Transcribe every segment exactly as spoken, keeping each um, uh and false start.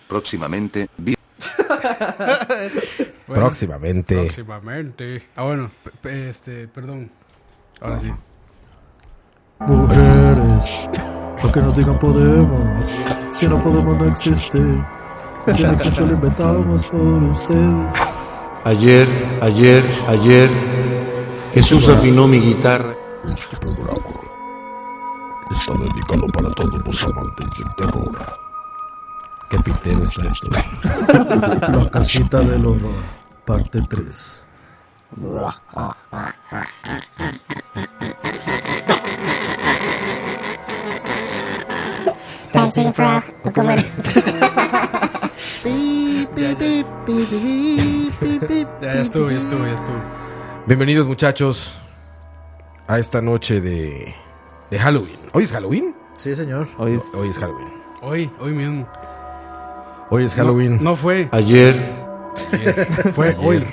Próximamente. Vi- Bueno, Próximamente. Próximamente. Ah, bueno, p- p- este, perdón. Ahora sí. Mujeres, lo que nos digan podemos. Si no podemos, no existe. Si no existe, lo inventamos por ustedes. Ayer, ayer, ayer, Jesús afinó mi guitarra. Este programa está dedicado para todos los amantes del terror. Qué pitero está esto. La casita del horror, parte tres. Dancing Frog, ¿o cómo era? Ya, ya estuvo, ya estuvo, ya estuvo. Bienvenidos, muchachos, a esta noche de, de Halloween. ¿Hoy es Halloween? Sí, señor. Hoy es, Hoy es Halloween. Hoy, hoy mismo. Hoy es Halloween. No, no fue, Ayer, fue hoy.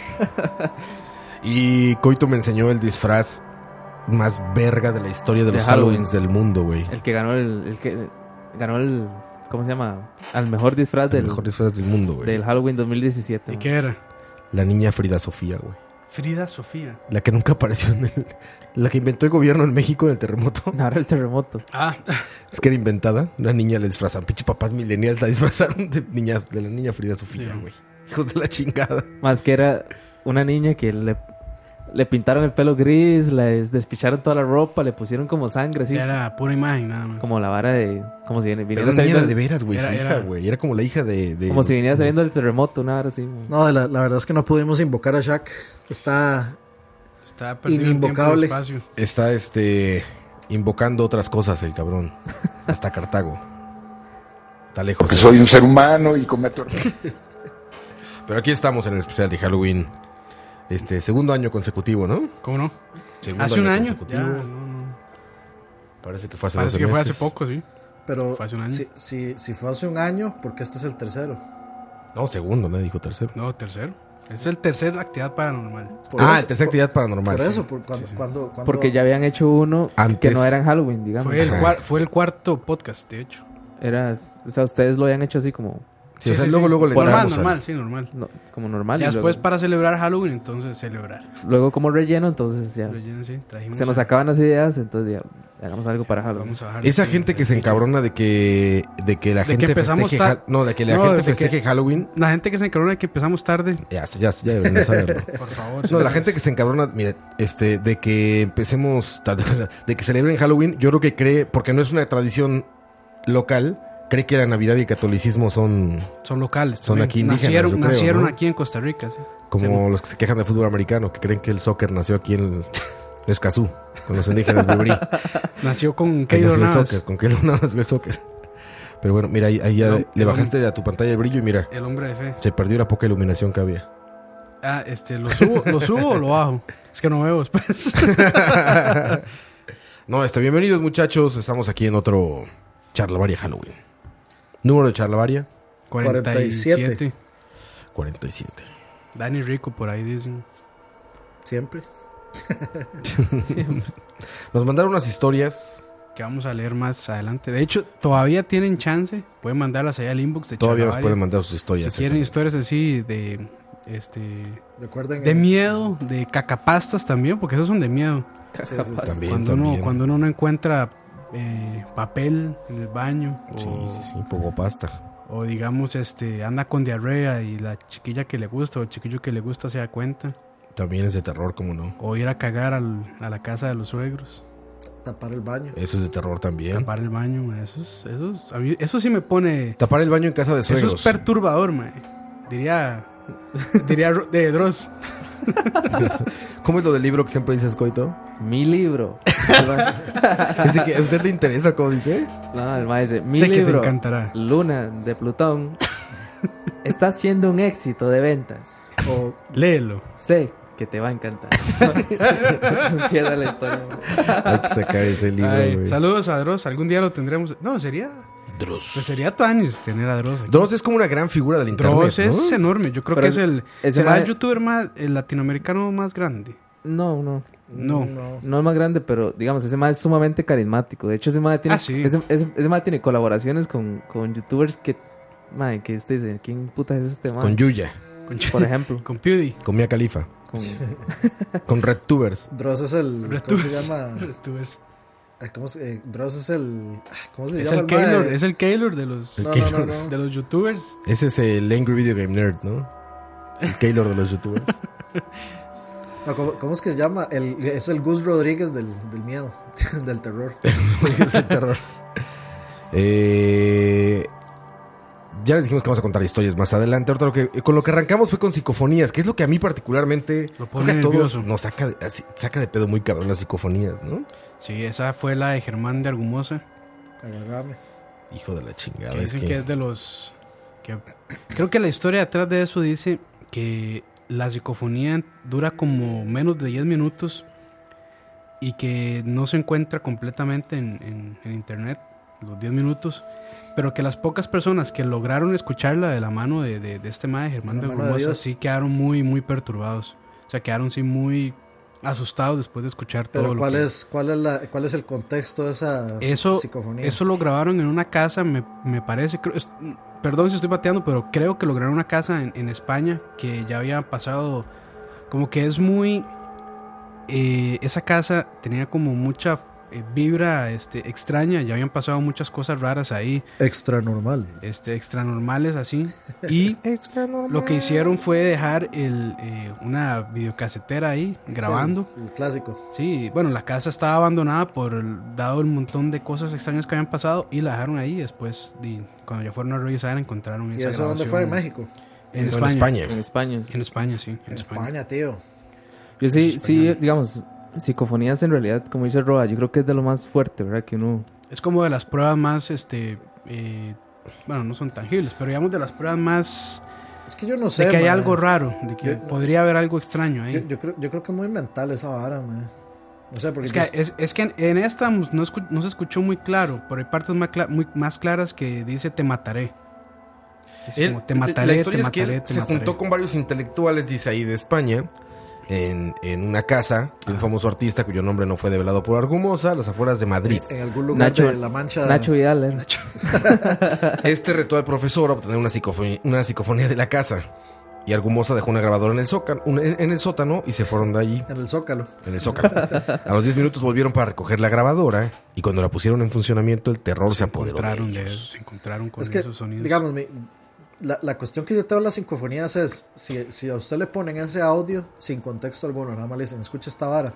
Y Coito me enseñó el disfraz más verga de la historia de De los Halloween. Halloweens del mundo, güey. el que ganó el, el que ganó el, ¿cómo se llama? Al mejor disfraz El del, mejor disfraz del mundo, güey. del Halloween dos mil diecisiete. ¿Y ¿no? qué era? La niña Frida Sofía, güey. Frida Sofía. La que nunca apareció en el... La que inventó el gobierno en México en el terremoto. No, era el terremoto. Ah, Es que era inventada. Una niña le disfrazan. Pinche papás millennials la disfrazaron de, niña, de la niña Frida Sofía, Sí. güey. Hijos de la chingada. Más que era una niña que le, le pintaron el pelo gris, le despicharon toda la ropa, le pusieron como sangre, así. era pura imagen nada más. Como la vara de... Como si viene- Pero viniera una niña saliendo, de veras, güey. Su Era- hija, era- güey. Era como la hija de... de- como si viniera saliendo del terremoto, una vara así. güey. No, la, la verdad es que no pudimos invocar a Shaq. Está Está perdido en tiempo y Inimbocable. espacio. Está, este... invocando otras cosas el cabrón. Hasta Cartago. Está lejos. Porque soy un ser humano y cometo errores. Pero aquí estamos en el especial de Halloween. Este, segundo año consecutivo, ¿no? ¿Cómo no? Segundo Hace un año. consecutivo. Ya, no, no. Parece que fue hace Parece doce que fue hace meses. poco, sí. Pero Fue hace un año. si, si, si fue hace un año, porque este es el tercero. No, segundo, nadie dijo tercero. No, tercero. Es el tercer actividad paranormal. Por ah, eso- el tercera actividad paranormal. Por eso, por cuando, cuando, cuando- Porque ya habían hecho uno Antes. que no era en Halloween, digamos. Fue el, Ajá. cuar- fue el cuarto podcast, de hecho. Era, o sea, ustedes lo habían hecho así como, Sí, o sea, sí, luego, sí. luego le Normal, entramos al- normal, sí, normal. no, como normal. Ya y después luego, para celebrar Halloween, entonces celebrar. luego como relleno, entonces ya. Pero ya, sí, trajimos Se nos a- acaban las ideas, entonces ya hagamos algo para Halloween. Vamos a bajar Esa el- gente que se encabrona de que de que la De que gente empezamos festeje ta- ha- no, de que la No, gente de que- festeje Halloween, La gente que se encarona de que empezamos tarde, ya ya ya deben de saberlo. por favor. No, señores. la gente que se encabrona, mire, este, de que empecemos tarde, de que celebren Halloween, yo creo que cree, porque no es una tradición local, cree que la Navidad y el catolicismo son Son locales. Son también. aquí indígenas, Nacieron, yo creo, nacieron ¿no? aquí en Costa Rica, sí. como los que se quejan de fútbol americano, que creen que el soccer nació aquí en el Escazú, con los indígenas Bebrí. Nació con Ahí Keylor nació el Navas, soccer, con que no nació el soccer. Pero bueno, mira, ahí, ahí ya No, le no. bajaste a tu pantalla el brillo y mira, el hombre de fe. se perdió la poca iluminación que había. Ah, este, ¿lo subo, ¿lo subo o lo bajo? Es que no veo después. No, este, bienvenidos muchachos, estamos aquí en otro Charlavaria Halloween. Número de Charlavaria, cuarenta y siete. cuarenta y siete. Dani Rico por ahí dicen. siempre. Nos mandaron unas historias, Que vamos a leer más adelante. De hecho, todavía tienen chance. Pueden mandarlas allá al inbox de todavía nos Charlavaria. pueden mandar sus historias. Si quieren exactamente. historias así de este Recuerden. de eh, miedo, de cacapastas también, porque esos son de miedo. sí, sí, sí. También, Cuando también. uno, cuando uno no encuentra eh, papel en el baño Sí, o, sí, sí, poco pasta. o digamos este anda con diarrea y la chiquilla que le gusta o el chiquillo que le gusta se da cuenta, También es de terror, como no. o ir a cagar al- a la casa de los suegros, Tapar el baño. Eso es de terror también. tapar el baño, eso es, eso es- a mí- eso sí me pone, Tapar el baño en casa de eso suegros. es perturbador, mae. Diría diría Ro- de Dross. ¿Cómo es lo del libro que siempre dices, Coito? Mi libro. Dice que a usted le interesa, como dice. No, el maestro dice, mi Sé que te libro, encantará. Luna de Plutón, está siendo un éxito de ventas. O Léelo. Sé que te va a encantar. Empieza la historia. Hay que sacar ese libro, Ay, güey. saludos a Dross, algún día lo tendremos. No, sería Dross. pues sería tuanis tener a Dross aquí. Dross es como una gran figura del internet, Dross ¿no? es enorme. Yo creo Pero que es el, ese será el mae- youtuber más, el latinoamericano más grande. No, no. No. no. No es más grande, pero digamos, ese mae es sumamente carismático. De hecho, ese mae tiene, Ah, sí. ese, ese, ese mae tiene colaboraciones con, con youtubers que Mae, ¿qué usted dice? ¿Quién puta es este mae? Con Yuya, Con, Por ejemplo. con Pewdie. con Mia Khalifa, Con... con Red Tubers. Dross es el. ¿Cómo se llama? Youtubers. Ay, ¿Cómo se, eh, Dross es el. ¿Cómo se Es llama el el mae? Keylor, es el Keylor de los, No, El no, no, no. de los youtubers. Ese es el Angry Video Game Nerd, ¿no? El Keylor de los youtubers. No, ¿cómo, cómo es que se llama? El, es el Gus Rodríguez del, del miedo, del terror. Es el terror. Eh, ya les dijimos que vamos a contar historias más adelante. Ahorita lo que, con lo que arrancamos fue con psicofonías, que es lo que a mí particularmente Lo pone creo que a todos nervioso. nos saca de, así- saca de pedo muy cabrón las psicofonías, ¿no? Sí, esa fue la de Germán de Argumosa. Agarrame. Hijo de la chingada. Que Es dicen que, que es de los... Que, creo que la historia detrás de eso dice que la psicofonía dura como menos de diez minutos y que no se encuentra completamente en, en- en internet, los diez minutos, pero que las pocas personas que lograron escucharla de la mano de, de, de este mae, Germán De de la mano de Argumosa, Dios. sí quedaron muy, muy perturbados. O sea, quedaron sí muy asustados después de escuchar todo Pero lo ¿cuál que... es, cuál, es la, ¿cuál es el contexto de esa Eso, psicofonía? eso lo grabaron en una casa, me, me parece. Creo, es- perdón si estoy bateando, pero creo que lo grabaron en una casa en, en España que ya había pasado. Como que es muy. Eh, esa casa tenía como mucha eh, vibra este, extraña. Ya habían pasado muchas cosas raras ahí, Extra normal. este, extranormales así. Y extra normal. lo que hicieron fue dejar el, eh, una videocasetera ahí grabando. Sí, el, el clásico. Sí, bueno, la casa estaba abandonada por el- dado el montón de cosas extrañas que habían pasado y la dejaron ahí. Después, di- cuando ya fueron a revisar, encontraron ¿Y esa eso dónde grabación. fue? ¿En México? En No, España. en España. En España. En España, sí. En, En España. España, tío. Yo sí, Es sí, español. digamos, psicofonías en realidad, como dice Roa, yo creo que es de lo más fuerte, ¿verdad? Que uno... Es como de las pruebas más, este, eh, bueno, no son tangibles, pero digamos de las pruebas más Es que yo no sé. de que hay mae. algo raro, de que Yo- podría haber algo extraño ahí. Yo, yo creo, yo creo que es muy mental esa vara, man. No sé, porque Es que, yo- es, es que en, en esta no, escu- no se escuchó muy claro, pero hay partes más, cla- muy, más claras que dice te mataré. Dice Él- como, te mataré, la historia te es que mataré, él te se mataré. juntó con varios intelectuales, dice ahí, de España, en, en una casa de un famoso artista cuyo nombre no fue develado por Argumosa, a las afueras de Madrid. en algún lugar Nacho- de La Mancha. Nacho Vidal, ¿eh? Este retó al profesor a obtener una psicofonía, una psicofonía de la casa. Y Argumosa dejó una grabadora en el, zócano, un- en el sótano y se fueron de allí, En el Zócalo. en el zócano. A los diez minutos volvieron para recoger la grabadora y cuando la pusieron en funcionamiento el terror se, se apoderó de encontraron de ellos. eso, se encontraron con Es que, esos sonidos. digamos, mi- la, la cuestión que yo tengo en las psicofonías es: si, si a usted le ponen ese audio sin contexto alguno, nada más le dicen, escucha esta vara.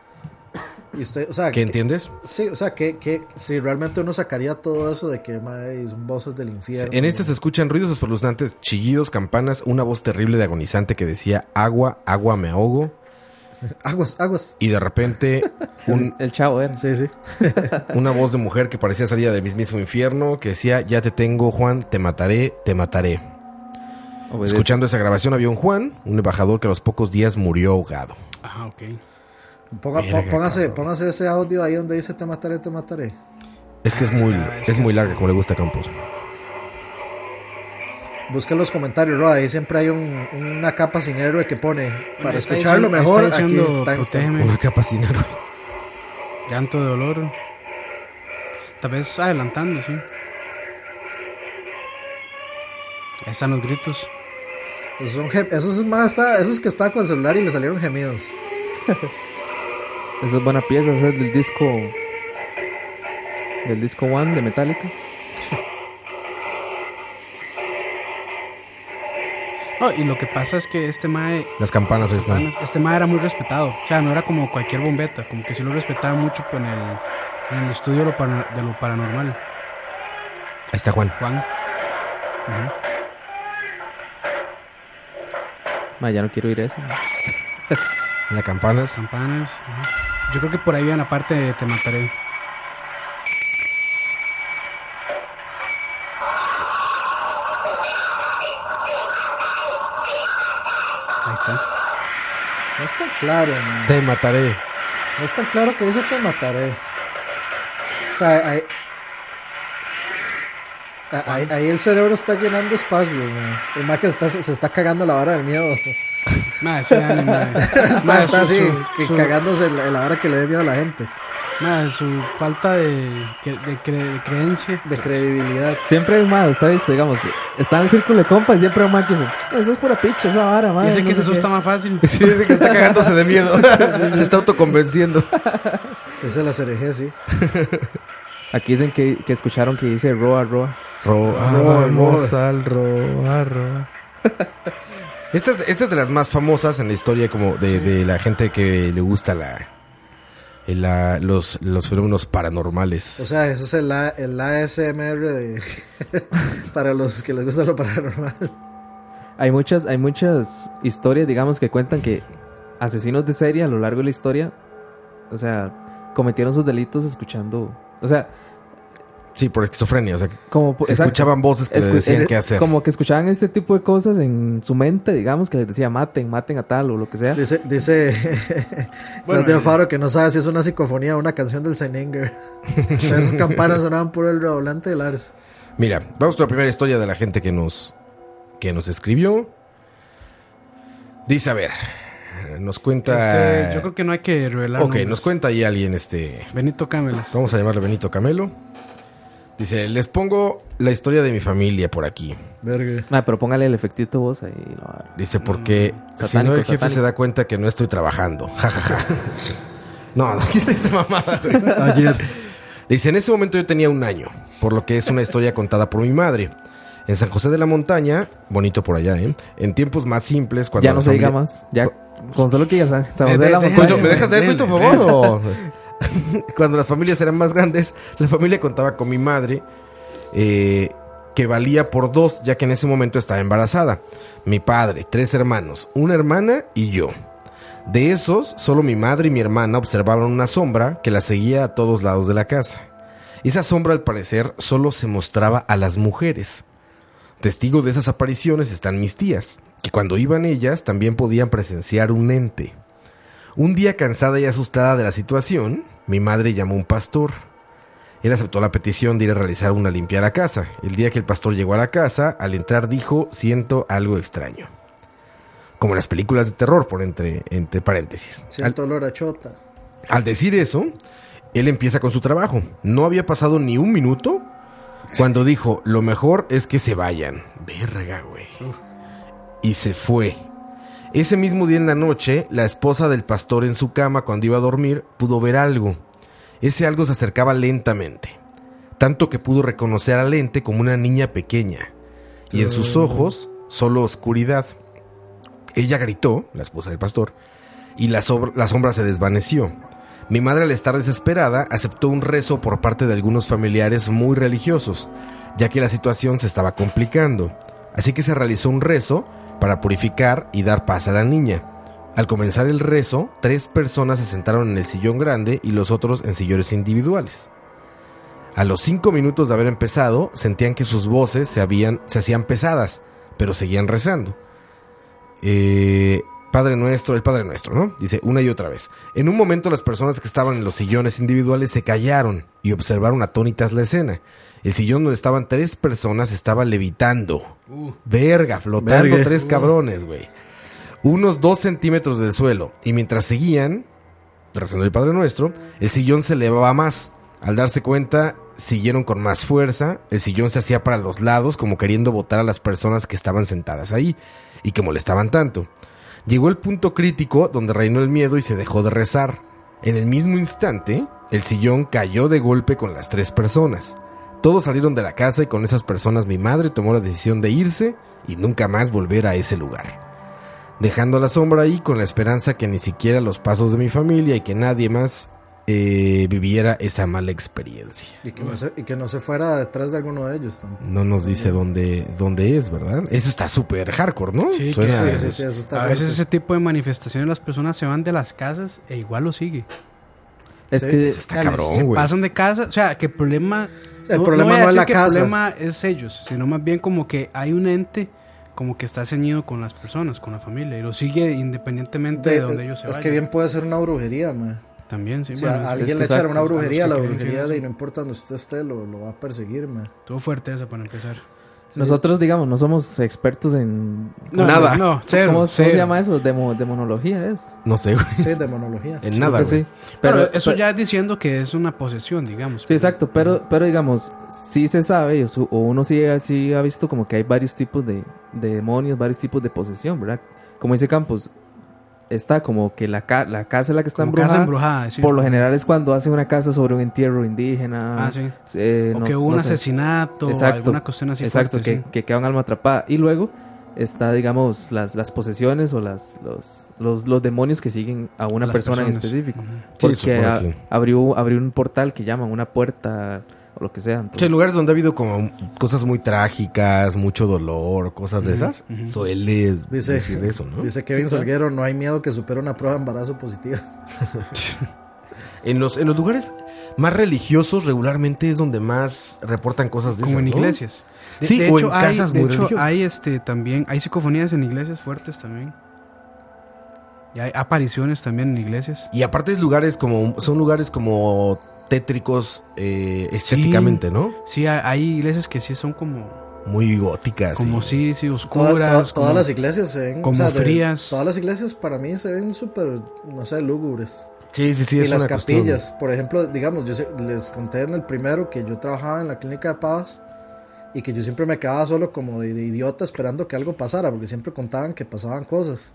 Y usted, o sea, ¿Qué que- entiendes? sí, o sea, que, que si realmente uno sacaría todo eso de que mae, son voces del infierno. En este se escuchan ruidos espeluznantes, chillidos, campanas, una voz terrible de agonizante que decía agua, agua, me ahogo. Aguas, aguas. Y de repente un, El chavo, ¿eh? Sí, sí. una voz de mujer que parecía salida del mismísimo infierno que decía, ya te tengo Juan, te mataré, te mataré. Obedece. Escuchando esa grabación había un Juan, un embajador que a los pocos días murió ahogado. Ajá, ok. Ponga- Verga, pó- póngase, cabrón. póngase ese audio ahí donde dice te mataré, te mataré. Es que es muy, Ah, es es que muy sí. larga, como le gusta a Campos. Busca en los comentarios, Roa, ahí siempre hay un- una capa sin héroe que pone para Está escucharlo diciendo- mejor. está Aquí diciendo, timestamp. protégeme. Una capa sin héroe. Llanto de dolor. Tal vez adelantando, sí. Ahí están los gritos. Esos son gem- esos es más está, esos que estaba con el celular y le salieron gemidos. Esa es buena pieza, esa es del disco... Del disco One de Metallica. Oh, y lo que pasa es que este mae, Las campanas están. este mae era muy respetado. O sea, no era como cualquier bombeta. Como que sí lo respetaba mucho en el, en el estudio de lo, para- de lo paranormal. Ahí está Juan. Juan. Ujú. Ma, ya no quiero ir a eso. Las campanas. Campanas. Ajá. Yo creo que por ahí viene la parte de te mataré. Ahí está. No es tan claro, man. Te mataré. No es tan claro que dice te mataré. O sea, hay- A- Ahí, ahí el cerebro está llenando espacio, man. El ma que está, se está cagando la vara del miedo. Mae, sí, Dani, mae. está Mae, está su- así, su- que su- cagándose en la, en la vara que le dé miedo a la gente. mae, su falta de, cre- de, cre- de creencia. De credibilidad. Siempre hay un mae, usted viste, digamos, está en el círculo de compas y siempre hay un mae que dice, eso es pura picha, esa vara, mae. Dice no que se sé asusta qué". más fácil. Sí, dice que está cagándose de miedo. Se está autoconvenciendo. Esa es la cereje, sí. Aquí dicen que, que escucharon que dice Roa, Roa. Roa, Roa, vamos al Roa, Roa. Esta es, esta es de las más famosas en la historia como de, de la gente que le gusta la, la los, los fenómenos paranormales. O sea, ese es el, A- el A S M R de para los que les gusta lo paranormal. Hay muchas, hay muchas historias, digamos, que cuentan que asesinos de serie a lo largo de la historia, o sea, cometieron sus delitos escuchando, o sea, Sí, por esquizofrenia. O sea, como que exacto. escuchaban voces que le Escu- decían es- qué hacer. Como que escuchaban este tipo de cosas en su mente, digamos, que les decía maten, maten a tal o lo que sea. Dice, dice Bueno, Claudio eh. Alfaro que no sabe si es una psicofonía o una canción del Seininger. Esas campanas sonaban puro el redoblante de Lars. Mira, vamos con la primera historia de la gente que nos, que nos escribió. Dice, a ver, nos cuenta... Este, yo creo que no hay que revelar. Ok, nombres. nos cuenta ahí alguien, este... Benito Cámelas. Vamos a llamarle Benito Camelo. Dice, les pongo la historia de mi familia por aquí. Verga. Ah, pero póngale el efectito voz ahí. No, Dice, porque si no satánico, el jefe satánico. se da cuenta que no estoy trabajando. Ja, ja, ja. No, no quiere esa mamada, güey. Ayer. Dice, en ese momento yo tenía un año, por lo que es una historia contada por mi madre. En San José de la Montaña, bonito por allá, ¿eh? En tiempos más simples, cuando ya la no se diga familia- más. Ya, con solo que digas San San José De- de la de- Montaña. Coito, ¿me dejas leer, Dele, Coito, por dele. favor? o- Cuando las familias eran más grandes, la familia contaba con mi madre, eh, que valía por dos, ya que en ese momento estaba embarazada. Mi padre, tres hermanos, una hermana y yo. De esos, solo mi madre y mi hermana observaban una sombra que la seguía a todos lados de la casa. Esa sombra, al parecer, solo se mostraba a las mujeres. Testigo de esas apariciones están mis tías, que cuando iban ellas también podían presenciar un ente. Un día, cansada y asustada de la situación, mi madre llamó a un pastor. Él aceptó la petición de ir a realizar una limpia a la casa. El día que el pastor llegó a la casa, al entrar dijo, siento algo extraño. Como en las películas de terror, por entre, entre paréntesis. Al, Siento olor a chota. al decir eso, él empieza con su trabajo. No había pasado ni un minuto cuando dijo, lo mejor es que se vayan. Verga, güey. Y se fue. Ese mismo día en la noche, la esposa del pastor en su cama cuando iba a dormir pudo ver algo. Ese algo se acercaba lentamente, tanto que pudo reconocer al ente como una niña pequeña, y en sus ojos solo oscuridad. Ella gritó, la esposa del pastor, y la, sobr- la sombra se desvaneció. Mi madre, al estar desesperada, aceptó un rezo por parte de algunos familiares muy religiosos, ya que la situación se estaba complicando. Así que se realizó un rezo para purificar y dar paz a la niña. Al comenzar el rezo, tres personas se sentaron en el sillón grande y los otros en sillones individuales. A los cinco minutos de haber empezado, sentían que sus voces se, habían, se hacían pesadas, pero seguían rezando. Eh, Padre Nuestro, el Padre Nuestro, ¿no? Dice una y otra vez. En un momento las personas que estaban en los sillones individuales se callaron y observaron atónitas la escena. El sillón donde estaban tres personas estaba levitando. Uh. Verga, flotando Verga. tres cabrones, güey. Unos dos centímetros del suelo. Y mientras seguían, rezando el Padre Nuestro, el sillón se elevaba más. Al darse cuenta, siguieron con más fuerza. El sillón se hacía para los lados, como queriendo botar a las personas que estaban sentadas ahí y que molestaban tanto. Llegó el punto crítico donde reinó el miedo y se dejó de rezar. En el mismo instante, el sillón cayó de golpe con las tres personas. Todos salieron de la casa y con esas personas mi madre tomó la decisión de irse y nunca más volver a ese lugar, dejando la sombra ahí con la esperanza que ni siquiera los pasos de mi familia y que nadie más eh, viviera esa mala experiencia. Y que, no se, y que no se fuera detrás de alguno de ellos tampoco. No nos dice dónde, dónde es, ¿verdad? Eso está súper hardcore, ¿no? Sí, Suena- Sí, sí, sí, eso está A veces fuerte. ese tipo de manifestaciones las personas se van de las casas e igual lo sigue. Es Sí, que Eso está O sea, cabrón, se güey. pasan de casa, o sea, que el problema El problema voy a no es decir la que casa. El problema es ellos, sino más bien como que hay un ente como que está ceñido con las personas, con la familia y lo sigue independientemente de, De- donde ellos se es vayan. que bien puede ser una brujería, man. También, sí. Si bueno, a es- alguien es le que echan exacto, una brujería, a la los que creen, brujería sí, de sí. no importa donde usted esté, lo, lo va a perseguir, man. Estuvo fuerte eso para empezar. Sí. Nosotros, digamos, no somos expertos en... No, Nada. No, cero. ¿Cómo, cómo cero. se llama eso? Demo, demonología es. No sé, güey. Sí, demonología. En nada, Creo que güey. sí. Pero, Pero eso pero- ya es diciendo que es una posesión, digamos. Sí, exacto, pero, pero digamos, sí se sabe, o, su- o uno sí, sí ha visto como que hay varios tipos de, de demonios, varios tipos de posesión, ¿verdad? Como dice Campos, está como que la, ca- la casa en la que está Como embrujada, casa embrujada, sí. por lo general es cuando hacen una casa sobre un entierro indígena. Ah, sí. eh, O no- que hubo no un sé. asesinato, Exacto. alguna cuestión así Exacto, fuerte, que, sí. que queda un alma atrapada. Y luego está, digamos, las, las posesiones o las, los, los, los demonios que siguen a una Las persona en personas. específico. Ujú. Porque supongo a- que- abrió, abrió un portal que llaman una puerta o lo que sea. Sí, entonces- hay lugares donde ha habido como cosas muy trágicas, mucho dolor, cosas de esas. Suele Dice, decir eso, ¿no? dice Kevin Salguero, no hay miedo que supere una prueba de embarazo positiva. En los, en los lugares más religiosos regularmente es donde más reportan cosas de Como esas, en ¿no? iglesias. Sí, o en hay, casas de muy hecho, religiosas. hay este también, hay psicofonías en iglesias fuertes también. Y hay apariciones también en iglesias. Y aparte es lugares como, son lugares como tétricos eh, estéticamente, ¿no? Sí, hay, hay iglesias que sí son como, Muy góticas. como y- sí, sí, Toda- oscuras. toda- todas como- las iglesias se ven... como de- frías. todas las iglesias para mí se ven súper, no sé, lúgubres. Sí, sí, sí, y es las una cuestión. capillas, por ejemplo, digamos, yo sé- les conté en el primero que yo trabajaba en la clínica de Pavas y que yo siempre me quedaba solo como de, de idiota esperando que algo pasara, porque siempre contaban que pasaban cosas.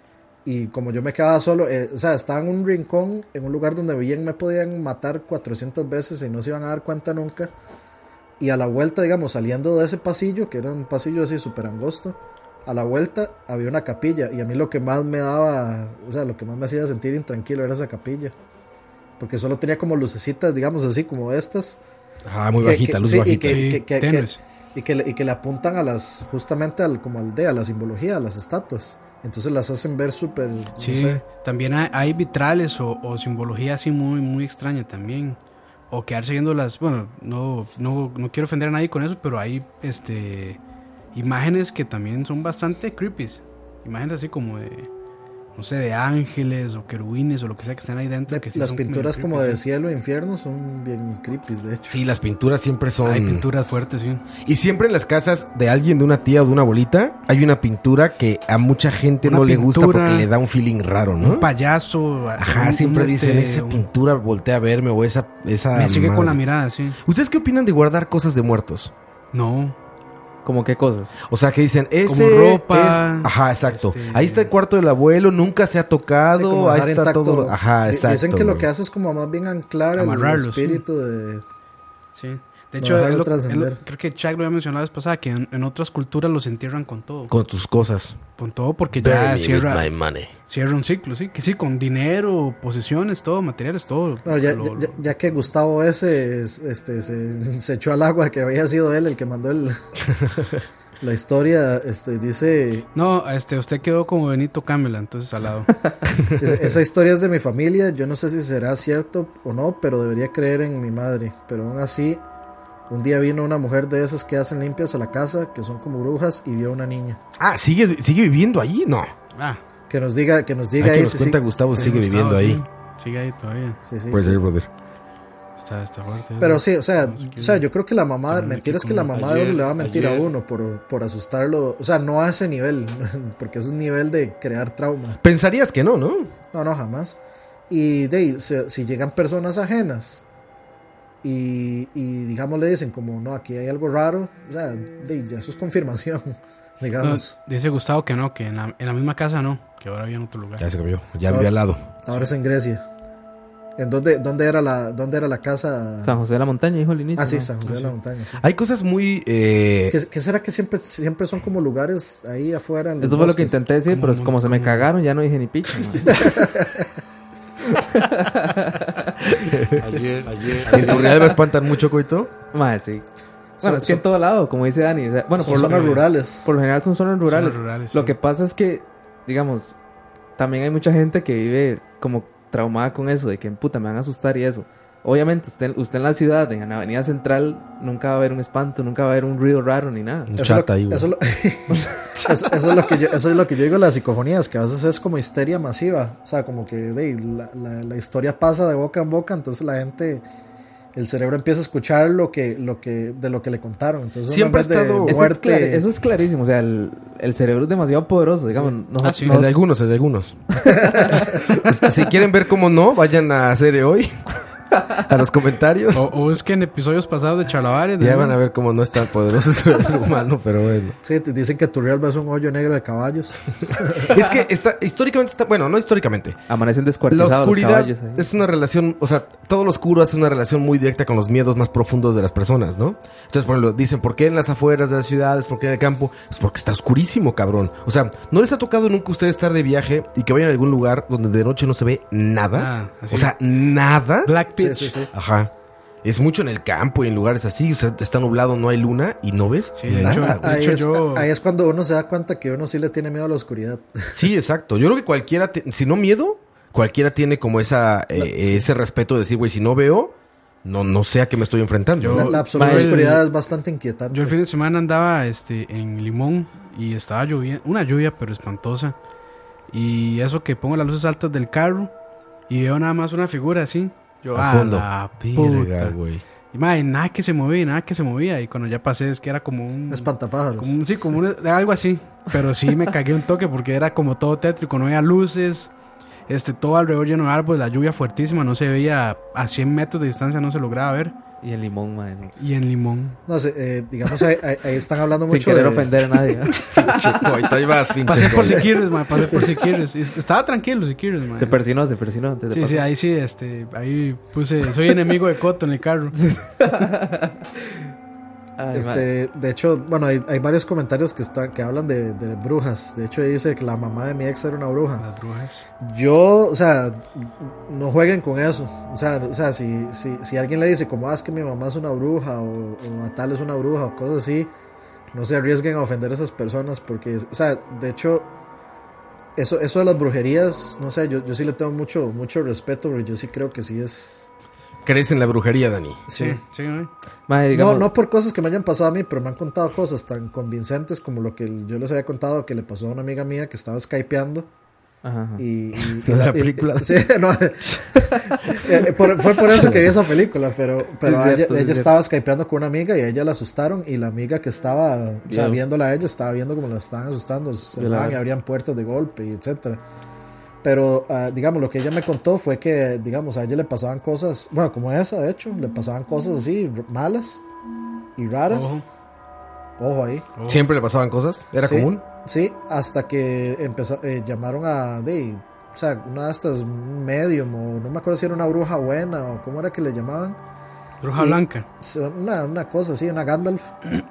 Y como yo me quedaba solo, eh, o sea, estaba en un rincón, en un lugar donde bien me podían matar cuatrocientas veces y no se iban a dar cuenta nunca. Y a la vuelta, digamos, saliendo de ese pasillo, que era un pasillo así súper angosto, a la vuelta había una capilla. Y a mí lo que más me daba, o sea, lo que más me hacía sentir intranquilo era esa capilla. Porque solo tenía como lucecitas, digamos así, como estas. Ah, muy que- bajita, que- luz sí, y bajita. que- Sí, que- que- tenues. Y que, le, y que le apuntan a las, justamente al, como al de, a la simbología, a las estatuas. Entonces las hacen ver súper, Sí, no sé. también hay, hay vitrales o, o simbología así muy, muy extraña también. O quedarse viendo las, bueno, no, no, no quiero ofender a nadie con eso, pero hay este imágenes que también son bastante creepy. Imágenes así como de, no sé, de ángeles o querubines o lo que sea que están ahí dentro. De- que sí las son pinturas medio como creepy, de sí. cielo e infierno son bien creepy, de hecho. Sí, las pinturas siempre son... Hay pinturas fuertes, sí. Y siempre en las casas de alguien, de una tía o de una abuelita, hay una pintura que a mucha gente Una no le gusta pintura, porque le da un feeling raro, ¿no? Un payaso. Ajá, un- siempre un, dicen, este, esa un- pintura voltea a verme o esa... esa Me sigue con madre". la mirada, sí. ¿Ustedes qué opinan de guardar cosas de muertos? No. ¿Cómo qué cosas? O sea, que dicen, ese Como ropa, es... Ajá, exacto. este- Ahí está el cuarto del abuelo, nunca se ha Sí, tocado, como ahí dejar está intacto- todo... Ajá, di- exacto. Dicen que lo güey. que hace es como más bien anclar el Amarrarlos, espíritu de... Sí. De No hecho, dejarlo es lo- trascender. es lo- creo que Chuck lo había mencionado la vez pasada, que en, en otras culturas los entierran con todo. Con tus cosas. Con todo porque Bury ya me with cierra, my money. cierra un ciclo, sí. Que sí, con dinero, posesiones, todo, materiales, todo. Bueno, ya, Lo- ya- lo- ya- ya que Gustavo ese es- este, se, se echó al agua, que había sido él el que mandó el, la historia, este, dice, No, este, usted quedó como Benito Camela, entonces al lado. dice, esa historia es de mi familia, yo no sé si será cierto o no, pero debería creer en mi madre. Pero aún así, un día vino una mujer de esas que hacen limpias a la casa, que son como brujas, y vio a una niña. Ah, ¿sigue, ¿sigue viviendo ahí? No. Ah, Que nos diga, que nos diga Hay que ahí nos si cuenta sí- Gustavo, sí, sigue sí, viviendo Gustavo, ahí. sí. Sigue ahí todavía. sí, sí. Puede ser, brother. Está, está fuerte. Pero sí, o sea, No sé qué- o sea, yo creo que la mamá, Pero mentira es que que la como mamá de ayer- uno le va a mentir ayer- a uno por, por asustarlo, o sea, no a ese nivel, porque es un nivel de crear trauma. Pensarías que no, ¿no? No, no, jamás. Y de ahí, si, si llegan personas ajenas y, y digamos le dicen como, no, aquí hay algo raro, o sea, de ahí, ya eso es confirmación, No, digamos. dice Gustavo que no, que en la, en la misma casa no, que ahora había en otro lugar. Ya se cambió. Ya vivía al lado. Ahora es en Grecia. ¿En dónde, dónde, era, la, dónde era la casa? San José de la Montaña, dijo al inicio. Ah, sí, ¿no? San José de la Montaña, sí. Hay cosas muy... eh, ¿Qué, qué será que siempre, siempre son como lugares ahí afuera? En los Eso fue lo que bosques? intenté decir, pero es Como- como se me como- cagaron, ya no dije ni picha. man. Ayer, ayer, ¿En tu realidad me espantan mucho, coito? Mae, sí. Son- Bueno, es que en son- todo lado, como dice Dani. o sea, bueno, Son por lo, zonas rurales. por lo general son zonas rurales. rurales, Lo sí. que pasa es que, digamos, también hay mucha gente que vive como traumada con eso, de que puta me van a asustar y eso. obviamente usted, usted en la ciudad, en la avenida central, nunca va a haber un espanto, nunca va a haber un ruido raro ni nada. Un Eso, chat es lo, ahí, güey. eso, es lo- eso- eso es lo que yo, eso es lo que yo digo de las psicofonías, que a veces es como histeria masiva. O sea, como que de, la, la, la historia pasa de boca en boca, entonces la gente, el cerebro empieza a escuchar lo que, lo que, de lo que le contaron. Entonces, Siempre uno en vez ha estado- de Eso es, muerte, clar- eso es clarísimo, o sea, el, el cerebro es demasiado poderoso, digamos. Nosotros, Ah, sí. El de algunos, el de algunos. Si quieren ver cómo no, vayan a hacer hoy. A los comentarios. O, o es que en episodios pasados de Chalabares. Ya ¿no? van a ver cómo no es tan poderoso el cerebro humano, pero bueno. sí, te dicen que Turrialba es un hoyo negro de caballos. Es que está, históricamente está, bueno, no históricamente. amanecen La descuartizados los oscuridad caballos ahí. es una relación, o sea, todo lo oscuro hace una relación muy directa con los miedos más profundos de las personas, ¿no? Entonces, por ejemplo, dicen, ¿por qué en las afueras de las ciudades? ¿Por qué en el campo? Es porque está oscurísimo, cabrón. O sea, ¿no les ha tocado nunca a ustedes estar de viaje y que vayan a algún lugar donde de noche no se ve nada? Ah, así. O sea, nada. Black Sí, Pitch. sí, sí. Ajá. Es mucho en el campo y en lugares así, o sea, está nublado, no hay luna y no ves Sí, de nada. hecho- güey. Ahí hecho, es, yo- ahí es cuando uno se da cuenta que uno sí le tiene miedo a la oscuridad. Sí, exacto. Yo creo que cualquiera, te- si no miedo, cualquiera tiene como esa eh, ese respeto de decir, güey, si no veo, no, no sé a qué me estoy enfrentando. Yo- La, la absoluta Mae, oscuridad es bastante inquietante. Yo el fin de semana andaba este, en Limón y estaba lloviendo, una lluvia pero espantosa. Y eso que pongo las luces altas del carro y veo nada más una figura así. Yo, A ah, fondo. la Verga, puta. güey. Y madre, nada que se movía, nada que se movía. Y cuando ya pasé es que era como un... Espantapájaros. Como un- sí, como un- algo así. Pero sí me cagué un toque porque era como todo tétrico, no había luces. Este, todo alrededor lleno de árboles, la lluvia fuertísima, no se veía a cien metros de distancia, no se lograba ver. Y el limón, man. Y en Limón. No sé, eh, digamos, ahí, ahí- ahí están hablando Sin mucho querer de... ofender a nadie. ¿eh? Coito, ahí vas, pinche Pasé por coito. Siquirres, man, pasé por Siquirres. Y estaba tranquilo Siquirres, man. Se persinó, se persinó antes de Sí, sí, pasar. ahí sí, este, ahí puse, soy enemigo de Coto en el carro. Ay, Este, de hecho, bueno, hay, hay varios comentarios que están que hablan de, de brujas. De hecho, dice que la mamá de mi ex era una bruja. Las brujas. Yo, o sea, no jueguen con eso. O sea, o sea si, si, si alguien le dice como, ah, es que mi mamá es una bruja o, o a tal es una bruja o cosas así, no se arriesguen a ofender a esas personas porque, o sea, de hecho, eso, eso de las brujerías, no sé, yo, yo sí le tengo mucho, mucho respeto porque yo sí creo que sí es... ¿Crees en la brujería, Dani? Sí. Sí, sí, ¿no? man, No, digamos, no por cosas que me hayan pasado a mí, pero me han contado cosas tan convincentes como lo que yo les había contado que le pasó a una amiga mía que estaba skypeando ajá, ajá. y... y- ¿De la y- película? sí, no, eh, por- fue por eso que vi esa película, pero, pero Sí, ella, cierto, sí, ella cierto. estaba skypeando con una amiga y a ella la asustaron y la amiga que estaba, o sea, Claro. viéndola a ella, estaba viendo como la estaban asustando, se Claro. van y abrían puertas de golpe y etcétera. Pero, ah, digamos, lo que ella me contó fue que, digamos, a ella le pasaban cosas, bueno, como esa, de hecho, le pasaban cosas así, r- malas y raras. Ojo, Ojo ahí. ojo. ¿Siempre le pasaban cosas? ¿Era Sí, común? Sí, hasta que empezó, eh, llamaron a, de, o sea, una de estas, un medium, o no me acuerdo si era una bruja buena, o cómo era que le llamaban. Bruja Y- blanca. Una, una cosa así, una Gandalf.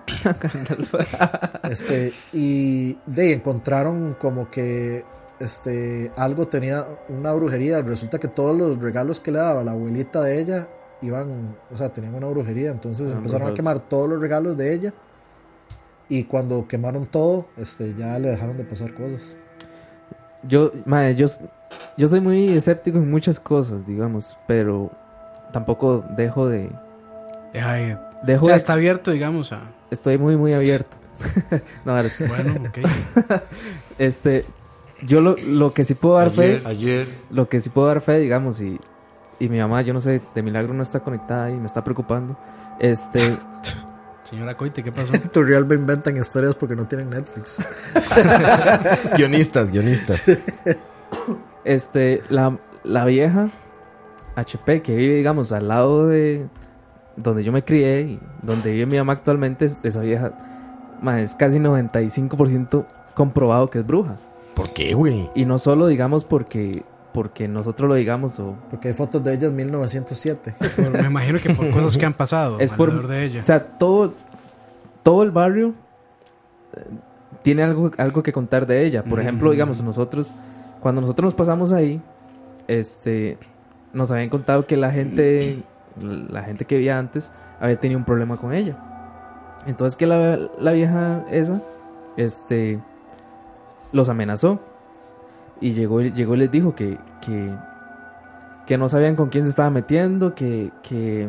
este, y de encontraron como que este algo tenía una brujería. Resulta que todos los regalos que le daba la abuelita de ella iban, o sea, tenían una brujería. Entonces Eran empezaron a brujados. quemar todos los regalos de ella. Y cuando quemaron todo, este, ya le dejaron de pasar cosas. Yo, man, yo, yo soy muy escéptico en muchas cosas, digamos, pero tampoco dejo de... Deja de- Dejo O sea, de- está abierto, digamos, a... Estoy muy, muy abierto. No, ahora sí. Bueno, ok. Este, yo lo, lo que sí puedo dar fe, Ayer, ayer, lo que sí puedo dar fe, digamos, y, y mi mamá, yo no sé, de milagro no está conectada y me está preocupando. Este, Señora Coite, ¿qué pasó? Turrialba inventan historias porque no tienen Netflix. Guionistas, guionistas. este, la, la vieja H P que vive, digamos, al lado de donde yo me crié y donde vive mi mamá actualmente, es- esa vieja, man, es casi noventa y cinco por ciento comprobado que es bruja. ¿Por qué, güey? Y no solo, digamos, porque, porque nosotros lo digamos o... Porque hay fotos de ella en mil novecientos siete. Por- me imagino que por cosas que han pasado Es por- alrededor de ella. O sea, todo, todo el barrio eh, tiene algo, algo que contar de ella. Por Mm. ejemplo, digamos, nosotros, cuando nosotros nos pasamos ahí, este, nos habían contado que la gente, la gente que vivía antes, había tenido un problema con ella. Entonces que la, la vieja esa, este, los amenazó. Y llegó, y- llegó y les dijo que, que, que no sabían con quién se estaba metiendo, que, que,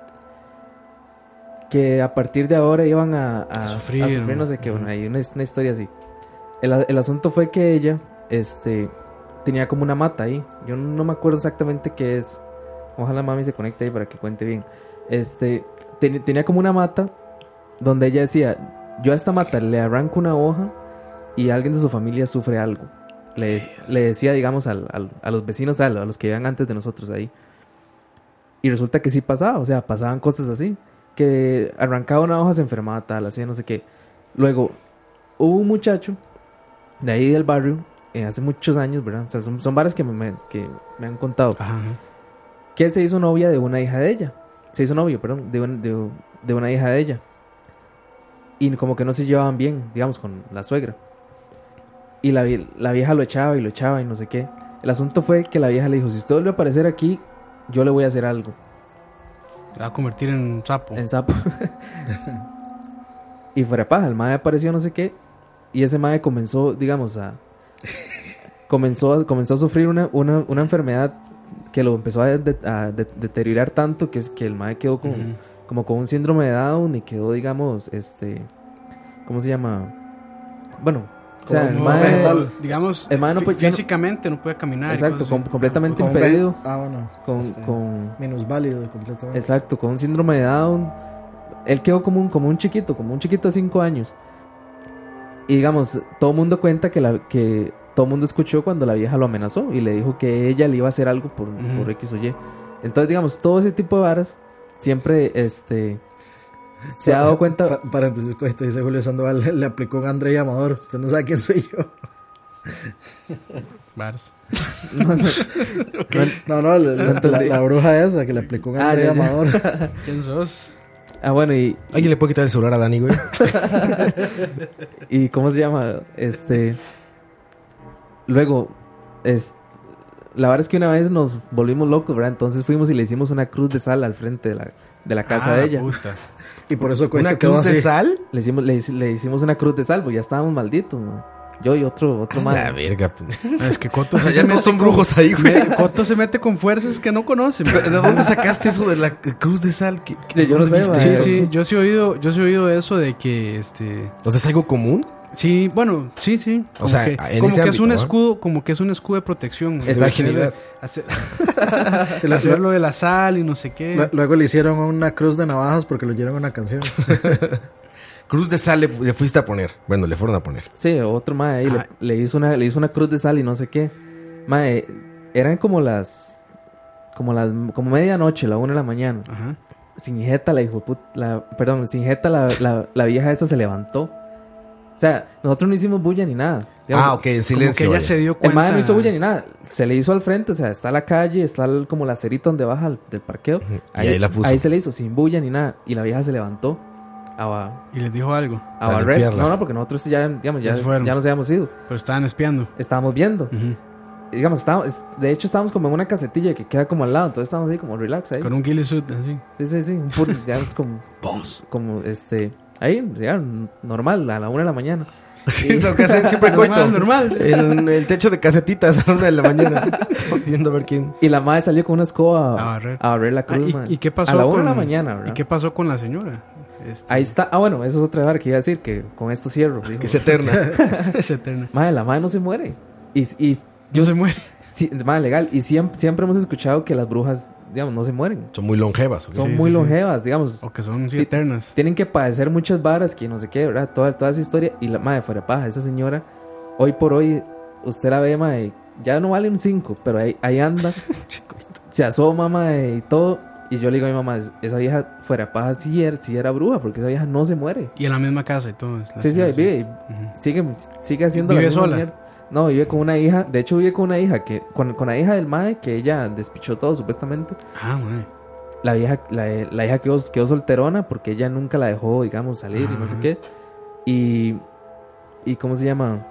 que a partir de ahora iban a, a, A sufrir, a sufrir, no sé qué, bueno, hay una, una historia así. El, el asunto fue que ella, este, tenía como una mata ahí. Yo no me acuerdo exactamente qué es. Ojalá mami se conecte ahí para que cuente bien. Este, ten, tenía como una mata donde ella decía, yo a esta mata le arranco una hoja y alguien de su familia sufre algo. Le, le decía, digamos, al, al, a los vecinos, a los que vivían antes de nosotros ahí. Y resulta que sí pasaba, o sea, pasaban cosas así. Que arrancaba una hoja, se enfermaba tal, hacía no sé qué. Luego, hubo un muchacho de ahí del barrio, eh, hace muchos años, ¿verdad? O sea, son, son varias que me, me, que me han contado. Ajá. Que se hizo novia de una hija de ella. Se hizo novio, perdón, de, un, de, de una hija de ella. Y como que no se llevaban bien, digamos, con la suegra. Y la, la vieja lo echaba y lo echaba y no sé qué. El asunto fue que la vieja le dijo, si usted vuelve a aparecer aquí, yo le voy a hacer algo. Se va a convertir en un sapo. En sapo. Y fuera paja, el mae apareció no sé qué. Y ese mae comenzó, digamos, a... comenzó, comenzó a sufrir una, una, una enfermedad que lo empezó a, de, a de, deteriorar tanto que es que el mae quedó con, uh-huh. como con un síndrome de Down y quedó, digamos, este... ¿Cómo se llama? Bueno... O sea, el mae, vegetal, digamos, el mae no puede, físicamente no, no puede caminar. Exacto, com- completamente con impedido. Ah, bueno. Con, este, con, minusválido completamente. Exacto, con un síndrome de Down. Él quedó como un, como un chiquito, como un chiquito de cinco años. Y digamos, todo el mundo cuenta que, la, que todo el mundo escuchó cuando la vieja lo amenazó y le dijo que ella le iba a hacer algo por, uh-huh. por X o Y. Entonces, digamos, todo ese tipo de varas siempre, este... Se ha dado cuenta. Pa- paréntesis, esto dice Julio Sandoval, le, le aplicó un André Amador. Usted no sabe quién soy yo. Bars. No, no, okay. no, no la, la, la bruja esa que le aplicó un André ah, Amador. ¿Quién sos? Ah, bueno, y. ¿Alguien le puede quitar el celular a Dani, güey? ¿Y cómo se llama? Este. Luego, es. La verdad es que una vez nos volvimos locos, ¿verdad? Entonces fuimos y le hicimos una cruz de sal al frente de la. De la casa ah, de ella. Y por eso ¿Una quedó cruz así. de sal? Le hicimos, le, le hicimos una cruz de sal, porque ya estábamos malditos, ¿no? Yo y otro, otro más. La verga. Es que Coto o sea, se ya se todos son con, brujos ahí, güey. Me, Coto se mete con fuerzas que no conocen. ¿De dónde sacaste eso de la cruz de sal? ¿Qué, qué, yo no sé, sí, sí, yo sí he oído, yo sí he oído eso de que este. O sea, ¿es algo común? Sí, bueno, sí, sí. O sea, que, en como ese que ámbito, es un ¿no? escudo, como que es un escudo de protección. Esa virginidad. Hacer, hacer, hacer lo de la sal y no sé qué. Luego le hicieron una cruz de navajas porque lo oyeron en una canción. Cruz de sal le, le fuiste a poner. Bueno, le fueron a poner. Sí, otro mae ahí le, le hizo una, le hizo una cruz de sal y no sé qué. Mae, eran como las, como las, como medianoche, la una de la mañana. Ajá. Sin jeta la hijo put, la, perdón, sin jeta la, la, la vieja esa se levantó. O sea, nosotros no hicimimos bulla ni nada. Digamos, ah, ok, en silencio. Como que ella se dio cuenta. El mae no hizo bulla ni nada. Se le hizo al frente, o sea, está la calle, está el, como la cerita donde baja el, del parqueo. Uh-huh. Ahí, y ahí la puso. Ahí se le hizo, sin bulla ni nada. Y la vieja se levantó. A, y les dijo algo. A barrer. No, no, porque nosotros ya, digamos, ya, ya, ya nos habíamos ido. Pero estaban espiando. Estábamos viendo. Uh-huh. Y, digamos, estábamos, de hecho, estábamos como en una casetilla que queda como al lado. Entonces estábamos ahí como relax ahí. Con un ghillie suit así. Sí, sí, sí. Un pur, ya es como. Boss. Como este. Ahí, ya, normal, a la una de la mañana. Sí, es lo que hacen siempre coito. Normal, normal. En el techo de casetitas a la una de la mañana. Viendo a ver quién. Y la madre salió con una escoba a barrer, a barrer la cruz, ah, ¿y, ¿Y qué pasó? A la una con, de la mañana, ¿verdad? ¿Y qué pasó con la señora? Este... Ahí está. Ah, bueno, eso es otra vez que iba a decir, que con esto cierro. Dijo. Que es eterna. Es eterna. Madre, la madre no se muere. Y, y yo, no se muere. Sí, madre, legal. Y siempre, siempre hemos escuchado que las brujas, digamos, no se mueren. Son muy longevas. Son sí, muy sí, longevas, sí. digamos. O que son sí, eternas. Tienen que padecer muchas varas, que no sé qué, ¿verdad? Toda, toda esa historia. Y la madre, fuera paja, esa señora, hoy por hoy, usted la ve, madre, ya no vale un cinco, pero ahí, ahí anda. Se asoma, madre, y todo. Y yo le digo a mi mamá, esa vieja fuera paja sí era, sí era bruja, porque esa vieja no se muere. Y en la misma casa y todo. Sí, sí, ahí vive. Uh-huh. Sigue, sigue haciendo ¿Vive la misma sola? Mierda. No, vive con una hija. De hecho, vive con una hija que con, con la hija del mae que ella despichó todo, supuestamente. Ah, mae. La vieja, la, la hija quedó, quedó solterona porque ella nunca la dejó, digamos, salir ah. y no sé qué. Y. ¿Y cómo se llama?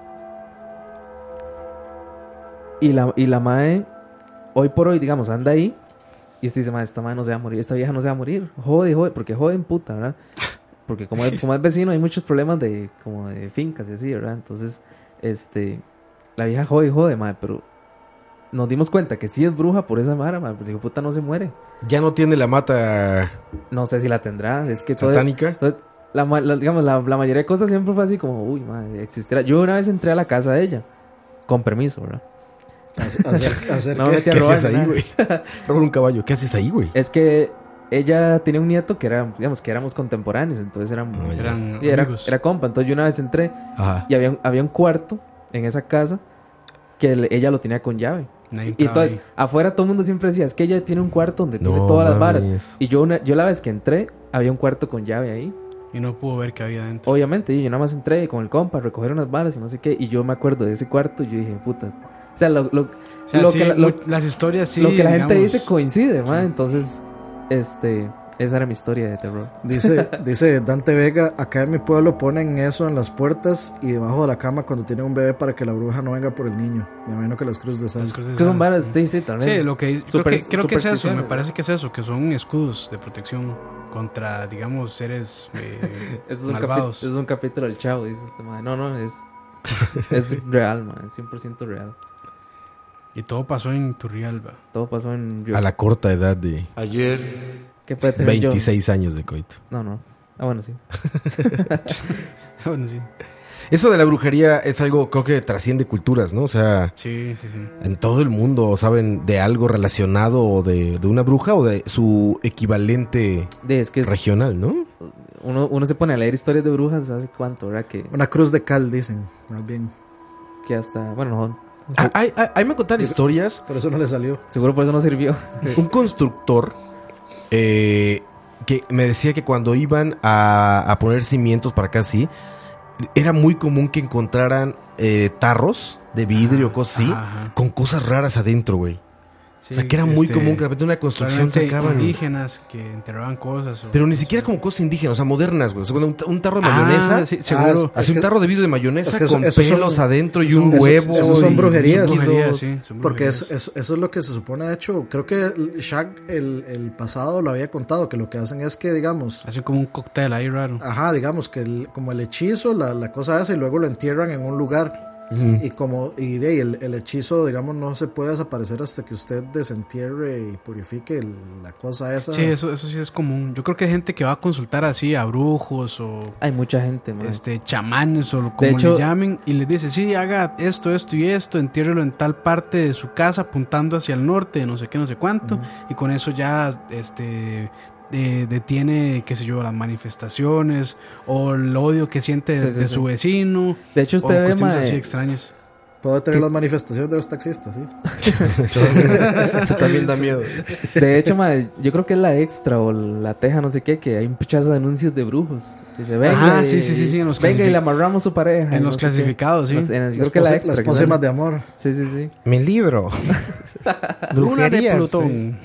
Y la, y la mae, hoy por hoy, digamos, anda ahí. Y usted dice, mae, esta mae no se va a morir. Esta vieja no se va a morir. Jode, jode. Porque joden puta, ¿verdad? Porque como, como es vecino, hay muchos problemas de, como de fincas y así, ¿verdad? Entonces. Este, la vieja jode y jode, madre, pero nos dimos cuenta que sí es bruja por esa vara, ma, pero digo, puta, no se muere. Ya no tiene la mata No sé si la tendrá, es que todo- satánica. todo- la, ma- la- digamos, la, la mayoría de cosas siempre fue así como, uy, madre, existirá. Yo una vez entré a la casa de ella, con permiso, ¿verdad? Hacer, hacer, hacer No, qué? me metí a ¿Qué robar, haces ahí, nada. güey? Robar un caballo. ¿Qué haces ahí, güey? Es que ella tenía un nieto que era, digamos, que éramos contemporáneos, entonces eran, Ah, ya. Eran y era, amigos. era compa. Entonces yo una vez entré Ajá. y había, un- había un cuarto en esa casa que le- ella lo tenía con llave. Nadie Y entraba entonces, ahí. afuera todo el mundo siempre decía, es que ella tiene un cuarto donde tiene No todas las varas. mames. Y yo, una, yo la vez que entré, había un cuarto con llave ahí. Y no pudo ver qué había dentro. Obviamente, y yo nada más entré con el compa a recoger unas balas y no sé qué. Y yo me acuerdo de ese cuarto y yo dije, puta. O sea, lo, lo, O sea, lo sí, que, la, lo, mu- las historias sí. lo que la gente digamos, dice coincide, ma. sí. Entonces, este, esa era mi historia de terror. Dice, dice Dante Vega, acá en mi pueblo ponen eso en las puertas y debajo de la cama cuando tienen un bebé para que la bruja no venga por el niño. Me imagino que las cruces de sal. las cruces Es que son de- varas, sí, sí, también. Sí, lo que creo, Super- que, creo que es eso, me supersticiones, parece que es eso, que son escudos de protección contra, digamos, seres eh, Eso es, un capi- malvados. eso es un capítulo del Chavo, dice este madre. No, no, es, es real, man, cien por ciento real. Y todo pasó en Turrialba. Todo pasó en... A la corta edad de Ayer, ¿Qué puede tener yo? veintiséis años de coito. No, no. Ah, bueno, sí. Bueno, sí. Eso de la brujería es algo, creo que trasciende culturas, ¿no? O sea, Sí, sí, sí. en todo el mundo saben de algo relacionado o de, de una bruja o de su equivalente De, es que es- regional, ¿no? uno, uno se pone a leer historias de brujas hace cuánto, ¿verdad? Que, Una cruz de cal, dicen, más bien. que hasta... Bueno, no. Ah, Hay, hay, hay me contar historias. Por eso no le salió. Seguro por eso no sirvió. Un constructor eh, que me decía que cuando iban a, a poner cimientos para acá, sí, era muy común que encontraran eh, tarros de vidrio o cosas así, Ajá, ajá. con cosas raras adentro, güey. Sí, O sea, que era muy este, común que de repente una construcción probablemente sacaban. indígenas que enterraban cosas. o- Pero ni siquiera como cosas indígenas, o sea, modernas, güey. O sea, un, un tarro de mayonesa. Ah, sí, Ah, seguro. es- Así un que- tarro de vidrio de mayonesa es que eso- con esos son- pelos adentro y un esos- huevo. esos son y- brujerías. y- Brujerías, sí, son Porque brujerías. eso, eso, eso es lo que se supone, de hecho. Creo que Shaq el, el pasado lo había contado, que lo que hacen es que, digamos, Hacen como un cóctel ahí raro. ajá, digamos que el- como el hechizo, la, la cosa esa, y luego lo entierran en un lugar. Ujú. Y como y de ahí el, el hechizo, digamos, no se puede desaparecer hasta que usted desentierre y purifique el- la cosa esa. Sí, eso, eso sí es común. Yo creo que hay gente que va a consultar así a brujos o Hay mucha gente, man. este chamanes o como hecho- le llamen y les dice, sí, haga esto, esto y esto, entiérrelo en tal parte de su casa apuntando hacia el norte, no sé qué, no sé cuánto, y con eso ya este eh, detiene, qué sé yo, las manifestaciones o el odio que siente Sí, de, sí, de sí. su vecino De hecho, o usted ve, cuestiones mae, así extrañas. Puedo tener las manifestaciones de los taxistas, sí. Eso también, eso también da miedo. de hecho, mae, yo creo que es la extra o la teja, no sé qué, que hay un pichazo de anuncios de brujos. Dice, venga, Ajá, y- sí, sí, sí, sí, en los venga y clasific- le amarramos su pareja. En y los no sé qué. clasificados, sí. Los- en el- Las, creo que la pose- extra. las que pócimas sale. de amor. Sí, sí, sí. Mi libro. Luna de Brujerías, Plutón.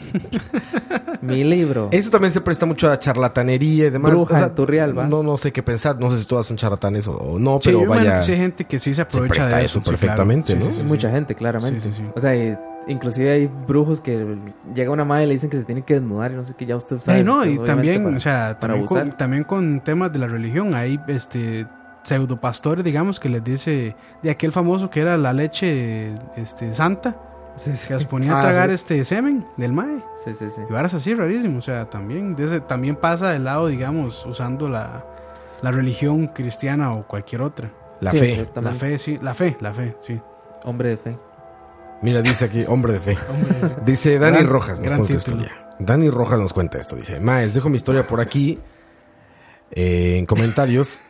Mi libro. Eso también se presta mucho a charlatanería y demás. Bruja en Turrialba. No, no sé qué pensar. No sé si todas son charlatanes o, o no, Sí, pero yo imagino vaya. que sí hay gente que sí se aprovecha presta de eso eso. sí, perfectamente, claro. ¿no? Sí, sí, Hay sí, mucha sí. gente, claramente. Sí, sí, sí. O sea, y- inclusive hay brujos que llega una madre y le dicen que se tienen que desnudar y no sé qué, ya usted sabe. Sí, no, pues, y obviamente también, para- o sea, para también con, abusar. también con temas de la religión, hay este pseudopastores, digamos, que les dice de aquel famoso que era la leche este santa, Sí, sí. que los ponía a Ah, tragar sí. este semen del mae. Sí, sí, sí. Y varas así rarísimo, o sea, también de ese- también pasa del lado, digamos, usando la, la religión cristiana o cualquier otra. La Sí, fe. La exactamente. fe, sí, la fe, la fe, sí. Hombre de fe. Mira, dice aquí, hombre de fe. Dice Dani Gran- Rojas, nos gran cuenta título. historia. Dani Rojas nos cuenta esto. Dice, Maes, dejo mi historia por aquí. eh, en comentarios.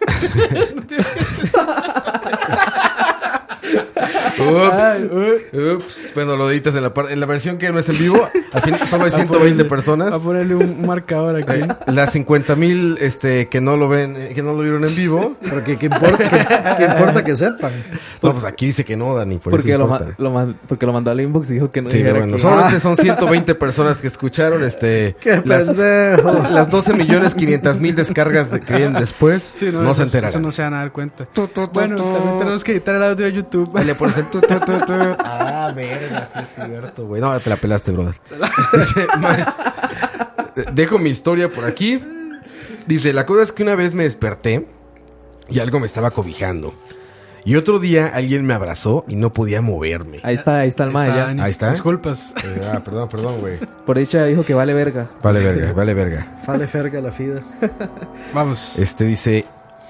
Ups, ups. Bueno, lo editas en la, par- en la versión que no es en vivo. Al fin, solo hay ciento veinte personas. A ponerle un marcador aquí. Eh, las cincuenta mil este, que no lo ven, eh, que no lo vieron en vivo. Pero que, que importa, que, que importa que sepan. No, pues aquí dice que no, Dani, por Porque eso lo, importa. ma- lo man- porque lo mandó al inbox y dijo que no Sí, dijera pero bueno, que- solamente son ciento veinte personas que escucharon este ¡Qué las, pendejo! las doce millones quinientas mil descargas de que vienen después. Sí, no eso- se enterarán. Eso no se van a dar cuenta. Tu, tu, tu, Bueno, tu. también tenemos que editar el audio de YouTube. Ahí le pones el tu, tu, tu, tu. Ah, verga, sí es cierto, güey. No, te la pelaste, brother. Dice, más, dejo mi historia por aquí. Dice, la cosa es que una vez me desperté y algo me estaba cobijando. Y otro día alguien me abrazó y no podía moverme. Ahí está, ahí está el mae ya. Dani. Ahí está. Disculpas. Eh, ah, perdón, perdón, güey. Por dicha dijo que vale verga. Vale verga, vale verga. Fale ferga la fida. Vamos. Este dice,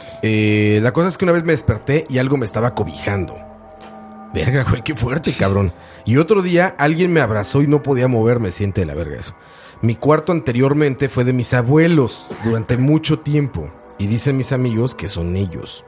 eh, la cosa es que una vez me desperté y algo me estaba cobijando. Verga, güey, qué fuerte, cabrón. Y otro día alguien me abrazó y no podía moverme. Siente de la verga eso. Mi cuarto anteriormente fue de mis abuelos durante mucho tiempo. Y dicen mis amigos que son ellos.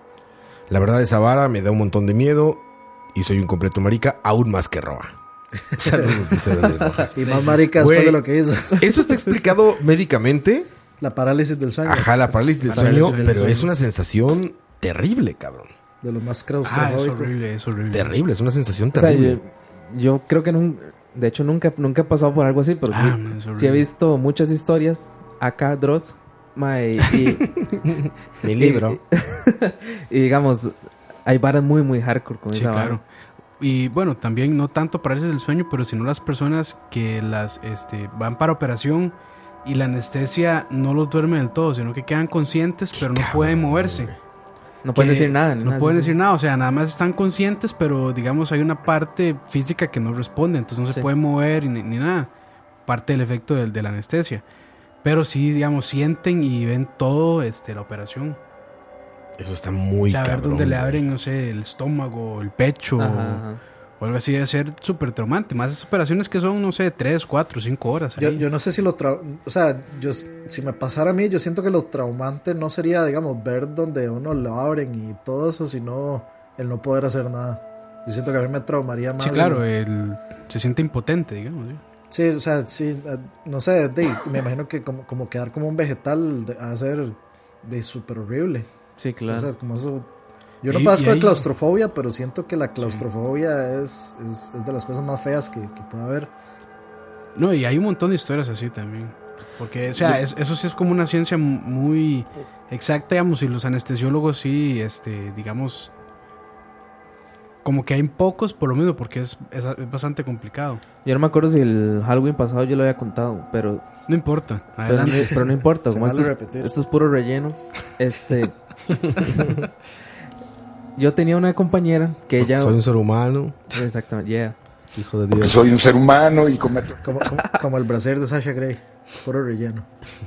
La verdad, esa vara me da un montón de miedo. Y soy un completo marica, aún más que Roa. Saludos, dice Daniel Rojas. Y más marica después Güey, de lo que hizo. ¿Eso está explicado médicamente? La parálisis del sueño. Ajá, la parálisis del Parálisis sueño, del pero sueño. es una sensación terrible, cabrón. De lo más Ah, es claustrofóbico. horrible, es horrible. Terrible, es una sensación O sea, terrible. yo, yo creo que nun- de hecho nunca, nunca he pasado por algo así, pero Ah, sí, man, es horrible. sí he visto muchas historias acá, Dross, mae, y, Mi libro. y digamos, hay varas muy, muy hardcore con Sí, esa claro. vara. Y bueno, también no tanto parálisis del sueño, pero sino las personas que las este, van para operación y la anestesia no los duerme del todo, sino que quedan conscientes, pero no pueden moverse. No pueden Que decir nada. ni No nada, pueden sí, sí. decir nada, o sea, nada más están conscientes, pero digamos hay una parte física que no responde, entonces no se Sí. puede mover ni, ni nada. Parte del efecto del, de la anestesia. Pero sí, digamos, sienten y ven todo este, la operación. Eso está muy o sea, ver cabrón. donde le güey. abren, no sé, el estómago, el pecho, Ajá, ajá. o algo así, debe ser súper traumante. Más esas operaciones que son, no sé, tres, cuatro, cinco horas. Yo, ahí. yo no sé si lo tra o sea, yo si me pasara a mí, yo siento que lo traumante no sería, digamos, ver donde uno lo abren y todo eso, sino el no poder hacer nada. Yo siento que a mí me traumaría más. Sí, claro, el- el- se siente impotente, digamos. ¿sí? sí, o sea, sí, eh, no sé, de, me imagino que como, como quedar como un vegetal de, a ser de súper horrible. Sí, claro. O sea, como eso. Yo no Y- padezco y de ahí- claustrofobia, pero siento que la claustrofobia es, es, es de las cosas más feas que, que puede haber. No, y hay un montón de historias así también. Porque, o sea, es- eso sí es como una ciencia mu- muy exacta, digamos, y los anestesiólogos sí, este, digamos, como que hay pocos por lo mismo, porque es, es, es bastante complicado. Yo no me acuerdo si el Halloween pasado yo lo había contado, pero, No importa, pero, adelante. pero no importa, Se como vale esto es, repetir. esto es puro relleno. Este. Yo tenía una compañera que ella. Soy un ser humano, Exactamente, yeah. hijo de Dios. Soy un ser humano y cometo... Como, como, como el brasier de Sasha Grey, puro relleno.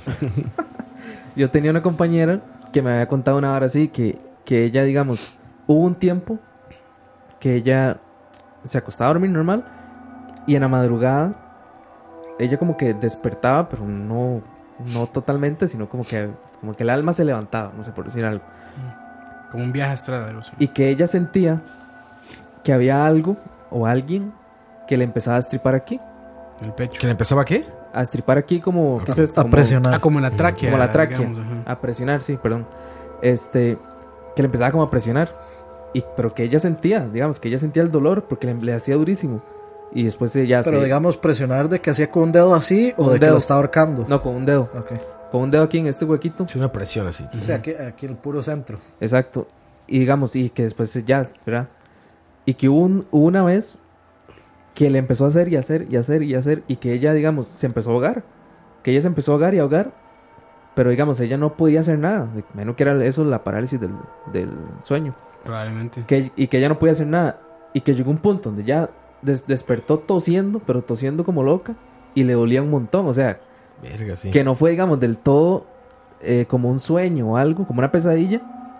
Yo tenía una compañera que me había contado una hora así, que, que ella, digamos, hubo un tiempo que ella se acostaba a dormir normal y en la madrugada ella como que despertaba, pero no, no totalmente, sino como que, como que el alma se levantaba, no sé por decir algo. Como un viaje astral, algo así. Y que ella sentía que había algo o alguien que le empezaba a estripar aquí. El pecho. ¿Que le empezaba qué? A estripar aquí como... ¿qué es esto? A Como- presionar. Ah, como en la tráquea. Como la tráquea. digamos, ajá. A presionar, sí, perdón. Este, que le empezaba como a presionar. Y, pero que ella sentía, digamos, que ella sentía el dolor porque le, le hacía durísimo. Y después ella Pero se... digamos, presionar de que hacía con un dedo así o Un de que dedo. lo estaba ahorcando. No, con un dedo. Ok. Con un dedo aquí en este huequito. Es una presión así. O sea, aquí, aquí el puro centro. Exacto. Y digamos, y que después ya, ¿verdad? Y que hubo, un- hubo una vez que le empezó a hacer y hacer y hacer y hacer. Y que ella, digamos, se empezó a ahogar. Que ella se empezó a ahogar y a ahogar. Pero digamos, ella no podía hacer nada. Menos que era eso, la parálisis del, del sueño. Probablemente. Que, y que ella no podía hacer nada. Y que llegó un punto donde ya des- despertó tosiendo, pero tosiendo como loca. Y le dolía un montón. O sea, Verga, sí. que no fue, digamos, del todo eh, como un sueño o algo, como una pesadilla.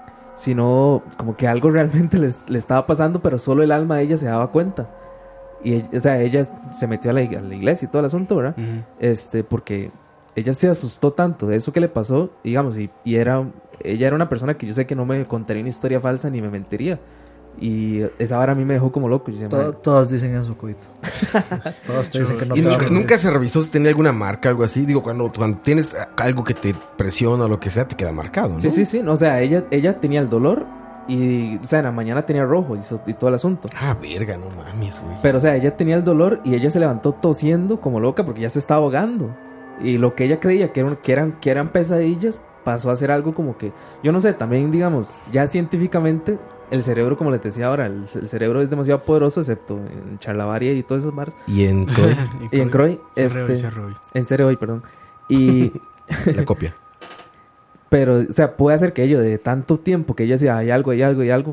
Sino como que algo realmente les- le estaba pasando, pero solo el alma de ella se daba cuenta. Y, ella- o sea, ella se metió a la, ig- a la iglesia y todo el asunto, ¿verdad? Ujú. Este, porque ella se asustó tanto de eso que le pasó, digamos, y, y era, ella era una persona que yo sé que no me contaría una historia falsa ni me mentiría. Y esa vara a mí me dejó como loco. Yo decía, To- "Man, todas dicen eso, Coito. Todas te dicen que no ¿Y te va a nunca, mentir. nunca se revisó si tenía alguna marca, algo así? Digo, cuando, cuando tienes algo que te presiona o lo que sea, te queda marcado, ¿no? sí, sí, sí, no, o sea, ella, ella tenía el dolor y, o sea, en la mañana tenía rojo y, so- y todo el asunto. Ah, verga, no mames, güey. Pero, o sea, ella tenía el dolor y ella se levantó tosiendo como loca porque ya se estaba ahogando. Y lo que ella creía que eran, que eran, que eran pesadillas pasó a ser algo como que, yo no sé, también, digamos, ya científicamente, el cerebro, como les decía ahora, el, el cerebro es demasiado poderoso, excepto en Charlavaria y todas esas barras. Y en Troy, Y en Croy, Se arreó y este, se arreó. en serio hoy, perdón. Y, la copia. pero, o sea, puede hacer que ello de tanto tiempo que ella decía, hay algo, hay algo, hay algo,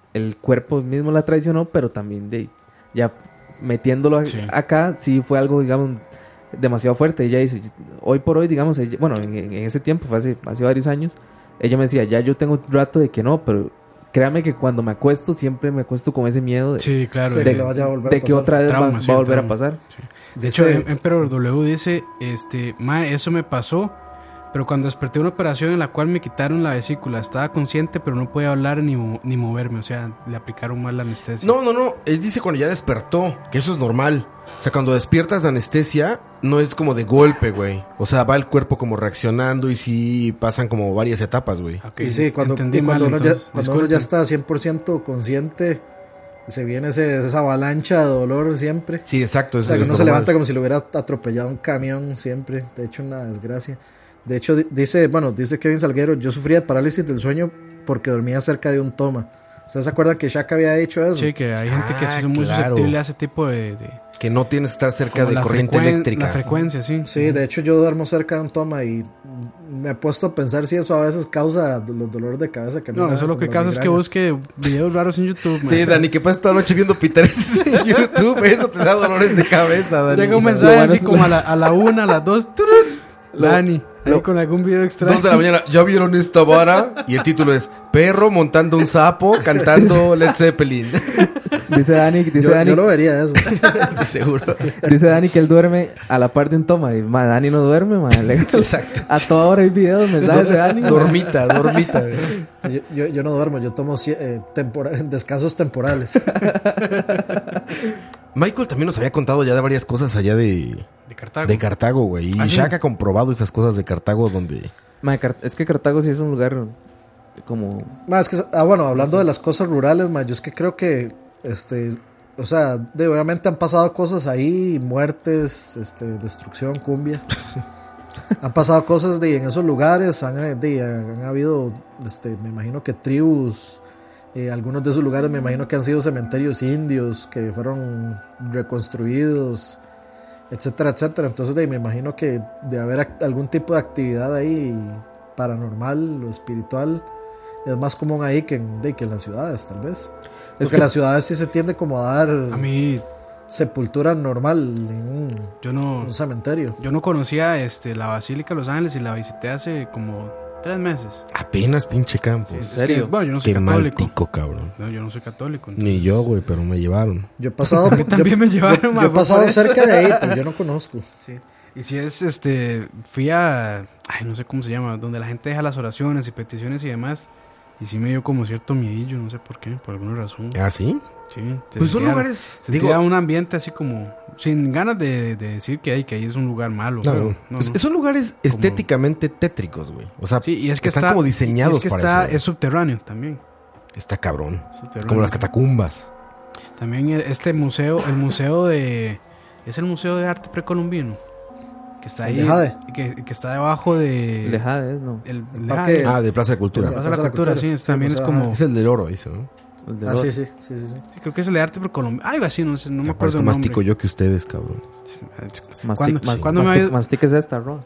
el cuerpo mismo la traicionó, pero también de ya metiéndolo a- Sí. acá, sí fue algo, digamos, demasiado fuerte. Ella dice, hoy por hoy, digamos, ella- bueno, en, en ese tiempo, fue hace, hace varios años, ella me decía, ya yo tengo un rato de que no, pero créame que cuando me acuesto, siempre me acuesto con ese miedo de, Sí, claro. Sí, de- que le vaya a volver de a que pasar. otra vez va, Trauma, sí, va a volver trauma. a pasar. De hecho, Dice- Em- Emperor W dice, este, mae, eso me pasó, pero cuando desperté una operación en la cual me quitaron la vesícula, estaba consciente, pero no podía hablar ni, mo- ni moverme, o sea, le aplicaron mal la anestesia. No, no, no. Él dice cuando ya despertó, que eso es normal. O sea, cuando despiertas de anestesia, no es como de golpe, güey. O sea, va el cuerpo como reaccionando y sí pasan como varias etapas, güey. Ok, Y sí, cuando, entendí y cuando, mal, uno, ya, entonces, cuando uno ya disculpen. está cien por ciento consciente, se viene ese, esa avalancha de dolor siempre. Sí, exacto. O Eso sea, que es uno se normal. levanta como si lo hubiera atropellado un camión siempre. De hecho, una desgracia. De hecho, di- dice, bueno, dice Kevin Salguero, yo sufría de parálisis del sueño porque dormía cerca de un toma. ¿Ustedes se acuerdan que Shaq había dicho eso? Sí, que hay gente que Ah, sí son muy claro. susceptible a ese tipo de... de Que no tienes que estar cerca como de la corriente frecuen- eléctrica. La frecuencia, sí. Sí, de hecho yo duermo cerca de un toma y me he puesto a pensar si eso a veces causa los dolores de cabeza. Que No, me eso dan, lo que como causa las es que migrañas. busque videos raros en YouTube. Sí, mae. Dani, que pasas toda la noche viendo Pinterest en YouTube. Eso te da dolores de cabeza, Dani. Llega un Lo mensaje bueno así es- como a la, a la una, a las dos. ¡turun! Dani, ahí lo- con algún video extraño. Dos de la mañana, ¿ya vieron esta vara? Y el título es Perro montando un sapo cantando Led Zeppelin. Dice Dani, dice Yo, Dani, yo lo vería eso. Sí, seguro. dice Dani que él duerme a la par de un toma. Y ma, Dani no duerme, ma. Le- Exacto. A toda hora hay videos, mensajes de Dani. ma. Dormita, dormita. Yo, yo, yo no duermo, yo tomo cie- eh, tempora- descansos temporales. Michael también nos había contado ya de varias cosas allá de, De Cartago. de Cartago, güey. Y ¿Ah, sí? Shaq ha comprobado esas cosas de Cartago donde... Ma, Car- es que Cartago sí es un lugar como... Más que, ah, bueno, hablando de las cosas rurales, ma, yo es que creo que, este, o sea, de, obviamente han pasado cosas ahí, muertes, este, destrucción, cumbia. Han pasado cosas de en esos lugares, han, eh, de, han habido, este, me imagino que tribus, eh, algunos de esos lugares me imagino que han sido cementerios indios que fueron reconstruidos, etcétera, etcétera. Entonces de, me imagino que de haber act- algún tipo de actividad ahí paranormal o espiritual es más común ahí que en, de, que en las ciudades, tal vez. Porque Es que- en las ciudades sí se tiende como a dar A mí, sepultura normal en un, yo no, un cementerio. yo no conocía este, la Basílica de Los Ángeles y la visité hace como tres meses. Apenas pinche campo. Es serio? que, bueno, yo no soy Qué católico. mal tico, cabrón. No, yo no soy católico. Ni yo, güey, pero me llevaron. Yo he pasado, yo, también me llevaron, yo- ma, yo he fue pasado por eso. cerca de ahí, pero yo no conozco. Sí. Y si es, este, fui a, ay, no sé cómo se llama, donde la gente deja las oraciones y peticiones y demás. Y sí me dio como cierto miedillo, no sé por qué, por alguna razón. ¿Ah, sí? Sí. se Pues son sentía- lugares... se Digo, sentía un ambiente así como, sin ganas de, de decir que, hay, que ahí es un lugar malo. no, pero, no, pues no. son lugares estéticamente tétricos, güey. O sea, Sí, y es que están está, como diseñados y es que para está, eso. es subterráneo también. Está cabrón. subterráneo. Como las catacumbas. También el- este museo, el museo de, es el museo de arte precolombino, que está ¿El ahí, de Jade? que, que está debajo de, Lejades, ¿no? el, El el parque- Jade. Ah, de Plaza de Cultura. Plaza de Plaza la de la Cultura, Cultura. sí, Sí, también es Museo, como, ajá. Es el del oro, eso, ¿no? El de Ah, los- sí, sí, sí, sí, sí. sí, creo que es el de arte precolombino, algo así, no sé, no me acuerdo Parezco el más nombre. tico yo que ustedes, cabrón. Mastic- ¿Cuándo- mas- cuándo me mastic- había- Mastic es esta, Ron.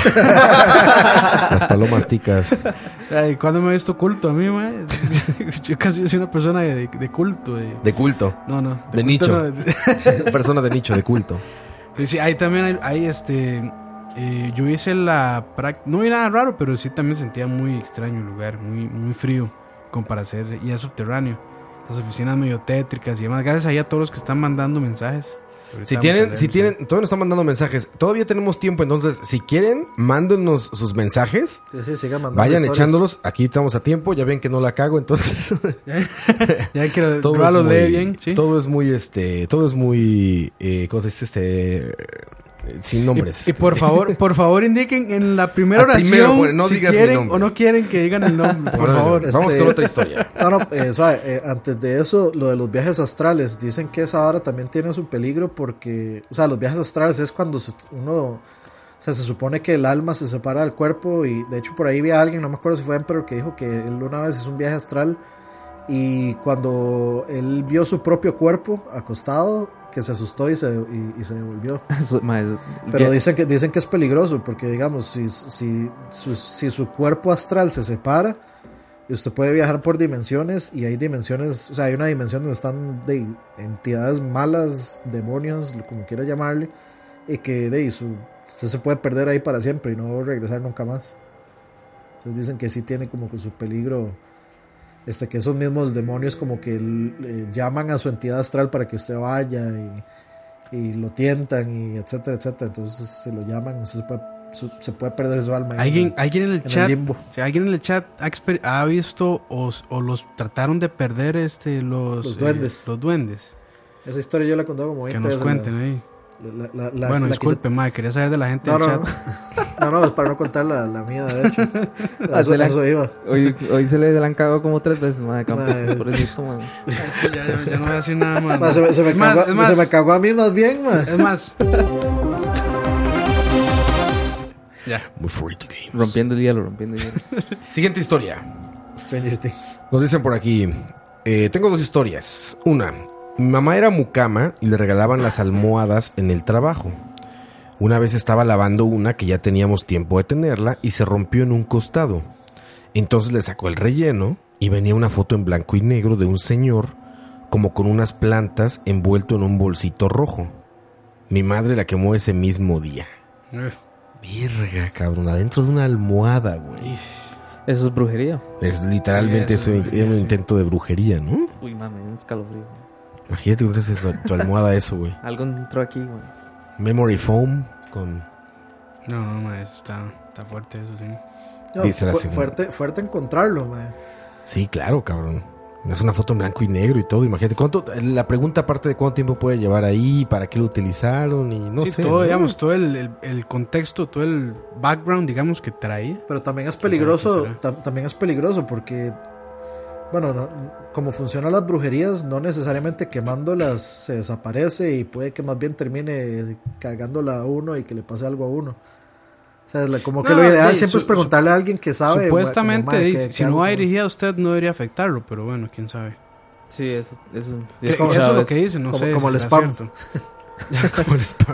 Las palomas ticas. Ay, ¿cuándo me he visto culto a mí, mae? Yo casi soy una persona de, de culto, de, De culto. no, no, De culto nicho. no, de- Persona de nicho, de culto. Sí, sí, ahí también hay, hay, este. eh, yo hice la práctica. No vi nada raro, pero sí también sentía muy extraño el lugar, muy, muy frío. Como para hacer. Y es subterráneo. Las oficinas medio tétricas y demás. Gracias ahí a todos los que están mandando mensajes. Ahorita Si vamos a tienen, leerlos, si ¿eh? tienen, todavía nos están mandando mensajes. Todavía tenemos tiempo, entonces, si quieren, mándenos sus mensajes. Sí, sí, sigan mandando Vayan historias. echándolos. Aquí estamos a tiempo. Ya ven que no la cago, entonces. Ya hay que todo Roa es lo muy, lee bien, ¿sí? todo es muy, este, todo es muy, eh, ¿cómo se dice? Este, sin nombres. Y, y por favor, por favor indiquen en la primera Ah, oración primero, bueno, no si digas mi quieren nombre. o no quieren que digan el nombre, por Bueno, favor. es- Vamos Este- con otra historia. No, no, eh, suave, eh, antes de eso, lo de los viajes astrales, dicen que esa vara también tiene su peligro porque, o sea, los viajes astrales es cuando se- uno, o sea, se supone que el alma se separa del cuerpo y de hecho por ahí vi a alguien, no me acuerdo si fue Emperor, que dijo que él una vez hizo un viaje astral y cuando él vio su propio cuerpo acostado, que se asustó y se, y, y se devolvió. Su- ma, el- Pero via- dicen que, dicen que es peligroso porque, digamos, si, si, su, si su cuerpo astral se separa, Y usted puede viajar por dimensiones y hay dimensiones, o sea, hay una dimensión donde están de entidades malas, demonios, como quiera llamarle, y que de su, usted se puede perder ahí para siempre y no regresar nunca más. Entonces dicen que sí tiene como que su peligro, este, que esos mismos demonios como que eh, llaman a su entidad astral para que usted vaya y, y lo tientan y etcétera, etcétera. Entonces se lo llaman, usted se puede, su, se puede perder su alma. ¿Alguien, en, ¿alguien en el en chat, el limbo. o sea, alguien en el chat ha, exper- ha visto o, o los trataron de perder este los, Los duendes. eh, los duendes? Esa historia yo la he contado como Que veinte nos veces. cuenten ahí. La, la, la, Bueno, la disculpe, yo... madre, quería saber de la gente no, del no, chat. No, no, es para no contar la, la mía, de hecho. Eso, la... eso iba. Hoy, hoy se le han cagado como tres veces, madre, Campos. Madre, Por eso, madre. Sí, ya, ya, ya no voy a decir nada más. Ma, se, me, se, me Es más, cagó, es más. se me cagó a mí más bien, ma. Es más. Ya. Muy frito games. Rompiendo el hielo, rompiendo el hielo. Siguiente historia. Stranger Things. Nos dicen por aquí, eh, tengo dos historias. Una, mi mamá era mucama y le regalaban las almohadas en el trabajo. Una vez estaba lavando una que ya teníamos tiempo de tenerla y se rompió en un costado. Entonces le sacó el relleno y venía una foto en blanco y negro de un señor como con unas plantas envuelto en un bolsito rojo. Mi madre la quemó ese mismo día. Eh, Verga, cabrón, adentro de una almohada, güey. Eso es brujería. Es literalmente Sí, eso eso, es brujería, era un sí. intento de brujería, ¿no? Uy, mami, un escalofrío. Imagínate que entonces tu, tu almohada eso, güey. Algo entró aquí, güey. Memory foam con... No, no, ma, eso está, está fuerte eso, sí. No, Dice la fu- segunda. fuerte, fuerte encontrarlo, ma. Sí, claro, cabrón. Es una foto en blanco y negro y todo. Imagínate, ¿cuánto? La pregunta aparte de cuánto tiempo puede llevar ahí, para qué lo utilizaron y no Sí, sé. todo, ¿no? digamos, todo el, el, el contexto, todo el background, digamos, que traía. Pero también es ¿Quién sabe peligroso, qué será? tam- también es peligroso porque, bueno, no, como funcionan las brujerías, no necesariamente quemándolas se desaparece y puede que más bien termine cagándola a uno y que le pase algo a uno. O sea, es la- como que No, lo ideal sí, siempre su- es preguntarle a alguien que sabe. Supuestamente, como, mae, di- ¿qué- si qué no hago va con- dirigida a usted, no debería afectarlo, pero bueno, quién sabe. Sí, eso, eso, Que- he eso es escuchado lo eso. que dicen, no Como- sé. como si el será spam. cierto. Como el spam.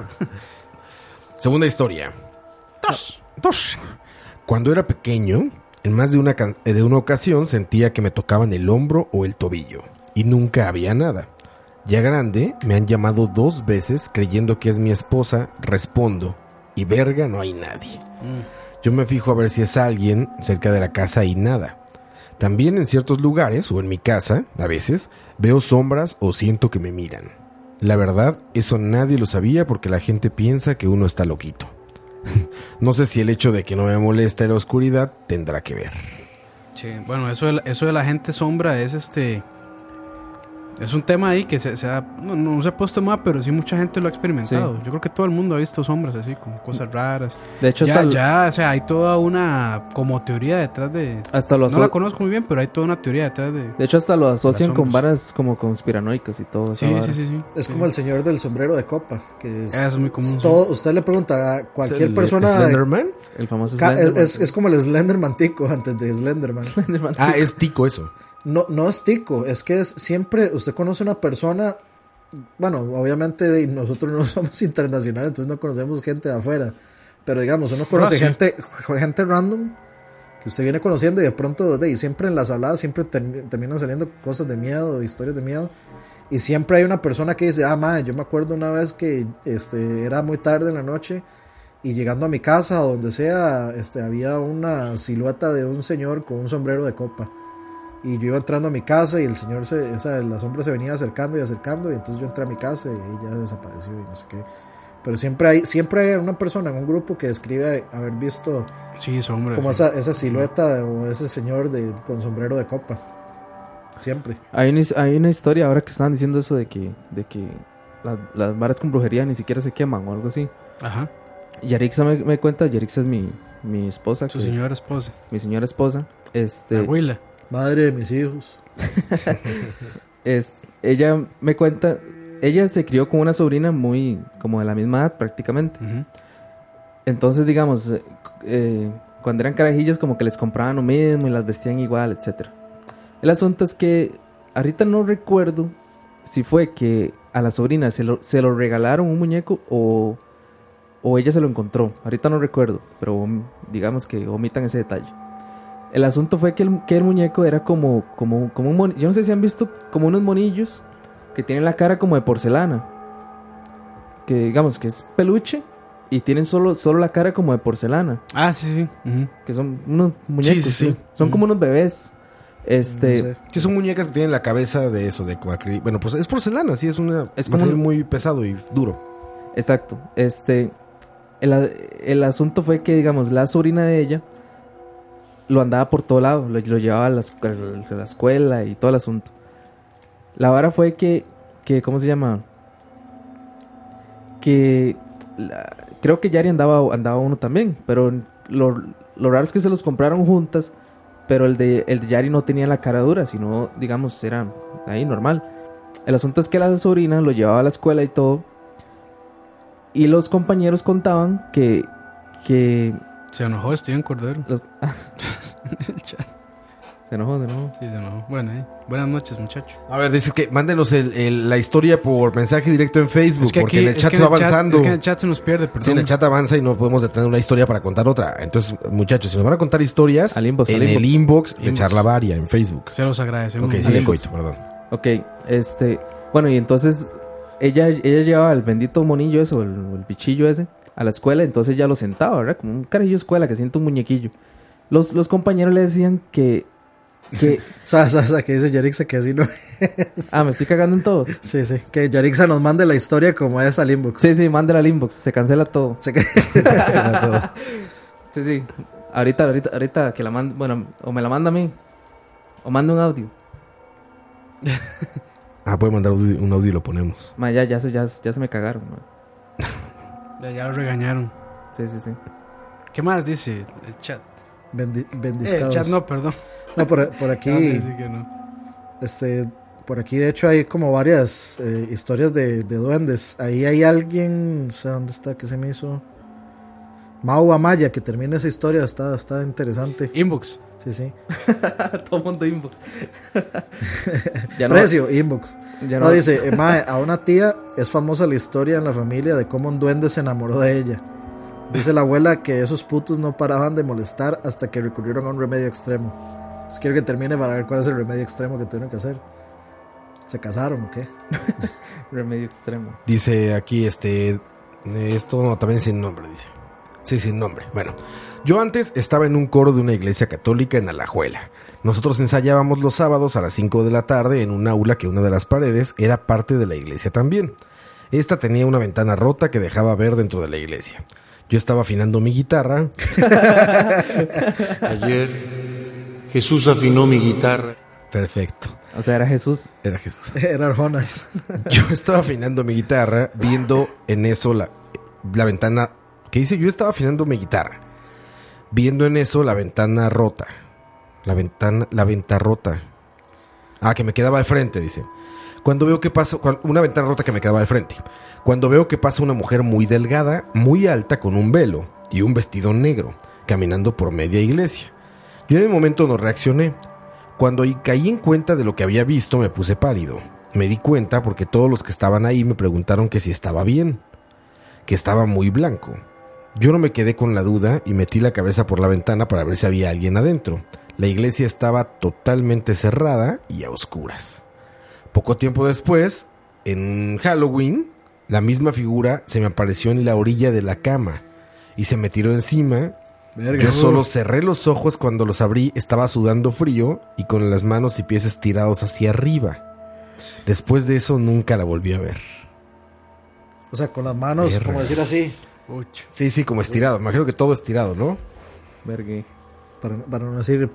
Segunda historia. Dos. Dos. Cuando era pequeño, en más de una, can- de una ocasión sentía que me tocaban el hombro o el tobillo. Y nunca había nada. Ya grande, me han llamado dos veces creyendo que es mi esposa. Respondo. Y verga, no hay nadie. Yo me fijo a ver si es alguien cerca de la casa y nada. También en ciertos lugares, o en mi casa, a veces, veo sombras o siento que me miran. La verdad, eso nadie lo sabía porque la gente piensa que uno está loquito. No sé si el hecho de que no me moleste la oscuridad tendrá que ver. Sí, bueno, eso de, la- eso de la gente sombra es este. Es un tema ahí que se, se ha, no, no se ha puesto más, pero sí mucha gente lo ha experimentado. Sí. Yo creo que todo el mundo ha visto sombras así, como cosas raras. De hecho, Ya, hasta, ya, o sea, hay toda una como teoría detrás de. hasta lo No la aso- conozco muy bien, pero hay toda una teoría detrás de. de hecho, hasta lo asocian con sombras. varas como conspiranoicas y todo. esa Sí, vara. sí, sí, sí. Es Sí. como el señor del sombrero de copa. Que es, Eso es muy común, sí. todo, usted le pregunta a cualquier ¿Es el persona. Slenderman? El famoso ca- es, Slenderman. es, es como el Slenderman tico antes de Slenderman. Slenderman. Ah, es tico eso. No, no es tico, es que es siempre usted conoce una persona. Bueno, obviamente de- nosotros no somos internacionales, entonces no conocemos gente de afuera. Pero digamos, uno conoce Ah, sí. gente, gente random que usted viene conociendo y de pronto, de, y siempre en las habladas, siempre termi- terminan saliendo cosas de miedo, historias de miedo. Y siempre hay una persona que dice, ah, madre, yo me acuerdo una vez que este, era muy tarde en la noche y llegando a mi casa o donde sea, este, había una silueta de un señor con un sombrero de copa. Y yo iba entrando a mi casa y el señor, se, o sea, la sombra se venía acercando y acercando y entonces yo entré a mi casa y ella desapareció y no sé qué. Pero siempre hay, siempre hay una persona en un grupo que describe haber visto Sí, sombras. como sí. esa, esa silueta o ese señor de, con sombrero de copa. Siempre. Hay una, hay una historia ahora que estaban diciendo eso de que, de que la- las varas con brujería ni siquiera se queman o algo así. Ajá. Y Yarixa me, me cuenta, Yarixa es mi, mi esposa, Su que- señora esposa. mi señora esposa. La Este, abuela. Madre de mis hijos. es, ella me cuenta, ella se crió con una sobrina muy como de la misma edad prácticamente. Ujú. Entonces, digamos, eh, eh, cuando eran carajillos como que les compraban lo mismo y las vestían igual, etcétera. El asunto es que ahorita no recuerdo si fue que a la sobrina se lo, se lo regalaron un muñeco o, o ella se lo encontró. Ahorita no recuerdo, pero um, digamos que omitan ese detalle. El asunto fue que el, que el muñeco era como, como, como un monillo. Yo no sé si han visto como unos monillos que tienen la cara como de porcelana. Que digamos que es peluche y tienen solo, solo la cara como de porcelana. Ah, sí, sí. Uh-huh. Que son unos muñecos. Sí, sí, sí. ¿sí? Son uh-huh. como unos bebés. Este... No sé. Que son muñecas que tienen la cabeza de eso, de cuacri... Bueno, pues es porcelana, sí, es una Es como material un- muy pesado y duro. Exacto. Este, el, a- el asunto fue que, digamos, la sobrina de ella lo andaba por todo lado. Lo, lo llevaba a la, escu- a la escuela y todo el asunto. La vara fue que, que ¿cómo se llama? Que la- creo que Yari andaba, andaba uno también. Pero lo, lo raro es que se los compraron juntas. Pero el de, el de Yari no tenía la cara dura, sino, digamos, era ahí normal. El asunto es que la sobrina lo llevaba a la escuela y todo. Y los compañeros contaban que... que Se enojó Steven Cordero. los- El chat. se enojó, se enojó. Sí, se enojó. Bueno, eh. Buenas noches, muchachos. A ver, dice que mándenos el- el- la historia por mensaje directo en Facebook, porque aquí- en el es chat que se va en el chat- avanzando. es que en el chat se nos pierde, perdón. Sí, en el chat avanza y no podemos detener una historia para contar otra. Entonces, muchachos, si nos van a contar historias, Al inbox, en al el inbox. inbox de Inbox. Charla Varia en Facebook. Se los agradecemos. Ok, Al sigue inbox. Coito, perdón. Ok, este... Bueno, y entonces ella, ella llevaba el bendito monillo eso, el, el bichillo ese, a la escuela. Entonces ella lo sentaba, ¿verdad? Como un carajillo de escuela que siente un muñequillo. Los, los compañeros le decían que... que ¿Sabes, sabes a qué dice Yarixa? Que así no es. ah, me estoy cagando en todo. Sí, sí. Que Yarixa nos mande la historia como es al inbox. Sí, sí, mándela al inbox. Se cancela todo. Se cancela todo. Sí, sí. Ahorita, ahorita, ahorita que la mande... Bueno, o me la manda a mí. O manda un audio. Ah, puede mandar audio- un audio y lo ponemos. Ma, ya, ya, se, ya, ya se me cagaron. Ma. Ya, ya lo regañaron. Sí, sí, sí. ¿Qué más dice el chat? Bendi- Eh, bendiscados. el chat no, perdón. No, por, por aquí, Ah, dice que no. este, por aquí de hecho hay como varias eh, historias de, de duendes. Ahí hay alguien, o sea, ¿dónde está? ¿Qué se me hizo? Mau Amaya, que termina esa historia, está, está interesante. Inbox. Sí, sí. Todo mundo inbox. ya no, Precio, inbox. ya No, no, dice, eh, mae, a una tía es famosa la historia en la familia de cómo un duende se enamoró de ella. Dice la abuela que esos putos no paraban de molestar hasta que recurrieron a un remedio extremo. Entonces quiero que termine para ver cuál es el remedio extremo que tuvieron que hacer. ¿Se casaron o qué? remedio extremo. Dice aquí, este... Esto no, también sin nombre, dice. Sí, sin nombre. Bueno, yo antes estaba en un coro de una iglesia católica en Alajuela. Nosotros ensayábamos los sábados a las cinco de la tarde en un aula que una de las paredes era parte de la iglesia también. Esta tenía una ventana rota que dejaba ver dentro de la iglesia. Yo estaba afinando mi guitarra. Ayer Jesús afinó mi guitarra. Perfecto. O sea, era Jesús. Era Jesús. Era Arjona. Yo estaba afinando mi guitarra, viendo en eso la, la ventana... ¿Qué dice? Yo estaba afinando mi guitarra, viendo en eso la ventana rota. La ventana... La venta rota. Ah, que me quedaba al frente, dice. Cuando veo que pasa... cuan- Una ventana rota que me quedaba al frente. Cuando veo que pasa una mujer muy delgada, muy alta, con un velo y un vestido negro, caminando por media iglesia. Yo en el momento no reaccioné. Cuando y caí en cuenta de lo que había visto, me puse pálido. Me di cuenta porque todos los que estaban ahí me preguntaron que si estaba bien, que estaba muy blanco. Yo no me quedé con la duda y metí la cabeza por la ventana para ver si había alguien adentro. La iglesia estaba totalmente cerrada y a oscuras. Poco tiempo después, en Halloween, la misma figura se me apareció en la orilla de la cama y se me tiró encima. Verga. Yo solo cerré los ojos cuando los abrí, estaba sudando frío y con las manos y pies estirados hacia arriba. Después de eso nunca la volví a ver. O sea, con las manos, Verga. como decir así, Uch. Sí, sí, como estirado. Me imagino que todo estirado, ¿no? Vergue. para, para no decir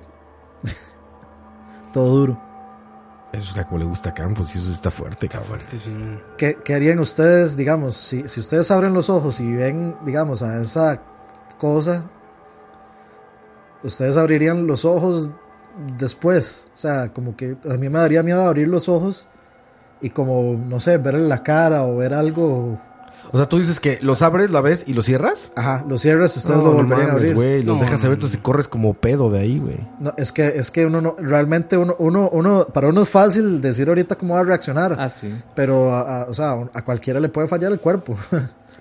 todo duro. Eso es como le gusta a Campos y eso está fuerte, cabrón. Sí, sí, no. ¿Qué, qué harían ustedes, digamos, si, si ustedes abren los ojos y ven, digamos, a esa cosa, ustedes abrirían los ojos después? O sea, como que a mí me daría miedo abrir los ojos y como, no sé, verle la cara o ver algo. O sea, tú dices que los abres, la ves y los cierras. Ajá, los cierres, ustedes No, lo no volverían a mames, abrir. güey. Los No, dejas no, abiertos no. y corres como pedo de ahí, güey. No, es que, es que uno no, realmente uno, uno, uno, para uno es fácil decir ahorita cómo va a reaccionar, Ah, sí. pero, a, a- o sea, a cualquiera le puede fallar el cuerpo.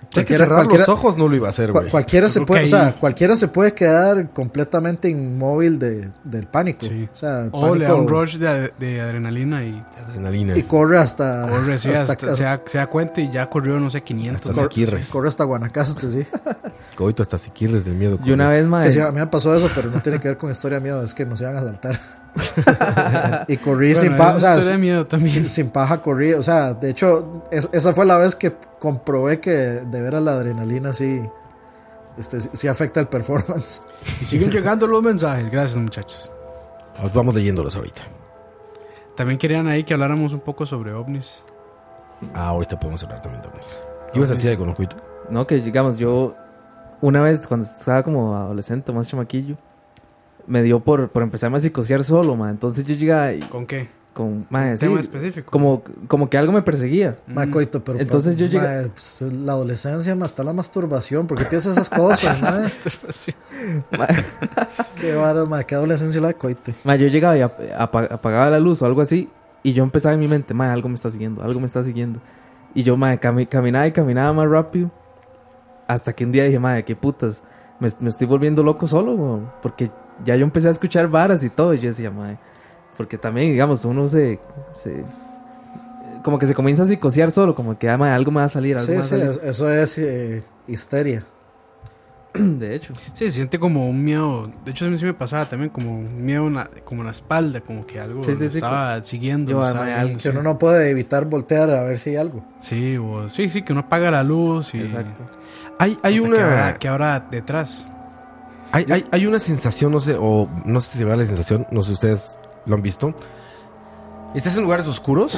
Ya que Cualquiera- cerrar los cualquiera- ojos no lo iba a hacer, Cual- güey. cualquiera se creo puede, que o sea, ahí- cualquiera se puede quedar completamente inmóvil de, del pánico. Sí. O sea, el O le da un pánico rush de, de adrenalina y Adrenalina. y corre hasta corre, sí, hasta, hasta- se, da, se da cuenta y ya corrió, no sé, quinientos. Hasta ¿no? Siquirres. corre hasta Guanacaste, sí. Coito hasta Siquirres del miedo. Y una vez, Que mae, sí, a mí me pasó eso, pero no tiene que ver con historia de miedo, es que nos iban a asaltar. Y corrí Bueno, sin es paja, o sea, historia de miedo también. sin, sin paja corrí, o sea, de hecho, es- esa fue la vez que comprobé que de veras la adrenalina sí, este, sí, sí afecta el performance. Y siguen llegando los mensajes. Gracias, muchachos. Vamos leyéndolos ahorita. También querían ahí que habláramos un poco sobre ovnis. Ah, ahorita podemos hablar también de ovnis. ¿Ibas a decir algo, no, Coito? no, que digamos, yo una vez cuando estaba como adolescente, más chamaquillo, me dio por, por empezarme a psicosear solo, mae. Entonces yo llegaba y ¿Con qué? con, mae, ¿Un sí, tema específico? como, como que algo me perseguía. Ma, coito, pero Entonces yo llegué- ma, pues, la adolescencia más está la masturbación, porque piensas esas cosas, ma? Mae, Qué vara, ma, qué adolescencia la de coito. mae, yo llegaba y ap- apa- apagaba la luz o algo así, y yo empezaba en mi mente, mae, algo me está siguiendo, algo me está siguiendo. Y yo, mae, cami- caminaba y caminaba más rápido, hasta que un día dije, mae, qué putas, me, me estoy volviendo loco solo, weón, porque ya yo empecé a escuchar varas y todo, y yo decía, mae, porque también, digamos, uno se, se como que se comienza a psicosear solo, como que ah, mae, algo me va a salir, algo Sí, me va a sí, salir. es- eso es eh, histeria. De hecho. Sí, se siente como un miedo. De hecho, a mí sí me pasaba también como un miedo en la, como en la espalda, como que algo Sí, sí, lo sí, estaba siguiendo. Yo, lo ah, estaba mae, viendo, algo- Que sí. uno no puede evitar voltear a ver si hay algo. Sí, o, sí, sí, que uno apaga la luz y. Exacto. Hay, hay hasta que habrá, una... que habrá detrás. Hay, hay, hay una sensación, no sé, o no sé si se ve la sensación, no sé si ustedes lo han visto. Estás en lugares oscuros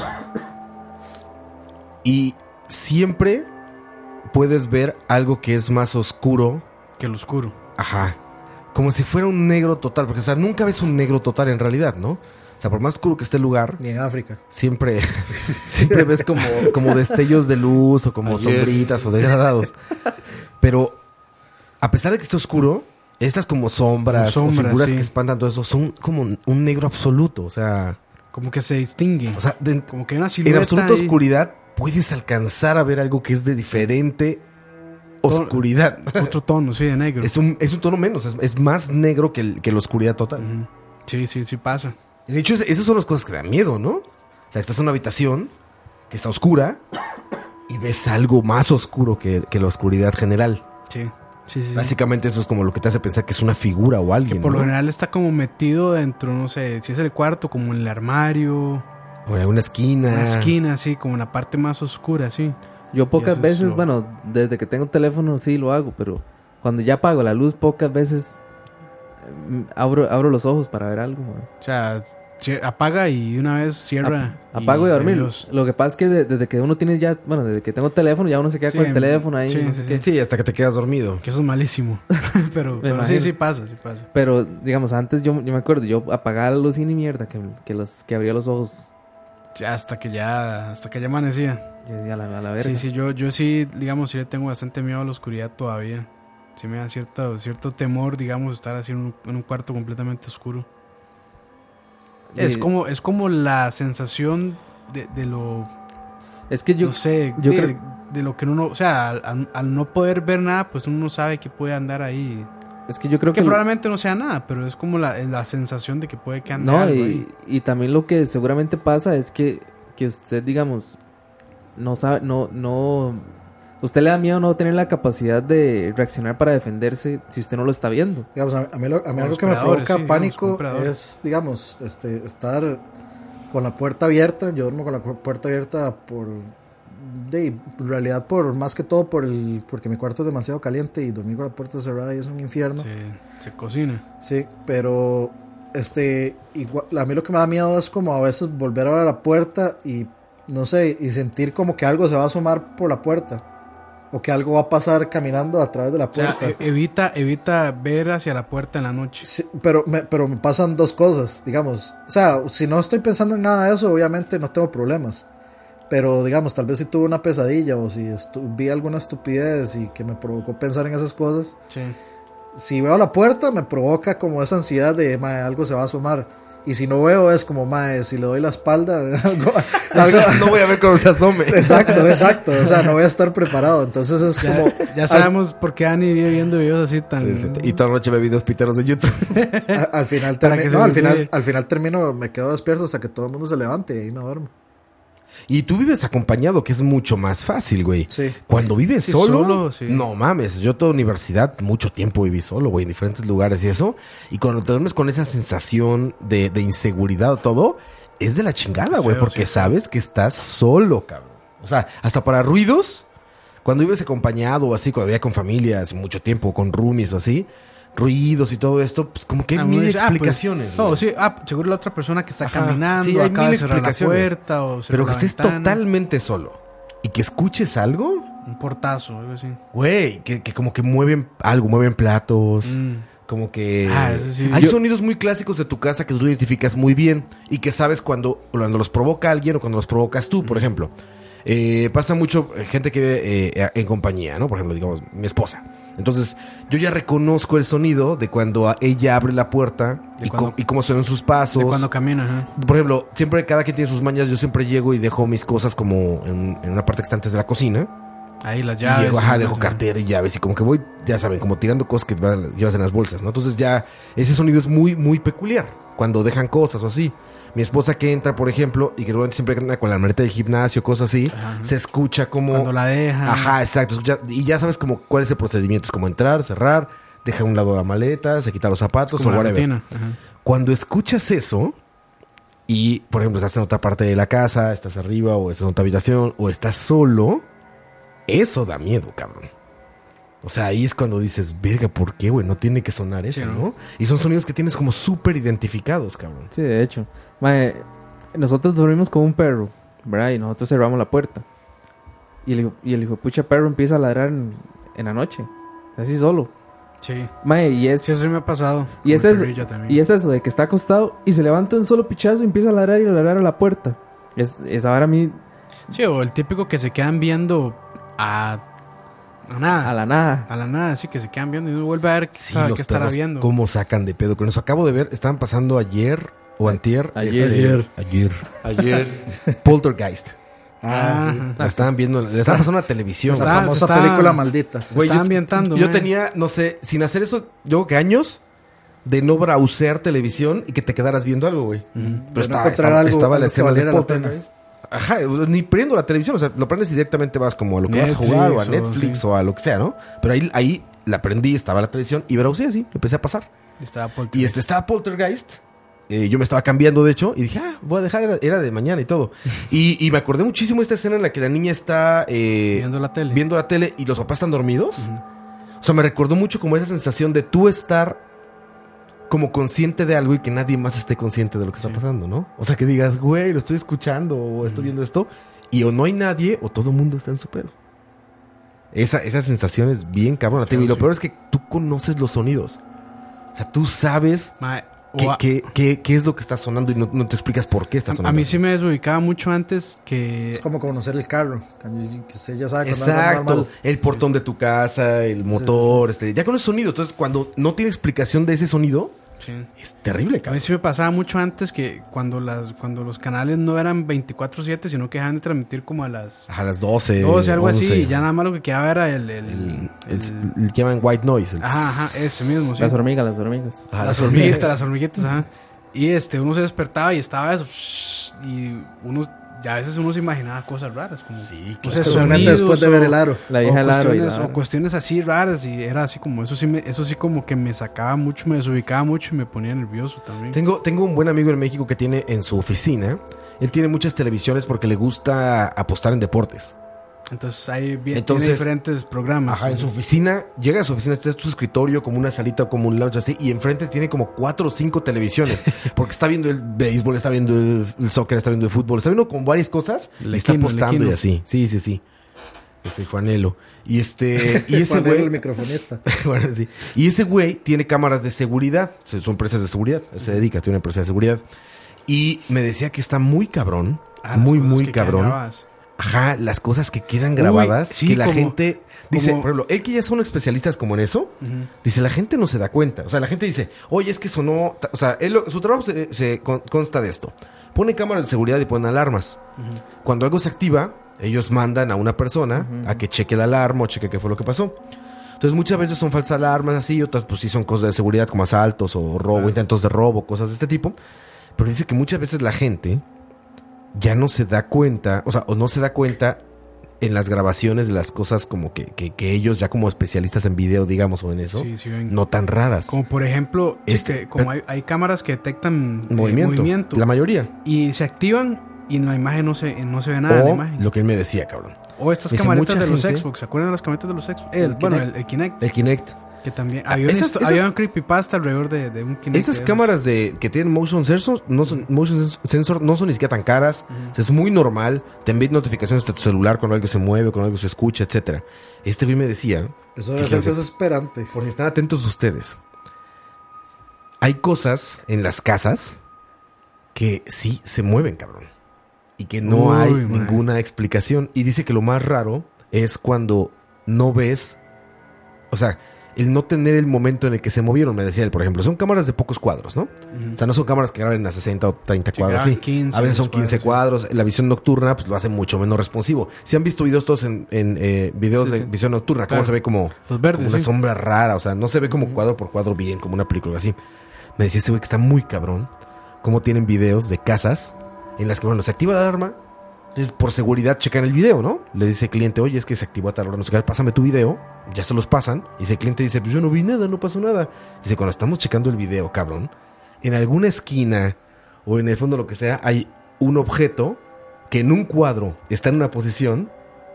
y siempre puedes ver algo que es más oscuro. Que el oscuro. Ajá. Como si fuera un negro total, porque, o sea, nunca ves un negro total en realidad, ¿no? O sea, por más oscuro que esté el lugar, Ni en África. siempre, siempre ves como, como destellos de luz o como Ayer. sombritas o degradados. Pero a pesar de que esté oscuro, estas como sombras, Como sombras, o figuras sí. que espantan todo eso son como un negro absoluto. O sea, Como que se distingue. o sea de- como que hay una en silueta. absoluta ahí. oscuridad puedes alcanzar a ver algo que es de diferente oscuridad. Otro tono, sí, de negro. Es un, es un tono menos, es, es más negro que, el- que la oscuridad total. Ujú. Sí, sí, sí pasa. De hecho, es- esas son las cosas que dan miedo, ¿no? O sea, estás en una habitación que está oscura y ves algo más oscuro que, que la oscuridad general. Sí, sí, sí. sí. Básicamente eso es como lo que te hace pensar que es una figura o alguien, Por ¿no? lo general está como metido dentro, no sé, si es el cuarto, como en el armario, O en alguna esquina. en la esquina, así, como en la parte más oscura, sí. Yo pocas eso es veces, lo- bueno, desde que tengo teléfono sí lo hago, pero cuando ya apago la luz, pocas veces eh, abro, abro los ojos para ver algo. Man. O sea, ci- apaga y una vez cierra. Ap- apago y, dormir. adiós. Lo que pasa es que de- desde que uno tiene ya, bueno, desde que tengo teléfono, ya uno se queda Sí, con el teléfono ahí. sí, no sí, sé sí. qué. Sí, hasta que te quedas dormido. Que eso es malísimo. pero pero sí, imagino. sí pasa, sí pasa. Pero, digamos, antes yo, yo me acuerdo, yo apagaba la luz y ni mierda, que, que, los, que abría los ojos Ya hasta que ya, hasta que ya amanecía. y a la, a la verga. Sí, sí, yo, yo sí, digamos, sí le tengo bastante miedo a la oscuridad todavía. Sí me da cierto, cierto temor, digamos, estar así en un, en un cuarto completamente oscuro. Es Y- como, es como la sensación de, de lo, Es que yo, no sé, yo de, creo- de lo que uno, o sea, al, al- al no poder ver nada, pues uno no sabe que puede andar ahí. es que yo creo Que que... probablemente no sea nada, pero es como la, la sensación de que puede que ande No, algo y, ahí. y también lo que seguramente pasa es que, que usted, digamos, no sabe, no, no, usted le da miedo no tener la capacidad de reaccionar para defenderse si usted no lo está viendo. Digamos, a, a mí, lo- a mí Como algo los que me predadores, provoca sí, digamos, pánico como un predador. es, digamos, este, estar con la puerta abierta. Yo duermo con la cu- puerta abierta por, de, en realidad, por más que todo por el, porque mi cuarto es demasiado caliente y dormir con la puerta cerrada y es un infierno. Se, se cocina. Sí, pero este, igual, a mí lo que me da miedo es como a veces volver a abrir la puerta y no sé, y sentir como que algo se va a asomar por la puerta o que algo va a pasar caminando a través de la O sea, puerta. e- evita, evita ver hacia la puerta en la noche. Sí, pero, me, pero me pasan dos cosas, digamos. O sea, si no estoy pensando en nada de eso, obviamente no tengo problemas. Pero, digamos, tal vez si tuve una pesadilla o si estu- vi alguna estupidez y que me provocó pensar en esas cosas, Sí. si veo la puerta me provoca como esa ansiedad de "Mae, algo se va a asomar". Y si no veo es como, mae, si le doy la espalda, algo, algo- No voy a ver cuando se asome. exacto, exacto, o sea, no voy a estar preparado, entonces es como, Ya sabemos por qué Dani vive viendo videos así tan... Sí, sí, y toda la noche ve videos piteros de YouTube. al, al final Para termi- que se no, al olvide. final, al final termino, me quedo despierto hasta que todo el mundo se levante y ahí me duermo. Y tú vives acompañado, que es mucho más fácil, güey. Sí. Cuando vives Sí, solo, solo, sí. no mames. Yo toda universidad, mucho tiempo viví solo, güey, en diferentes lugares y eso. Y cuando te duermes con esa sensación de, de inseguridad o todo, es de la chingada, Es güey, feo, porque sí. sabes que estás solo, cabrón. O sea, hasta para ruidos, cuando vives acompañado o así, cuando vivía con familias mucho tiempo, con roomies o así, ruidos y todo esto, pues como que hay Ah, uno mil dice, ah, pues, explicaciones. no, güey. sí, ah, seguro la otra persona que está Ajá. caminando, Sí, hay acaba mil de cerrar la explicaciones. puerta o cerró Pero que la estés ventana, totalmente solo y que escuches algo, un portazo, algo así. güey, que, que como que mueven algo, mueven platos, Mm. como que... Ah, eso sí. Hay Yo- sonidos muy clásicos de tu casa que tú identificas muy bien y que sabes cuando, cuando los provoca alguien o cuando los provocas tú, por ejemplo. Eh, pasa mucho eh, gente que vive eh, en compañía, ¿no? Por ejemplo, digamos, mi esposa. Entonces, yo ya reconozco el sonido de cuando a- ella abre la puerta De y, cuando- co- y cómo suenan sus pasos. De cuando camina, ajá. Por ejemplo, siempre cada quien tiene sus mañas. Yo siempre llego y dejo mis cosas como en, en una parte que está antes de la cocina. Ahí las Y llaves. llego, ajá, y- dejo cartera y llaves. Y como que voy, ya saben, como tirando cosas que van- llevas en las bolsas, ¿no? Entonces ya ese sonido es muy, muy peculiar cuando dejan cosas o así. Mi esposa que entra, por ejemplo, y que normalmente siempre anda con la maleta de gimnasio, cosas así, Ajá. se escucha como... Cuando la deja. Ajá, exacto. escucha- y ya sabes como cuál es el procedimiento. Es como entrar, cerrar, dejar a un lado la maleta, se quita los zapatos Como o la whatever. rutina. Ajá. Cuando escuchas eso y, por ejemplo, estás en otra parte de la casa, estás arriba o estás en otra habitación o estás solo, eso da miedo, cabrón. O sea, ahí es cuando dices, verga, ¿por qué, güey? No tiene que sonar eso, Sí, ¿no? ¿no? Y son sonidos que tienes como súper identificados, cabrón. Sí, de hecho. Mae, nosotros dormimos con un perro, ¿verdad? Y nosotros cerramos la puerta. Y el, hijo- y el hijo de pucha perro empieza a ladrar en, en la noche. Así solo. Sí. Mae, y es... Sí, eso sí me ha pasado. Y Con es, mi eso, perrilla también. y es eso, de que está acostado y se levanta un solo pichazo y empieza a ladrar y a ladrar a la puerta. Es, esa hora a mí, Sí, o el típico que se quedan viendo a... A nada. a la nada. A la nada, sí, que se quedan viendo y uno vuelve a ver Sí, sabe los qué estará perros, viendo. cómo sacan de pedo con eso. Acabo de ver, estaban pasando ayer o antier. Ayer. este, ayer. Ayer, Poltergeist. Ah, sí. Ajá. La estaban viendo, le estaban pasando en la televisión. La Está- famosa está- película maldita. Güey, Está yo- ambientando, Yo man. tenía, no sé, sin hacer eso, yo creo que años de no browsear televisión y que te quedaras viendo algo, güey. Pero De no estaba, encontrar estaba, algo- estaba la algo que escena de valiera la pena. Poltergeist. Ajá, o sea, ni prendo la televisión, o sea, lo prendes y directamente vas como a lo que vas a Netflix jugar o a o- Netflix sí. o a lo que sea, ¿no? Pero ahí, ahí la prendí, estaba la televisión y browseé así, empecé a pasar. Estaba Y este estaba Poltergeist. eh, yo me estaba cambiando, de hecho, y dije, ah, voy a dejar, era, era de mañana y todo. Y, y me acordé muchísimo de esta escena en la que la niña está eh, Viendo la tele. viendo la tele y los papás están dormidos. O sea, me recordó mucho como esa sensación de tú estar como consciente de algo y que nadie más esté consciente de lo que está pasando, ¿no? O sea, que digas, güey, lo estoy escuchando o estoy viendo esto. Y o no hay nadie o todo el mundo está en su pedo. Esa, esa sensación es bien cabrona, tío. Y lo peor es que tú conoces los sonidos. O sea, tú sabes Mae, o qué, a- qué- qué- qué es lo que está sonando y no, no te explicas por qué está a, a sonando. mí sí me desubicaba mucho antes que... Es como conocer el carro. Que usted ya sabe cuando algo Exacto. normal. El portón de tu casa, el motor, este, ya con el sonido. Entonces, cuando no tiene explicación de ese sonido, Sí. es terrible, A mí cabrón. sí me pasaba mucho antes que cuando las cuando los canales no eran veinticuatro siete, sino que dejaban de transmitir como a las A las doce, doce, algo así, once. y ya nada más lo que quedaba era el... el, El, el- el- el que llaman white noise. el ajá, ajá, ese mismo, sí. Las hormigas, las hormigas. Ajá, Las hormiguitas, las hormiguitas, ajá. Y este, uno se despertaba y estaba eso, y uno, ya a veces uno se imaginaba cosas raras, como... Sí, no claro. sé, Especialmente sonidos después de ver o- el aro. La o vieja del aro y cuestiones, la- o cuestiones así raras, y era así como, eso sí, me, eso sí como que me sacaba mucho, me desubicaba mucho y me ponía nervioso también. Tengo, tengo un buen amigo en México que tiene en su oficina. Él tiene muchas televisiones porque le gusta apostar en deportes. Entonces ahí bien, Entonces, tiene diferentes programas. Ajá, en su oficina, llega a su oficina, está en su escritorio como una salita o como un lounge así, y enfrente tiene como cuatro o cinco televisiones, porque está viendo el béisbol, está viendo el, el soccer, está viendo el fútbol, está viendo con varias cosas, El y está equino, el apostando y equino. así. Sí, sí, sí. Este Juanelo. Y este, y ese Poner güey, el microfonista. bueno, sí. Y ese güey tiene cámaras de seguridad, son son empresas de seguridad, se dedica, tiene una empresa de seguridad. Y me decía que está muy cabrón, Ah, las muy, cosas muy que quedan cabrón. grabadas. Ajá, las cosas que quedan grabadas, Uy, sí, que la como- gente dice, como- por ejemplo, él que ya son especialistas como en eso, Ujú. dice, la gente no se da cuenta. O sea, la gente dice, oye, es que sonó, ta-". O sea, él, su trabajo se, se con- consta de esto. Pone cámaras de seguridad y ponen alarmas. Cuando algo se activa, ellos mandan a una persona a que cheque la alarma o cheque qué fue lo que pasó. Entonces muchas veces son falsas alarmas así, otras pues sí son cosas de seguridad como asaltos o robo, intentos de robo, cosas de este tipo. Pero dice que muchas veces la gente ya no se da cuenta, o sea, o no se da cuenta en las grabaciones de las cosas como que, que, que ellos ya como especialistas en video, digamos, o en eso, Sí, sí, ven. no tan raras. Como por ejemplo, Este- este, como hay, hay cámaras que detectan eh, movimiento, movimiento la mayoría. y se activan y en la imagen no se, no se ve nada en la O imagen. lo que él me decía, cabrón. O estas Dice, camaritas mucha de los gente- Xbox, ¿se acuerdan de las camaritas de los Xbox? El, El bueno, Kinect. el, el Kinect, El Kinect. que también Ah, había, una esas- histo- esas- había un creepypasta alrededor de, de un Kinect. Esas de cámaras de que tienen motion sensor no son, motion sensor no son ni siquiera tan caras. O sea, es muy normal. Te envían notificaciones de tu celular cuando algo se mueve, cuando algo se escucha, etcétera. Este güey me decía, Eso debe ser fíjense, desesperante. por si están atentos ustedes, hay cosas en las casas que sí se mueven, cabrón. Y que no Uy, hay man. ninguna explicación. Y dice que lo más raro es cuando no ves, o sea, el no tener el momento en el que se movieron, me decía él, por ejemplo. Son cámaras de pocos cuadros, ¿no? Ujú. O sea, no son cámaras que graben a sesenta o treinta Sí, cuadros, graban sí. quince, A veces son quince cuadros, cuadros. La visión nocturna, pues lo hace mucho menos responsivo. Si han visto videos todos en, en eh, videos Sí, de sí. visión nocturna, cómo Claro. se ve como, Los verdes, como una sí. sombra rara. O sea, no se ve como cuadro por cuadro bien, como una película así. Me decía este güey que está muy cabrón. Cómo tienen videos de casas en las que, bueno, se activa la alarma. Entonces, por seguridad, checan el video, ¿no? Le dice el cliente, oye, es que se activó a tal hora, no sé qué, pásame tu video. Ya se los pasan. Y ese cliente dice, pues yo no vi nada, no pasó nada. Dice, cuando estamos checando el video, cabrón, en alguna esquina o en el fondo lo que sea, hay un objeto que en un cuadro está en una posición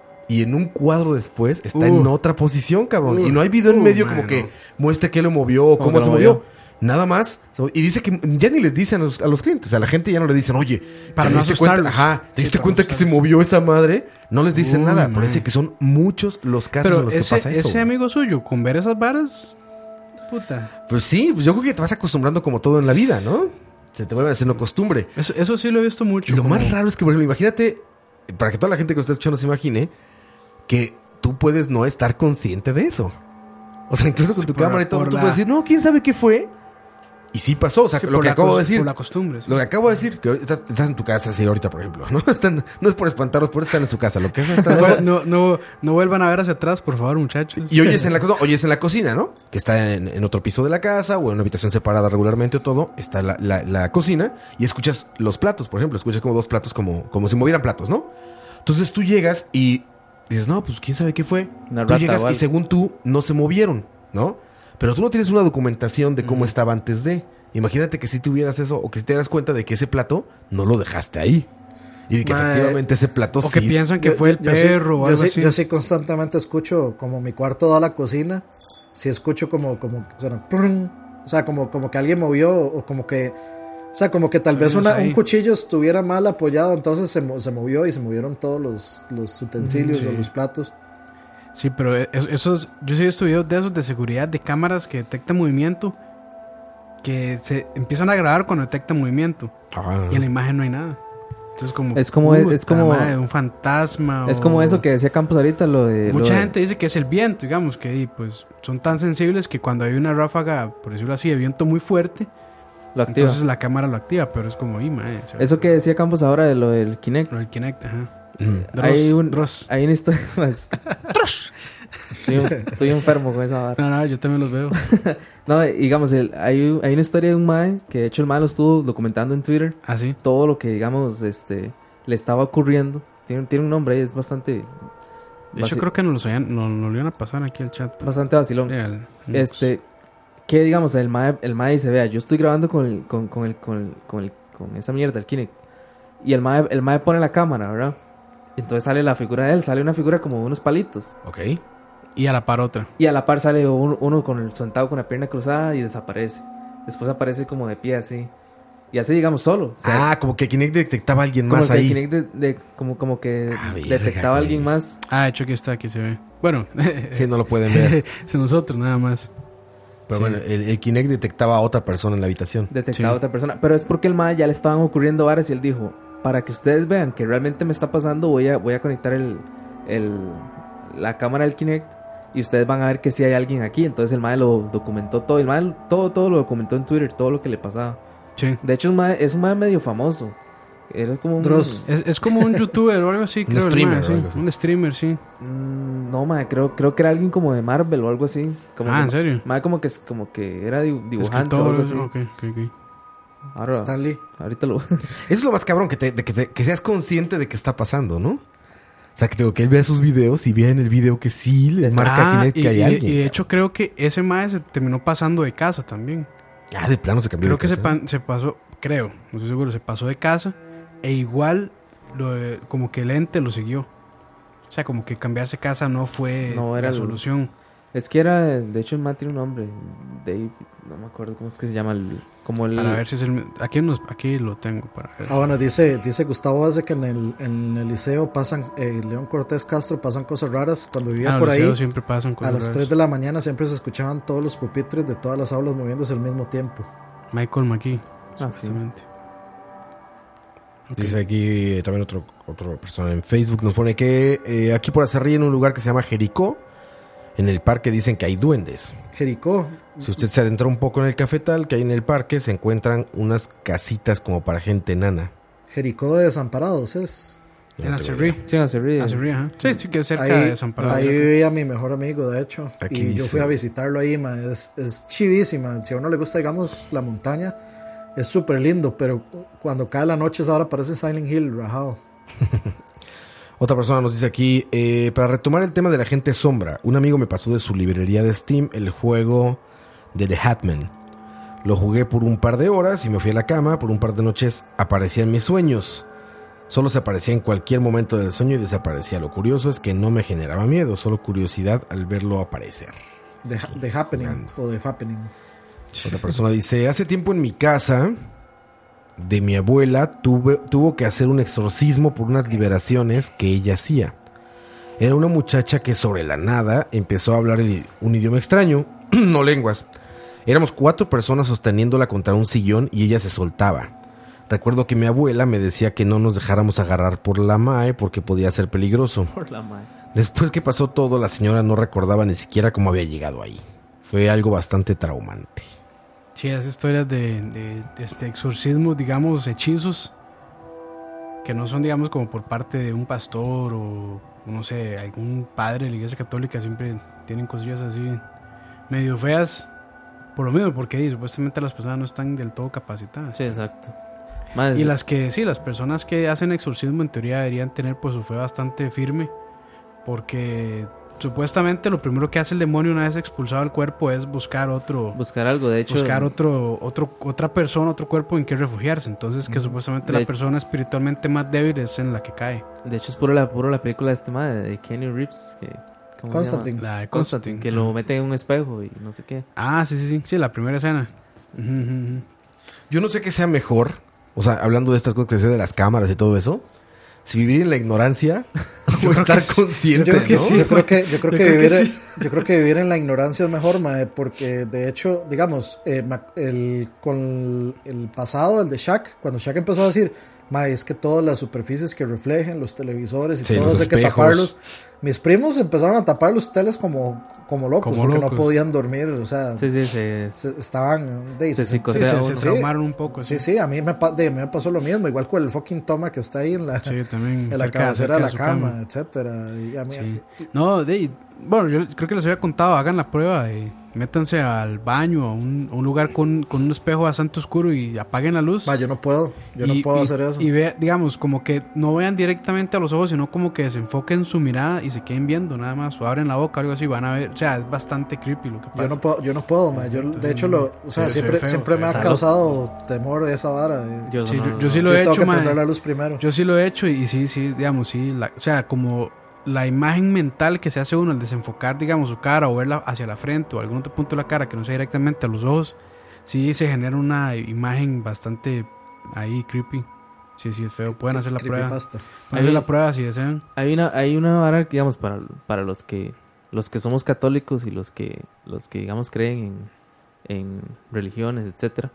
y en un cuadro después está en Uh. otra posición, cabrón. Uh. y no hay video en Uh, medio mano. como que muestre qué lo movió o cómo que se lo movió. movió. Nada más. Y dice que ya ni les dicen a los, a los clientes. A la gente ya no le dicen, oye, Para ¿te no diste cuenta? asustarlos. Ajá, ¿te Sí, diste para cuenta no que se asustarlos. movió esa madre? No les dicen Uy, nada. man. Parece que son muchos los casos en Pero los que ese, pasa eso. ese güey. amigo suyo, con ver esas varas, puta. Pues sí, pues yo creo que te vas acostumbrando como todo en la vida, ¿no? Se te vuelve haciendo costumbre. Eso, eso sí lo he visto mucho. Y lo como- más raro es que, por ejemplo, imagínate, para que toda la gente que está escuchando se imagine, que tú puedes no estar consciente de eso. O sea, incluso con Sí, tu por cámara la- y todo, por tú la- puedes decir, no, quién sabe qué fue. Y sí pasó, o sea, Sí, lo por que la acabo cos- de decir. Por la costumbre. sí. Lo que acabo de decir, que ahorita estás, estás en tu casa, sí, ahorita, por ejemplo, ¿no? Están, no es por espantaros, por estar en su casa. Lo que es están No, solos. no, no, no vuelvan a ver hacia atrás, por favor, muchachos. Y oyes en la, co- oyes en la cocina, ¿no? Que está en, en otro piso de la casa o en una habitación separada regularmente o todo. Está la, la- la cocina y escuchas los platos, por ejemplo. Escuchas como dos platos, como, como si movieran platos, ¿no? Entonces tú llegas y dices, no, pues quién sabe qué fue. Una Tú rata llegas o y algo. según tú no se movieron, ¿no? Pero tú no tienes una documentación de cómo estaba antes de. Imagínate que si tuvieras eso o que si te das cuenta de que ese plato no lo dejaste ahí. Y de que Mae, efectivamente ese plato O que sí. piensan que Yo- fue el yo- yo sí- perro o yo algo sí, así. Yo sí constantemente escucho como mi cuarto da a la cocina. Sí escucho como, como, suena plum. O sea, como, como que alguien movió o como que, o sea, como que tal vez Oídos una- ahí. un cuchillo estuviera mal apoyado, entonces se, mo- se movió y se movieron todos los, los utensilios Mm, sí. o los platos. Sí, pero eso, esos, yo sí he visto videos de esos de seguridad, de cámaras que detectan movimiento, que se empiezan a grabar cuando detectan movimiento Ah. y en la imagen no hay nada. Entonces como Es como- es puta como- madre, un fantasma. Es o- como eso que decía Campos ahorita, lo de... lo Mucha de- gente dice que es el viento, digamos, que y, pues son tan sensibles que cuando hay una ráfaga, por decirlo así, de viento muy fuerte, lo activa. entonces la cámara lo activa, pero es como, y mae, se ve Eso que decía Campos ahora de lo del Kinect. lo del Kinect, ajá. Mm. Dross, Hay un- Dross. Hay una historia más. estoy, estoy enfermo con esa vara. No, no, yo también los veo. No, digamos, el- hay, hay una historia de un mae que de hecho el mae lo estuvo documentando en Twitter. Así. Todo lo que, digamos, este le estaba ocurriendo. Tiene, tiene un nombre, es bastante De hecho, Basi- creo que nos lo, iban- nos, nos lo iban a pasar aquí al chat. pero- bastante vacilón. Sí, al- Este, que digamos, el mae, el mae dice, vea, yo estoy grabando con el, con, con el, con el, con el, con esa mierda, el Kinect. Y el mae, el mae pone la cámara, ¿verdad? Entonces sale la figura de él, sale una figura como unos palitos. Ok. Y a la par otra. Y a la par sale uno, uno con el sentado con la pierna cruzada y desaparece. Después aparece como de pie así. Y así, digamos, solo. O sea, Ah, como que Kinect detectaba a alguien como más que el ahí. Kinect de, de- como, como que Ah, verga, detectaba a güey. alguien más. Ah, de hecho aquí está, aquí se ve. Bueno, Sí, no lo pueden ver. es nosotros nada más. Pero Sí. bueno, el, el Kinect detectaba a otra persona en la habitación. Detectaba a Sí. otra persona. Pero es porque el mae ya le estaban ocurriendo varas y él dijo, para que ustedes vean que realmente me está pasando, voy a, voy a conectar el, el, la cámara del Kinect y ustedes van a ver que sí hay alguien aquí. Entonces el mae lo documentó todo, el mae todo, todo lo documentó en Twitter, todo lo que le pasaba. Sí. De hecho, es un mae, es un mae medio famoso. Era como un... Dross. Es, es como un youtuber o algo así, Un creo. el streamer mae, sí. o algo así. Un streamer, sí. Mm, no, mae, creo, creo que era alguien como de Marvel o algo así. Como Ah, que- ¿en serio? Mae como que, como que era dibu- dibujante o Escritor, algo así. ok, ok, ok. Ahora, Stanley. ahorita lo... Eso es lo más cabrón, que, te, de que, te- que seas consciente de que está pasando, ¿no? O sea, que, digo, que él vea sus videos y vea en el video que sí le marca Ah, Kinect y, que hay y- alguien. y de hecho creo que ese mae se terminó pasando de casa también. Ah, de plano se cambió Creo de que se, casa. pan- se pasó, creo, no estoy seguro, se pasó de casa e igual lo de- como que el ente lo siguió. O sea, como que cambiarse casa no fue No era la el- solución. Es que era, de hecho el man tiene un nombre, Dave, no me acuerdo cómo es que se llama, el, como el... Para ver si es el... Aquí, nos, aquí lo tengo para ver. Ah, bueno, dice, dice Gustavo hace que en el, en el liceo pasan, eh, León Cortés Castro pasan cosas raras. Cuando vivía Ah, por los ahí, dedos siempre pasan a cosas las raras. tres de la mañana siempre se escuchaban todos los pupitres de todas las aulas moviéndose al mismo tiempo. Michael McKee, Ah, sí. supuestamente. Ok. Dice aquí eh, también otro, otra persona en Facebook nos pone que eh, aquí por Acerrí, en un lugar que se llama Jericó, en el parque dicen que hay duendes. Jericó, Si usted se adentra un poco en el cafetal que hay en el parque, se encuentran unas casitas como para gente enana. Jericó de Desamparados es. No En tengo Acerrí. idea. Sí, en Acerrí. Acerrí, ajá. Sí, sí, que es cerca Ahí, de Desamparados. ahí vivía mi mejor amigo, de hecho. Aquí y yo dice- fui a visitarlo ahí, ma, es, es chivísima. Si a uno le gusta, digamos, la montaña, es súper lindo, pero cuando cae la noche, ahora parece Silent Hill, rajado. Otra persona nos dice aquí, eh, para retomar el tema de la gente sombra, un amigo me pasó de su librería de Steam el juego de The Hatman. Lo jugué por un par de horas y me fui a la cama. Por un par de noches aparecía en mis sueños. Solo se aparecía en cualquier momento del sueño y desaparecía. Lo curioso es que no me generaba miedo, solo curiosidad al verlo aparecer. De, de Happening jugando. o de Fappening. Otra persona dice, hace tiempo en mi casa de mi abuela tuve, tuvo que hacer un exorcismo por unas liberaciones que ella hacía. Era una muchacha que sobre la nada empezó a hablar el- un idioma extraño, no lenguas. Éramos cuatro personas sosteniéndola contra un sillón y ella se soltaba. Recuerdo que mi abuela me decía que no nos dejáramos agarrar por la mae porque podía ser peligroso. Por la madre. Después que pasó todo, la señora no recordaba ni siquiera cómo había llegado ahí. Fue algo bastante traumante. Sí, esas historias de, de, de este exorcismo, digamos, hechizos, que no son, digamos, como por parte de un pastor o, no sé, algún padre de la iglesia católica, siempre tienen cosillas así medio feas, por lo mismo, porque y, supuestamente las personas no están del todo capacitadas. Sí, exacto. Madre, Y las que, sí, las personas que hacen exorcismo en teoría deberían tener pues su fe bastante firme, porque supuestamente lo primero que hace el demonio una vez expulsado del cuerpo es buscar otro... buscar algo, de hecho. buscar otro, otro, otra persona, otro cuerpo en que refugiarse. Entonces, que supuestamente De- la persona espiritualmente más débil es en la que cae. De hecho, es puro la, puro la película de este madre, de Kenny Reeves. Que, ¿cómo se Constantine. llama? La de Constantine, Constantine. que lo meten en un espejo y no sé qué. Ah, sí, sí, sí. Sí, la primera escena. Ujú, ujú, ujú. Yo no sé qué sea mejor, o sea, hablando de estas cosas que decía de las cámaras y todo eso, si vivir en la ignorancia o estar consciente, Yo, creo que ¿no? sí, yo creo que yo creo Yo que creo que vivir sí. yo creo que vivir en la ignorancia es mejor, mae, porque de hecho, digamos, eh, ma- el, con el pasado, el de Shaq, cuando Shaq empezó a decir, mae, es que todas las superficies que reflejen los televisores y Sí, todo los eso hay que espejos. taparlos. Mis primos empezaron a tapar los teles como, como locos, Como porque locos. no podían dormir, o sea, Sí, sí, se, se- estaban de, Se se- psicosea Sí, se- uno. se, sí, se traumaron un poco. sí, Sí, sí, a mí me, pa- de- a mí me pasó lo mismo, igual con el fucking toma que está ahí en la, Sí, también. en la cerca- cabecera de cerca la su cama, etcétera. Y a mí, Sí. No, de, bueno, yo creo que les había contado, hagan la prueba de métanse al baño, a un, a un lugar con, con un espejo bastante oscuro y apaguen la luz. Ma, yo no puedo, yo no Y- puedo y- hacer eso. Y ve, digamos, como que no vean directamente a los ojos, sino como que desenfoquen su mirada y se queden viendo nada más, o abren la boca o algo así, van a ver, o sea, es bastante creepy lo que pasa. Yo no puedo, yo no puedo, ma. Yo, de hecho, lo, o sea, Sí, siempre, sí, feo, siempre me ha feo. causado temor esa vara. eh. yo, Sí, no, yo- no, yo no. sí lo Yo he tengo hecho, que mae. prender la luz primero. Yo sí lo he hecho y, y sí, sí, digamos, sí, la- o sea, como la imagen mental que se hace uno al desenfocar, digamos, su cara o verla hacia la frente o algún otro punto de la cara que no sea directamente a los ojos, sí se genera una imagen bastante ahí creepy. Sí, sí, es feo. Pueden hacer la prueba. Creepypasta. Pueden hacer Ahí- la prueba si desean. Hay una, hay una vara, digamos, para, para los que los que somos católicos y los que los que digamos creen en, en religiones, etcétera.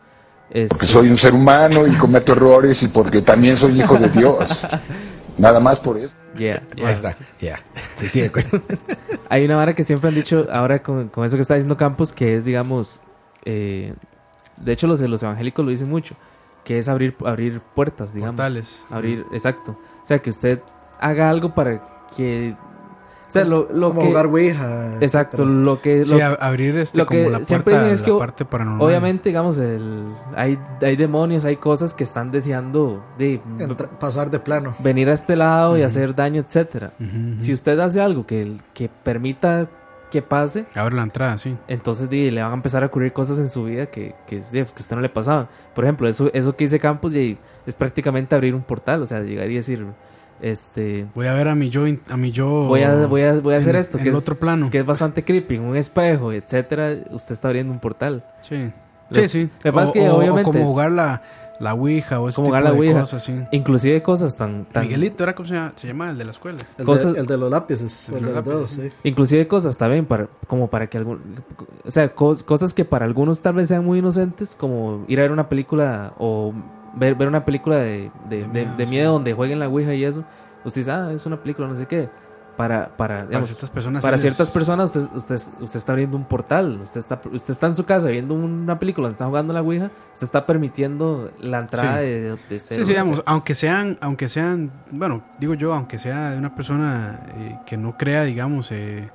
Este, Porque soy un ser humano y cometo errores y porque también soy hijo de Dios. Nada más por eso. yeah, yeah. Ahí está, ya. Sí, sí, güey. Hay una vara que siempre han dicho, ahora con, con eso que está diciendo Campos, que es, digamos, eh, de hecho los, los evangélicos lo dicen mucho, que es abrir, abrir puertas, digamos. Portales. Abrir, exacto. O sea, que usted haga algo para que... O sea, lo, lo como que... jugar Ouija. Exacto, etcétera. lo que... Sí, lo, a- abrir este lo que como la siempre puerta, dicen es que la parte paranormal. obviamente, digamos, el, hay, hay demonios, hay cosas que están deseando de Entra- pasar de plano. venir a este lado y hacer daño, etcétera. Ujú, ujú. Si usted hace algo que, que permita que pase, Abre la entrada, sí. entonces di, le van a empezar a ocurrir cosas en su vida que, que, di, pues, que a usted no le pasaban. Por ejemplo, eso, eso que dice Campos di, es prácticamente abrir un portal, o sea, llegar y decir, este, Voy a ver a mi yo, in- a mi yo voy a, voy a, voy a hacer en- esto, en que el es, otro plano. que es bastante creepy, en un espejo, etcétera, usted está abriendo un portal. Sí, Lo- sí, sí. lo que pasa O- es que o- o obviamente- como jugar la, la Ouija o ese Como tipo jugar la de Ouija. cosas, sí. Inclusive cosas tan... tan Miguelito era como se llama, se llama el de la escuela. El, Cosas- de, el de los lápices, El el de de los los dedos, lápices, sí. Inclusive cosas también para, como para que algún, o sea, cos- cosas que para algunos tal vez sean muy inocentes, como ir a ver una película o ver, ver una película de, de, De de- miedo, de sí. miedo donde jueguen la Ouija y eso. Usted dice, ah, es una película, no sé qué. Para, para, Para digamos, ciertas personas. para sí les- ciertas personas usted, usted, usted está abriendo un portal. Usted está, usted está en su casa viendo una película donde está jugando la Ouija. Usted está permitiendo la entrada Sí. de, de Sí, seres- sí, digamos, aunque sean, aunque sean, bueno, digo yo, aunque sea de una persona eh, que no crea, digamos, eh,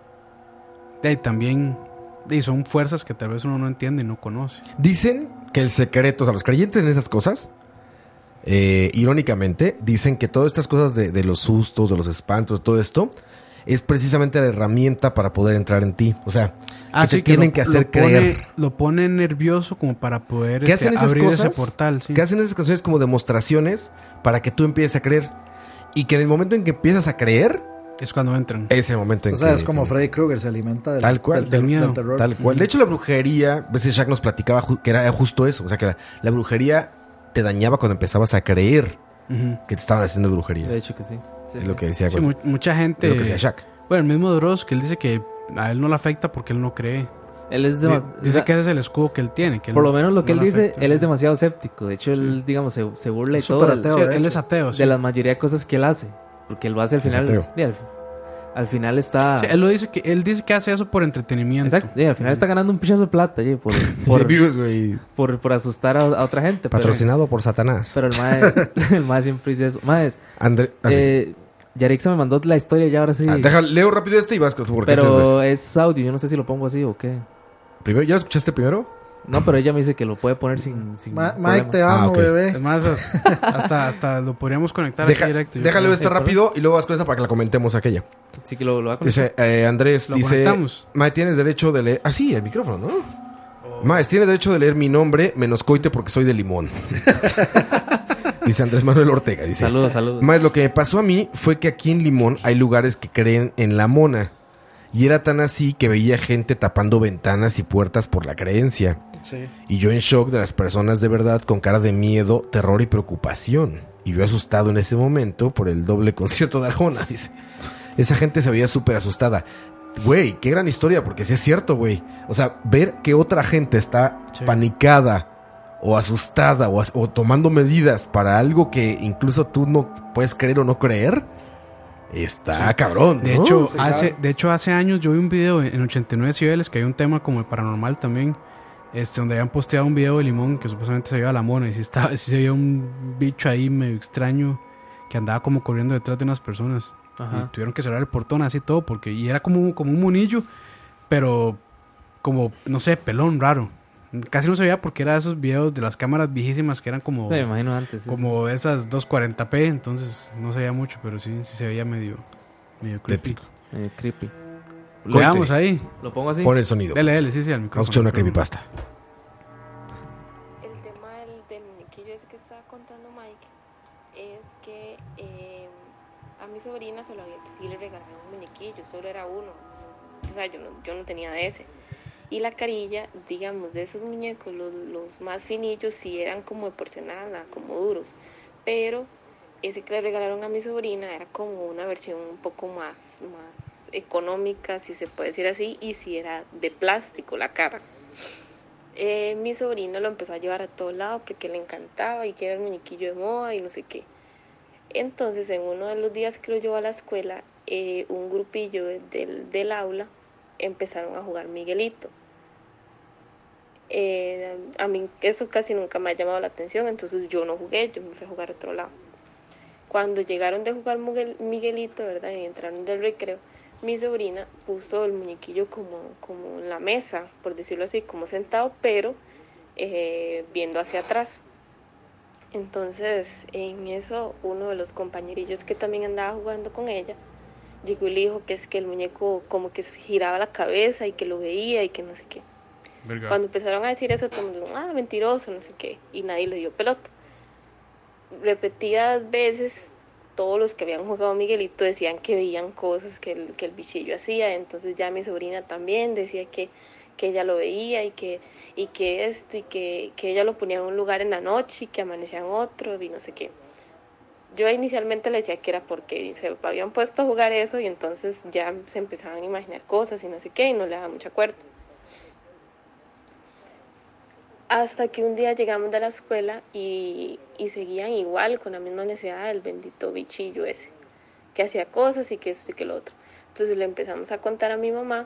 de ahí también de ahí son fuerzas que tal vez uno no entiende y no conoce. Dicen que el secreto, o sea, los creyentes en esas cosas, eh, irónicamente, dicen que todas estas cosas de, de los sustos, de los espantos, todo esto, es precisamente la herramienta para poder entrar en ti. O sea, que te tienen lo- que hacer lo pone- creer. Lo pone nervioso como para poder ¿Qué este, hacen esas abrir cosas? ese portal. Sí. Que hacen esas canciones como demostraciones para que tú empieces a creer. Y que en el momento en que empiezas a creer, Es cuando entran. ese momento en O sea, que... es como Freddy Krueger, se alimenta del, Tal cual, del, ter- del miedo. del terror. Tal cual. De hecho, la brujería, a veces Jack nos platicaba ju- que era justo eso. O sea, que la, la brujería te dañaba cuando empezabas a creer Ujú. que te estaban haciendo brujería. De hecho que sí. Sí, Es sí. lo que decía, Sí, güey. mu- mucha gente. Es lo que decía Shaq. Bueno, el mismo Dross, que él dice que a él no le afecta porque él no cree. Él es Di- demas- dice o sea, que ese es el escudo que él tiene. Que él por no- lo menos lo que no él le dice, afecta, él es sí. demasiado escéptico. De hecho, él, digamos, se, se burla y Es todo. súper del- ateo. Sí, de él hecho. es ateo, sí. de la mayoría de cosas que él hace. Porque él lo hace al Es final. ateo. y al, al final está. Sí, él lo dice que él dice que hace eso por entretenimiento. Exacto. y al final está ganando un pichazo de plata y por, por, Views, güey. por, por asustar a, a otra gente. Pero, Patrocinado por Satanás. pero el mae, el mae siempre dice eso. Mae, André, ah, sí. eh, Yarixa me mandó la historia ya ahora sí. Ah, deja, leo rápido este y vas con porque ese pero es- es audio. Yo no sé si lo pongo así o qué. Primero, ¿ya lo escuchaste primero? No, pero ella me dice que lo puede poner sin. sin Ma- problema. Mike, te Ah, amo, ok. Es bebé. más, as- hasta, hasta lo podríamos conectar Deja, aquí directo. yo déjalo creo. este rápido y luego vas con esa para que la comentemos aquella. Sí que lo, lo va a conectar. Dice, eh, Andrés, ¿Lo dice... conectamos? Mae, tienes derecho de leer... Ah, sí, el micrófono, ¿no? Mae, tienes derecho de leer mi nombre menos coite porque soy de Limón. Dice Andrés Manuel Ortega, dice... Saludos, saludos. Más, lo que me pasó a mí fue que aquí en Limón hay lugares que creen en la mona. Y era tan así que veía gente tapando ventanas y puertas por la creencia. Sí. Y yo en shock de las personas de verdad con cara de miedo, terror y preocupación. Y yo asustado en ese momento por el doble concierto de Arjona, dice. Esa gente se veía súper asustada. Güey, qué gran historia, porque sí es cierto, güey. O sea, ver que otra gente está Sí. panicada o asustada o, as- o tomando medidas para algo que incluso tú no puedes creer o no creer, está Sí. cabrón, ¿no? De hecho, Sí, hace, claro. de hecho, hace años yo vi un video en ochenta y nueve Cibeles que hay un tema como de paranormal también. Este, donde habían posteado un video de Limón que supuestamente se veía a la mona. Y sí, estaba, sí se veía un bicho ahí medio extraño que andaba como corriendo detrás de unas personas. Ajá. Y tuvieron que cerrar el portón así todo porque y era como, como un monillo, pero como, no sé, pelón, raro. Casi no se veía porque era esos videos de las cámaras viejísimas que eran como, Sí, me imagino antes. sí, como esas doscientos cuarenta p, entonces no se veía mucho, pero sí, sí se veía medio, medio creepy. Tétrico. sí. Eh, creepy. Leamos ahí. Lo pongo así. Pon el sonido. Dele, dele, sí, sí, al Vamos a micrófono. escuchar una al micrófono. creepypasta. El tema del, del muñequillo ese que estaba contando Mike es que eh, a mi sobrina se lo había, sí le regalaron un muñequillo, solo era uno. O sea, yo no, yo no tenía de ese. Y la carilla, digamos, de esos muñecos, los, los más finillos, sí eran como de porcelana, como duros. Pero ese que le regalaron a mi sobrina era como una versión un poco más, más económica, si se puede decir así, y sí era de plástico la cara. eh, mi sobrino lo empezó a llevar a todo lado porque le encantaba y que era el muñequillo de moda y no sé qué. Entonces, en uno de los días que lo llevó a la escuela, eh, un grupillo de- del, del aula empezaron a jugar Miguelito. Eh, a mí eso casi nunca me ha llamado la atención, entonces yo no jugué, yo me fui a jugar a otro lado. Cuando llegaron de jugar Miguel- Miguelito, ¿verdad? Y entraron del recreo, mi sobrina puso el muñequillo como, como en la mesa, por decirlo así, como sentado, pero eh, viendo hacia atrás. Entonces, en eso, uno de los compañerillos que también andaba jugando con ella, llegó y le dijo que es que el muñeco como que se giraba la cabeza y que lo veía y que no sé qué. Verga. Cuando empezaron a decir eso, todo el mundo, ah, mentiroso, no sé qué, y nadie le dio pelota. Repetidas veces, todos los que habían jugado Miguelito decían que veían cosas que el, que el bichillo hacía, entonces ya mi sobrina también decía que, que ella lo veía y que, y que esto, y que, que ella lo ponía en un lugar en la noche y que amanecía en otro y no sé qué. Yo inicialmente le decía que era porque se habían puesto a jugar eso y entonces ya se empezaban a imaginar cosas y no sé qué y no le daba mucha cuerda. Hasta que un día llegamos de la escuela y, y seguían igual con la misma necesidad del bendito bichillo ese, que hacía cosas y que esto y que lo otro. Entonces le empezamos a contar a mi mamá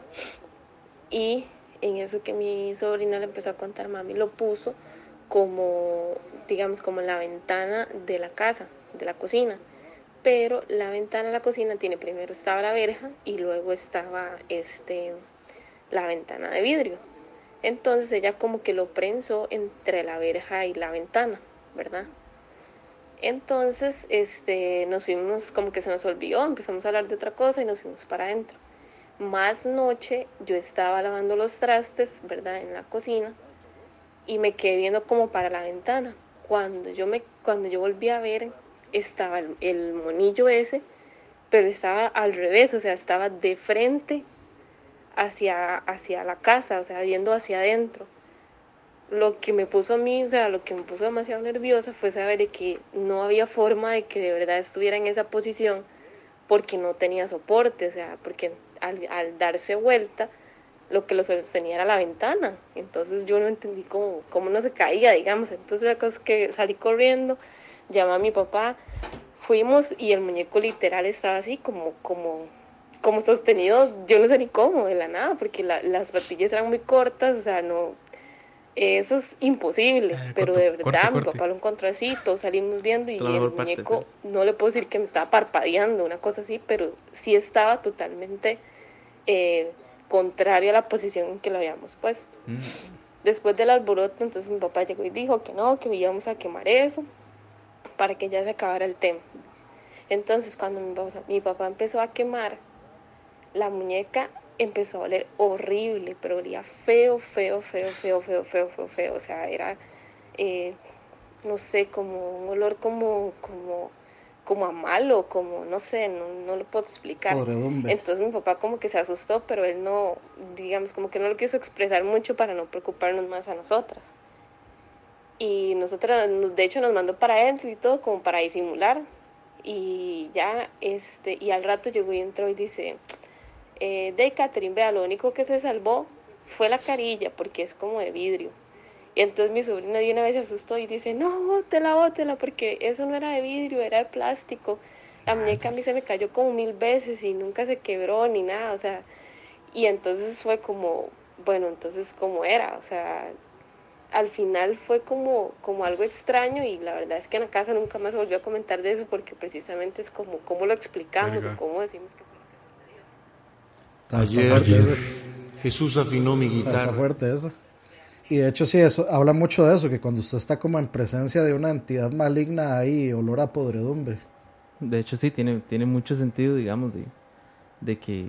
y en eso que mi sobrina le empezó a contar, mami lo puso como, digamos, como en la ventana de la casa, de la cocina. Pero la ventana de la cocina tiene, primero estaba la verja y luego estaba este, la ventana de vidrio. Entonces ella como que lo prensó entre la verja y la ventana, ¿verdad? Entonces este, nos fuimos, como que se nos olvidó, empezamos a hablar de otra cosa y nos fuimos para adentro. Más noche yo estaba lavando los trastes, ¿verdad? En la cocina y me quedé viendo como para la ventana. Cuando yo, me, cuando yo volví a ver, estaba el, el monillo ese, pero estaba al revés, o sea, estaba de frente hacia, hacia la casa, o sea, viendo hacia adentro. Lo que me puso a mí, o sea, lo que me puso demasiado nerviosa fue saber de que no había forma de que de verdad estuviera en esa posición porque no tenía soporte, o sea, porque al, al darse vuelta, lo que lo sostenía era la ventana. Entonces yo no entendí cómo, cómo no se caía, digamos. Entonces la cosa es que salí corriendo, llamé a mi papá, fuimos y el muñeco literal estaba así como, como, como sostenido, yo no sé ni cómo, de la nada, porque la, las patillas eran muy cortas, o sea, no, eso es imposible, Eh, pero corto, de verdad corte, mi corte. papá lo encontró así, todos salimos viendo y La el mejor parte, muñeco, pues. no le puedo decir que me estaba parpadeando, una cosa así, pero sí estaba totalmente eh, contrario a la posición en que lo habíamos puesto. Mm. Después del alboroto, entonces mi papá llegó y dijo que no, que íbamos a quemar eso para que ya se acabara el tema. Entonces cuando mi papá, mi papá empezó a quemar, la muñeca empezó a oler horrible, pero olía feo, feo, feo, feo, feo, feo, feo, feo. O sea, era, eh, no sé, como un olor como, como, como a malo, como, no sé, no, no lo puedo explicar. Podredumbre. Entonces mi papá como que se asustó, pero él no, digamos, como que no lo quiso expresar mucho para no preocuparnos más a nosotras. Y nosotras, de hecho, nos mandó para adentro y todo, como para disimular. Y ya, este, y al rato llegó y entró y dice, eh, de Catherine, vea, lo único que se salvó fue la carilla, porque es como de vidrio. Y entonces mi sobrina de una vez se asustó y dice, no, bótela, bótela, porque eso no era de vidrio, era de plástico. La muñeca a mí se me cayó como mil veces y nunca se quebró ni nada, o sea, y entonces fue como, bueno, entonces cómo era, o sea, al final fue como, como algo extraño y la verdad es que en la casa nunca más se volvió a comentar de eso porque precisamente es como cómo lo explicamos Verga. o cómo decimos que fue lo que sucedió. Está, está Ayer, fuerte eso. Jesús afinó mi O sea, está guitarra. fuerte eso. Y de hecho sí, eso habla mucho de eso, que cuando usted está como en presencia de una entidad maligna hay olor a podredumbre. De hecho, sí, tiene, tiene mucho sentido, digamos, de, de que.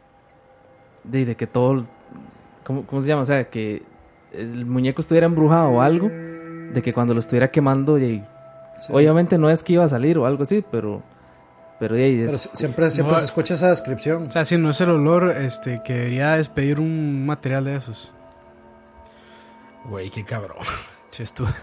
De, de que todo. ¿cómo, ¿Cómo se llama? O sea, que el muñeco estuviera embrujado o algo. De que cuando lo estuviera quemando, y, Sí. obviamente no es que iba a salir o algo así, pero. Pero, y, Pero es, si- siempre, siempre No, se escucha esa descripción. O sea, si no es el olor este, que debería despedir un material de esos. Güey, qué cabrón. Ches tú.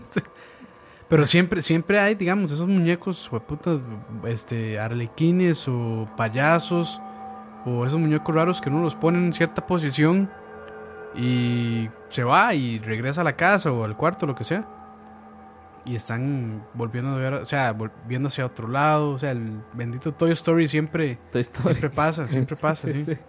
Pero siempre, siempre hay, digamos, esos muñecos, hueputas, este, arlequines o payasos, o esos muñecos raros que uno los pone en cierta posición Y se va y regresa a la casa o al cuarto, lo que sea. Y están volviendo a ver, o sea, volviendo hacia otro lado. O sea, el bendito Toy Story siempre, Toy Story. siempre pasa, siempre pasa, sí, Sí, sí.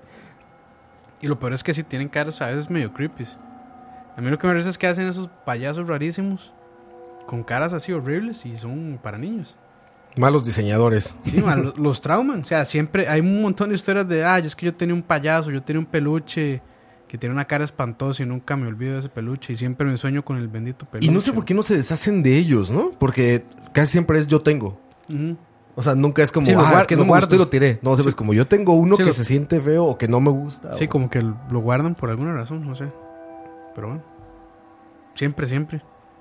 Y lo peor es que sí tienen caras a veces medio creepy. A mí lo que me parece es que hacen esos payasos rarísimos con caras así horribles y son para niños. Malos diseñadores. Sí, man, los, los trauman. O sea, siempre hay un montón de historias de, ah, es que yo tenía un payaso, yo tenía un peluche que tiene una cara espantosa y nunca me olvido de ese peluche y siempre me sueño con el bendito peluche. Y no sé por qué no se deshacen de ellos, ¿no? Porque casi siempre es yo tengo. Ujú. O sea, nunca es como, Sí, lo ah, guar- es que lo no me gustó y guardan. lo tiré. No, siempre Sí. es como yo tengo uno Sí, que lo- se siente feo o que no me gusta. Sí, o- como que lo guardan por alguna razón, no sé. Pero bueno. Siempre, siempre.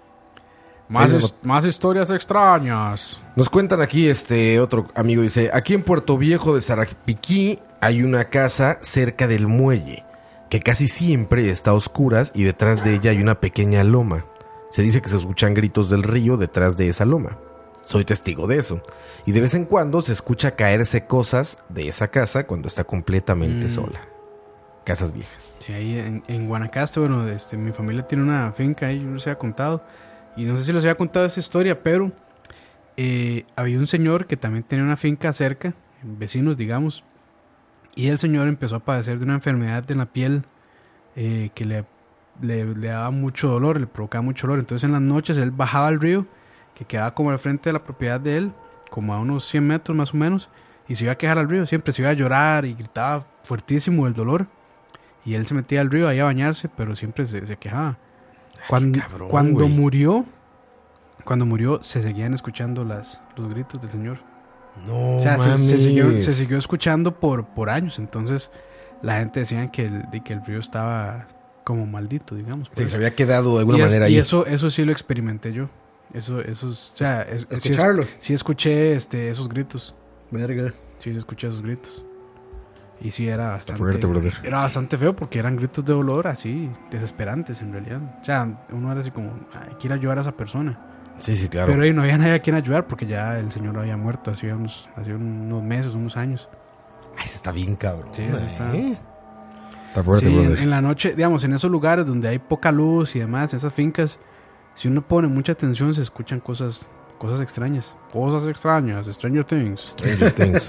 Más, Ahí his- lo- más historias extrañas. Nos cuentan aquí, este otro amigo dice, aquí en Puerto Viejo de Sarapiquí hay una casa cerca del muelle, que casi siempre está a oscuras y detrás de ella hay una pequeña loma. Se dice que se escuchan gritos del río detrás de esa loma. Soy testigo de eso. Y de vez en cuando se escucha caerse cosas de esa casa cuando está completamente Mm. sola. Casas viejas. Sí, ahí en, en Guanacaste, bueno, este, mi familia tiene una finca ahí, yo les había contado. Y no sé si les había contado esta historia, pero eh, había un señor que también tenía una finca cerca, vecinos, digamos. Y el señor empezó a padecer de una enfermedad en la piel eh, que le, le, le daba mucho dolor, le provocaba mucho dolor. Entonces en las noches él bajaba al río, que quedaba como al frente de la propiedad de él, como a unos cien metros más o menos, y se iba a quejar al río, siempre se iba a llorar y gritaba fuertísimo el dolor. Y él se metía al río ahí a bañarse, pero siempre se, se quejaba. Cuando, cabrón, cuando güey. murió, cuando murió, se seguían escuchando las, los gritos del señor. No O sea, se, mames. se siguió, se siguió escuchando por, por años. Entonces, la gente decía que el, de que el río estaba como maldito, digamos. por Sí, eso. se había quedado de alguna y es- manera y ahí. eso, eso sí lo experimenté yo. Eso, eso, es- o sea, es- sí es- Escucharlo. sí escuché este, esos gritos. Verga. Sí, sí escuché esos gritos. Y sí, era bastante, fuerte, brother. era bastante feo porque eran gritos de dolor así, desesperantes en realidad. O sea, uno era así como, ay, quiero ayudar a esa persona. Sí, sí, claro. Pero ahí no había nadie a quien ayudar porque ya el señor había muerto hace unos, hace unos meses, unos años. Ay, ese está bien cabrón. Sí, ahí está. ¿eh? Está fuerte, Sí, en, brother. en la noche, digamos, en esos lugares donde hay poca luz y demás, en esas fincas, si uno pone mucha atención se escuchan cosas, cosas extrañas. Cosas extrañas, Stranger Things. Stranger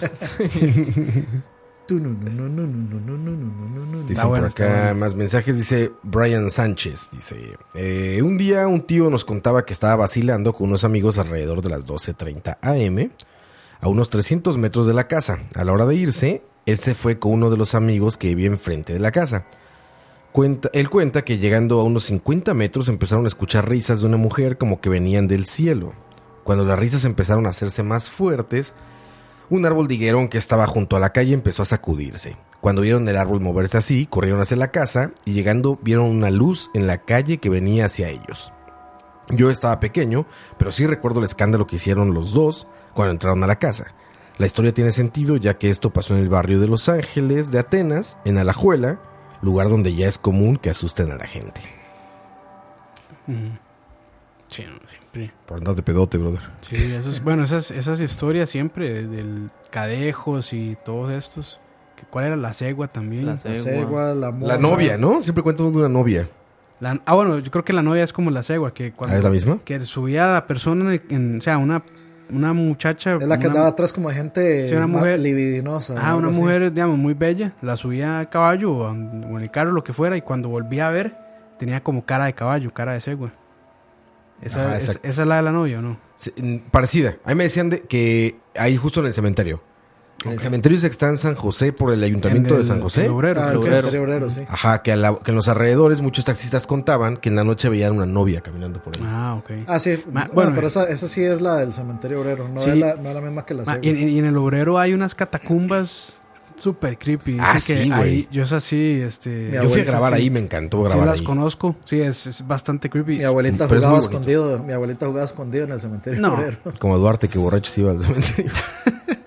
Things. Tu, no, no, no, no, no, no, no, no, no, no, no. Dicen bueno, por está acá bueno. más mensajes. Dice Brian Sánchez. Dice: eh, un día un tío nos contaba que estaba vacilando con unos amigos alrededor de las doce treinta a eme a unos trescientos metros de la casa. A la hora de irse, él se fue con uno de los amigos que vivía enfrente de la casa. Cuenta, él cuenta que llegando a unos cincuenta metros empezaron a escuchar risas de una mujer como que venían del cielo. Cuando las risas empezaron a hacerse más fuertes, un árbol de higuerón que estaba junto a la calle empezó a sacudirse. Cuando vieron el árbol moverse así, corrieron hacia la casa y llegando vieron una luz en la calle que venía hacia ellos. Yo estaba pequeño, pero sí recuerdo el escándalo que hicieron los dos cuando entraron a la casa. La historia tiene sentido ya que esto pasó en el barrio de Los Ángeles de Atenas, en Alajuela, lugar donde ya es común que asusten a la gente. Mm. Sí, no, siempre. Por andar de pedote, brother. Sí, eso es, bueno, esas, esas historias siempre del Cadejos y todos estos. Que- ¿Cuál era? La cegua también. La La cegua. cegua, la mona. La novia, ¿no? Siempre cuentan de una novia. La- ah, bueno, yo creo que la novia es como la cegua, que cuando ¿Ah, es la misma? que subía a la persona, en, en- o sea, una, una muchacha. Es la que una- andaba atrás como de gente Sí, una ma- mujer. libidinosa. Ah, algo una así. mujer, digamos, muy bella, la subía a caballo o, en- o en el carro, lo que fuera, y cuando volvía a ver, tenía como cara de caballo, cara de cegua. Esa, Ajá, es, exacto. ¿Esa es la de la novia o no? Sí, mm, parecida. A mí me decían de que ahí justo en el cementerio. En el cementerio que está en San José por el ayuntamiento En de el- San José. el obrero, Ah, creo el que es. cementerio obrero, sí. Ajá, que, a la- que en los alrededores muchos taxistas contaban que en la noche veían una novia caminando por ahí. Ah, ok. Ah, sí. Ma- No, bueno, pero eh. esa, esa sí es la del cementerio obrero. No, Sí. es, la, no es la misma que la Ma, cegua. y, y en el obrero hay unas catacumbas súper creepy. Ah, Dicen que sí, güey. ahí- Yo es así, este... Mi Yo fui a abuelita, grabar sí. ahí, me encantó sí grabar las ahí. conozco. Sí, es, es bastante creepy. Mi abuelita Pero es jugaba muy bonito. escondido. Mi abuelita jugaba escondido en el cementerio No. obrero. Como Duarte que borracho se iba al cementerio.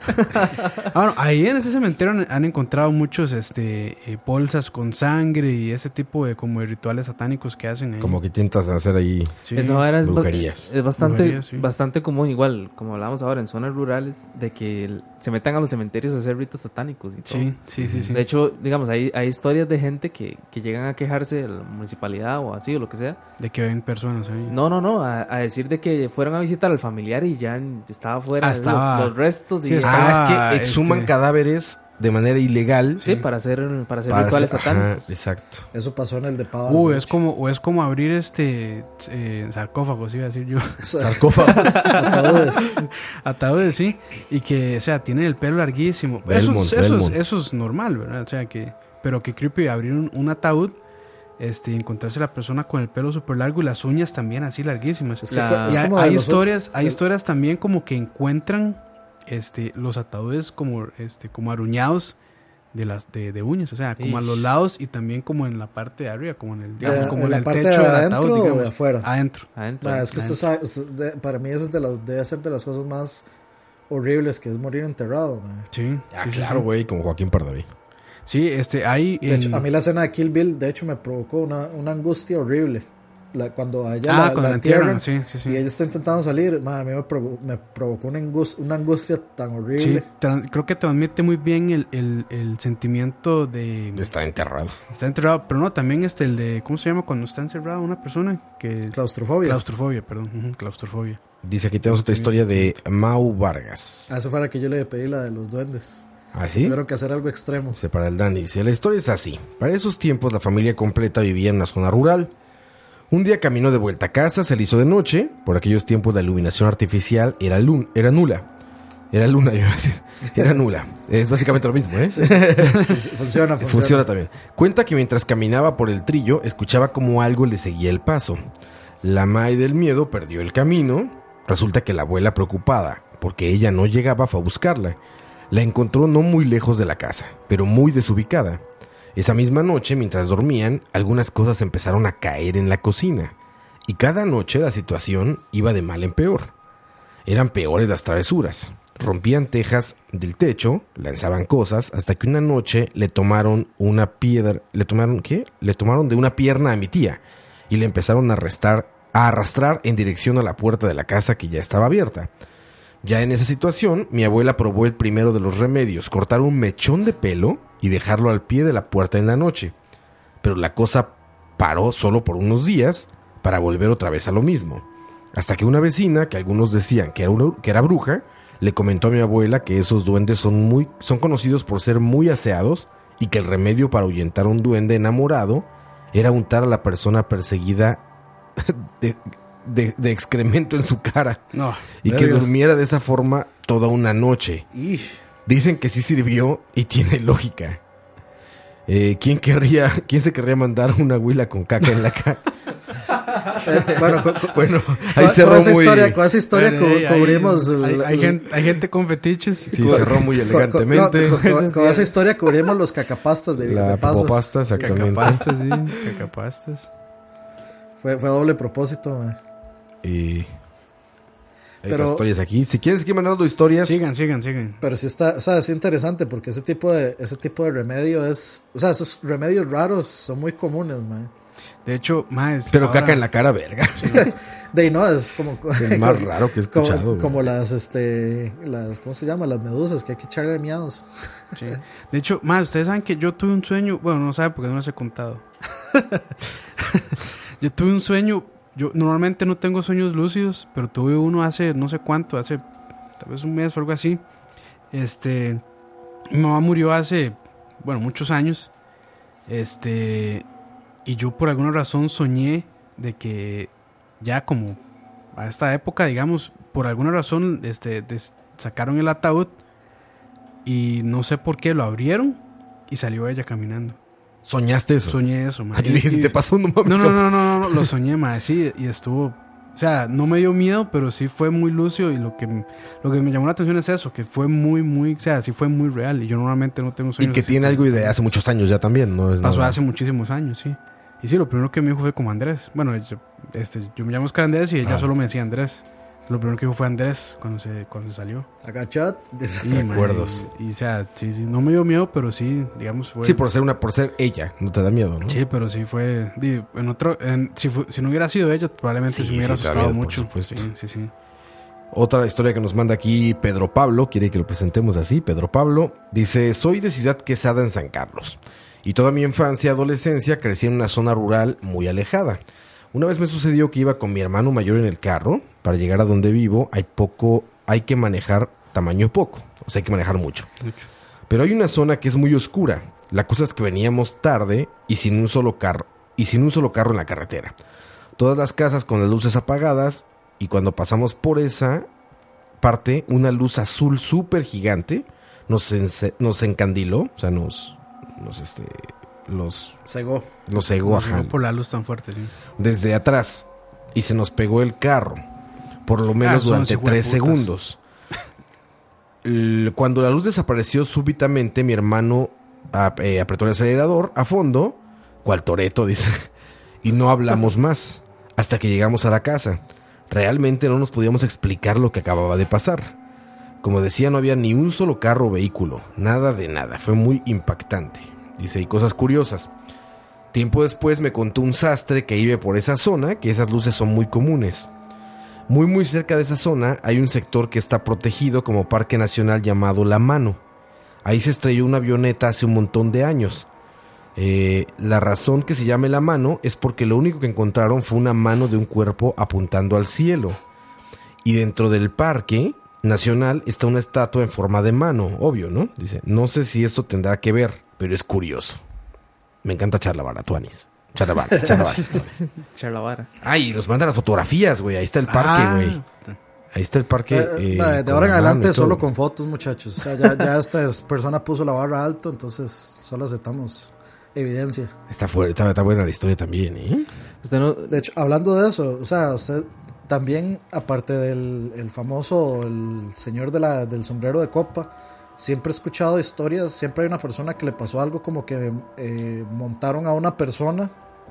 Ah, bueno, ahí en ese cementerio han, han encontrado muchos este, eh, bolsas con sangre y ese tipo de como de rituales satánicos que hacen ahí. Como que intentas hacer ahí Sí. Esa vara es, ba- brujerías. es bastante, Brujerías, sí. bastante común, igual, como hablamos ahora, en zonas rurales, de que el- se metan a los cementerios a hacer ritos satánicos y todo. Sí, sí, sí, sí. De hecho, digamos, hay, hay historias de gente que, que llegan a quejarse de la municipalidad o así o lo que sea. De que ven personas ahí. No, no, no, a, a decir de que fueron a visitar al familiar y ya estaba fuera Ah, los- estaba- los, restos y sí, sí, estaba- Ah, es que exhuman este- cadáveres de manera ilegal. para hacer, para hacer para rituales hacer- ajá, satánicos. exacto. Eso pasó en el de Pavas. Uh, de es hecho. como, o es como abrir este eh, sarcófagos, iba a decir yo. O sea, Sarcófagos. ataúdes. Ataúdes, sí. Y que, o sea, tienen el pelo larguísimo. Eso, Belmont, es- eso, es, Belmont. eso es normal, ¿verdad? O sea, que... Pero que creepy abrir un, un ataúd, este, y encontrarse la persona con el pelo súper largo y las uñas también así larguísimas. Es que La- es Y hay, como de hay los- historias, hay de- historias también como que encuentran este, los ataúdes como, este, como aruñados de las de, de uñas, o sea, como a los lados y también como en la parte de arriba, como en el, digamos, De- como en en la el parte techo de del adentro ataúd, o de digamos. afuera. Adentro. Adentro. Ma, es que usted sabe, usted de- para mí eso es de las, debe ser de las cosas más horribles que es morir enterrado. Ma. Sí, Ah, sí, sí, claro, sí. güey, como Joaquín Pardaví. Sí, este, hay... De en- hecho, a mí la escena de Kill Bill, de hecho, me provocó una, una angustia horrible. La, cuando a ella Ah, la, cuando la la entierran, entierran sí, sí, sí. y ella está intentando salir, ma, a mí me, provo- me provocó una, angus- una angustia tan Sí, horrible. tran- creo que transmite muy bien el, el, el sentimiento de Está enterrado. estar enterrado, pero no, también este, el de, ¿cómo se llama cuando está encerrada una persona? Que... Claustrofobia. Claustrofobia, perdón, ujú, claustrofobia. Dice aquí tenemos otra historia de Mau Vargas. A esa fue la que yo le pedí, la de los duendes. ¿Ah, sí? Tuvieron que hacer algo extremo. Dice para el Dani. Dice, la historia es así. Para esos tiempos la familia completa vivía en una zona rural. Un día caminó de vuelta a casa, se le hizo de noche. Por aquellos tiempos la iluminación artificial era, lun era nula. Era luna, yo iba a decir. Era nula. Es básicamente lo mismo, ¿eh? Fun- Funciona, funciona. Funciona también. Cuenta que mientras caminaba por el trillo, escuchaba como algo le seguía el paso. La May del miedo perdió el camino. Resulta que la abuela, preocupada porque ella no llegaba, fue a buscarla. La encontró no muy lejos de la casa, pero muy desubicada. Esa misma noche, mientras dormían, algunas cosas empezaron a caer en la cocina. Y cada noche la situación iba de mal en peor. Eran peores las travesuras. Rompían tejas del techo, lanzaban cosas, hasta que una noche le tomaron una piedra... ¿Le tomaron qué? Le tomaron de una pierna a mi tía y le empezaron a arrastrar, a arrastrar en dirección a la puerta de la casa que ya estaba abierta. Ya en esa situación, mi abuela probó el primero de los remedios, cortar un mechón de pelo y dejarlo al pie de la puerta en la noche. Pero la cosa paró solo por unos días para volver otra vez a lo mismo. Hasta que una vecina, que algunos decían que era, una, que era bruja, le comentó a mi abuela que esos duendes son, muy, son conocidos por ser muy aseados y que el remedio para ahuyentar a un duende enamorado era untar a la persona perseguida de, de, de excremento en su cara. No, Y que Verga. durmiera de esa forma toda una noche. Ish. Dicen que sí sirvió y tiene lógica. Eh, ¿quién, querría, ¿Quién se querría mandar una huila con caca en la cara? Eh, bueno, cu- cu- Bueno, ahí con, cerró con esa muy... historia, con esa historia Bueno, cu- hay- hay- cubrimos... el- Hay, hay el- gente, hay gente con fetiches. Sí, cerró muy con- con- elegantemente. no, con- con- con esa historia cubrimos los cacapastas de, La de paso. popopasta, exactamente. Cacapastas, sí, cacapastas. Fue, fue doble propósito, man. Y... Hay Pero- otras historias aquí. Si quieren seguir mandando historias... Sigan, sigan, sigan. Pero sí está, o sea, es interesante porque ese tipo de, ese tipo de remedio es, o sea, esos remedios raros son muy comunes, man. De hecho, más. Pero caca en la cara, verga. De ahí no, es como, El más raro que he escuchado. como, güey. como las, este, las, ¿cómo se llama? Las medusas que hay que echarle miados. Sí. De hecho, más, ustedes saben que yo tuve un sueño. Bueno, no saben porque no les he contado. Yo tuve un sueño. Yo normalmente no tengo sueños lúcidos, pero tuve uno hace no sé cuánto, hace tal vez un mes o algo así. Este, mi mamá murió hace, bueno, muchos años. Este, y yo por alguna razón soñé de que ya como a esta época, digamos, por alguna razón, este, des- sacaron el ataúd y no sé por qué lo abrieron y salió ella caminando. ¿Soñaste eso? Soñé eso, ma. Ay, yo dije, Y- si te pasó, no mames. no, no, cabrón. no, no, no, lo soñé, ma, sí, y estuvo, o sea, no me dio miedo, pero sí fue muy lúcido y lo que, lo que me llamó la atención es eso, que fue muy, muy, o sea, sí fue muy real y yo normalmente no tengo Y sueños que así, tiene pero algo de hace muchos años ya también, ¿no? Es pasó nada. hace muchísimos años, sí. Y sí, lo primero que me dijo fue como Andrés. Bueno, yo, este, yo me llamo Oscar Andrés y ella Ah. solo me decía Andrés. Lo primero que dijo fue Andrés cuando se, cuando se salió. Agachat. Sí, Recuerdos. man, y, y, o sea, sí, sí, no me dio miedo, pero sí, digamos, fue... Sí, por ser una, por ser ella, no te da miedo, ¿no? Sí, pero sí fue... di, En otro, en, si, fu- si no hubiera sido ella, probablemente Sí, se hubiera sí, te da asustado miedo, por mucho. supuesto. Sí, sí, sí. Otra historia que nos manda aquí Pedro Pablo, quiere que lo presentemos así. Pedro Pablo dice: soy de Ciudad Quesada en San Carlos y toda mi infancia y adolescencia crecí en una zona rural muy alejada. Una vez me sucedió que iba con mi hermano mayor en el carro. Para llegar a donde vivo hay poco, hay que manejar tamaño poco, o sea hay que manejar mucho. Mucho. Pero hay una zona que es muy oscura. La cosa es que veníamos tarde y sin un solo carro y sin un solo carro en la carretera. Todas las casas con las luces apagadas. Y cuando pasamos por esa parte, una luz azul súper gigante nos, ence- nos encandiló, o sea, nos, nos este, los, Cegó. los cegó, No, ajá, no por la luz tan fuerte, sí. desde atrás y se nos pegó el carro, por lo menos son durante hijueputas. tres segundos. L- Cuando la luz desapareció súbitamente, mi hermano ap- eh, apretó el acelerador a fondo, cual Toreto, dice, y no hablamos más hasta que llegamos a la casa. Realmente no nos podíamos explicar lo que acababa de pasar. Como decía, no había ni un solo carro o vehículo, nada de nada, fue muy impactante. Dice, y cosas curiosas. Tiempo después me contó un sastre que vive por esa zona que esas luces son muy comunes. Muy muy cerca de esa zona hay un sector que está protegido como parque nacional llamado La Mano. Ahí se estrelló una avioneta hace un montón de años. Eh, la razón que se llame La Mano es porque lo único que encontraron fue una mano de un cuerpo apuntando al cielo. Y dentro del parque nacional está una estatua en forma de mano, obvio, ¿no? Dice, no sé si esto tendrá que ver, pero es curioso. Me encanta Charlavara, Tuanis. Charlavara, Charlavara. Charlavara. Ay, nos manda las fotografías, güey. Ahí está el parque, Ah, güey. Ahí está el parque. Eh, eh, eh, de con ahora en la mano adelante y todo. solo con fotos, muchachos. O sea, ya, ya esta persona puso la barra alto, entonces solo aceptamos evidencia. Está, fuerte, está, está buena la historia también, ¿eh? Usted no, De hecho, hablando de eso, o sea, usted también, aparte del el famoso, el señor de la, del sombrero de copa, siempre he escuchado historias, siempre hay una persona que le pasó algo como que eh, montaron a una persona,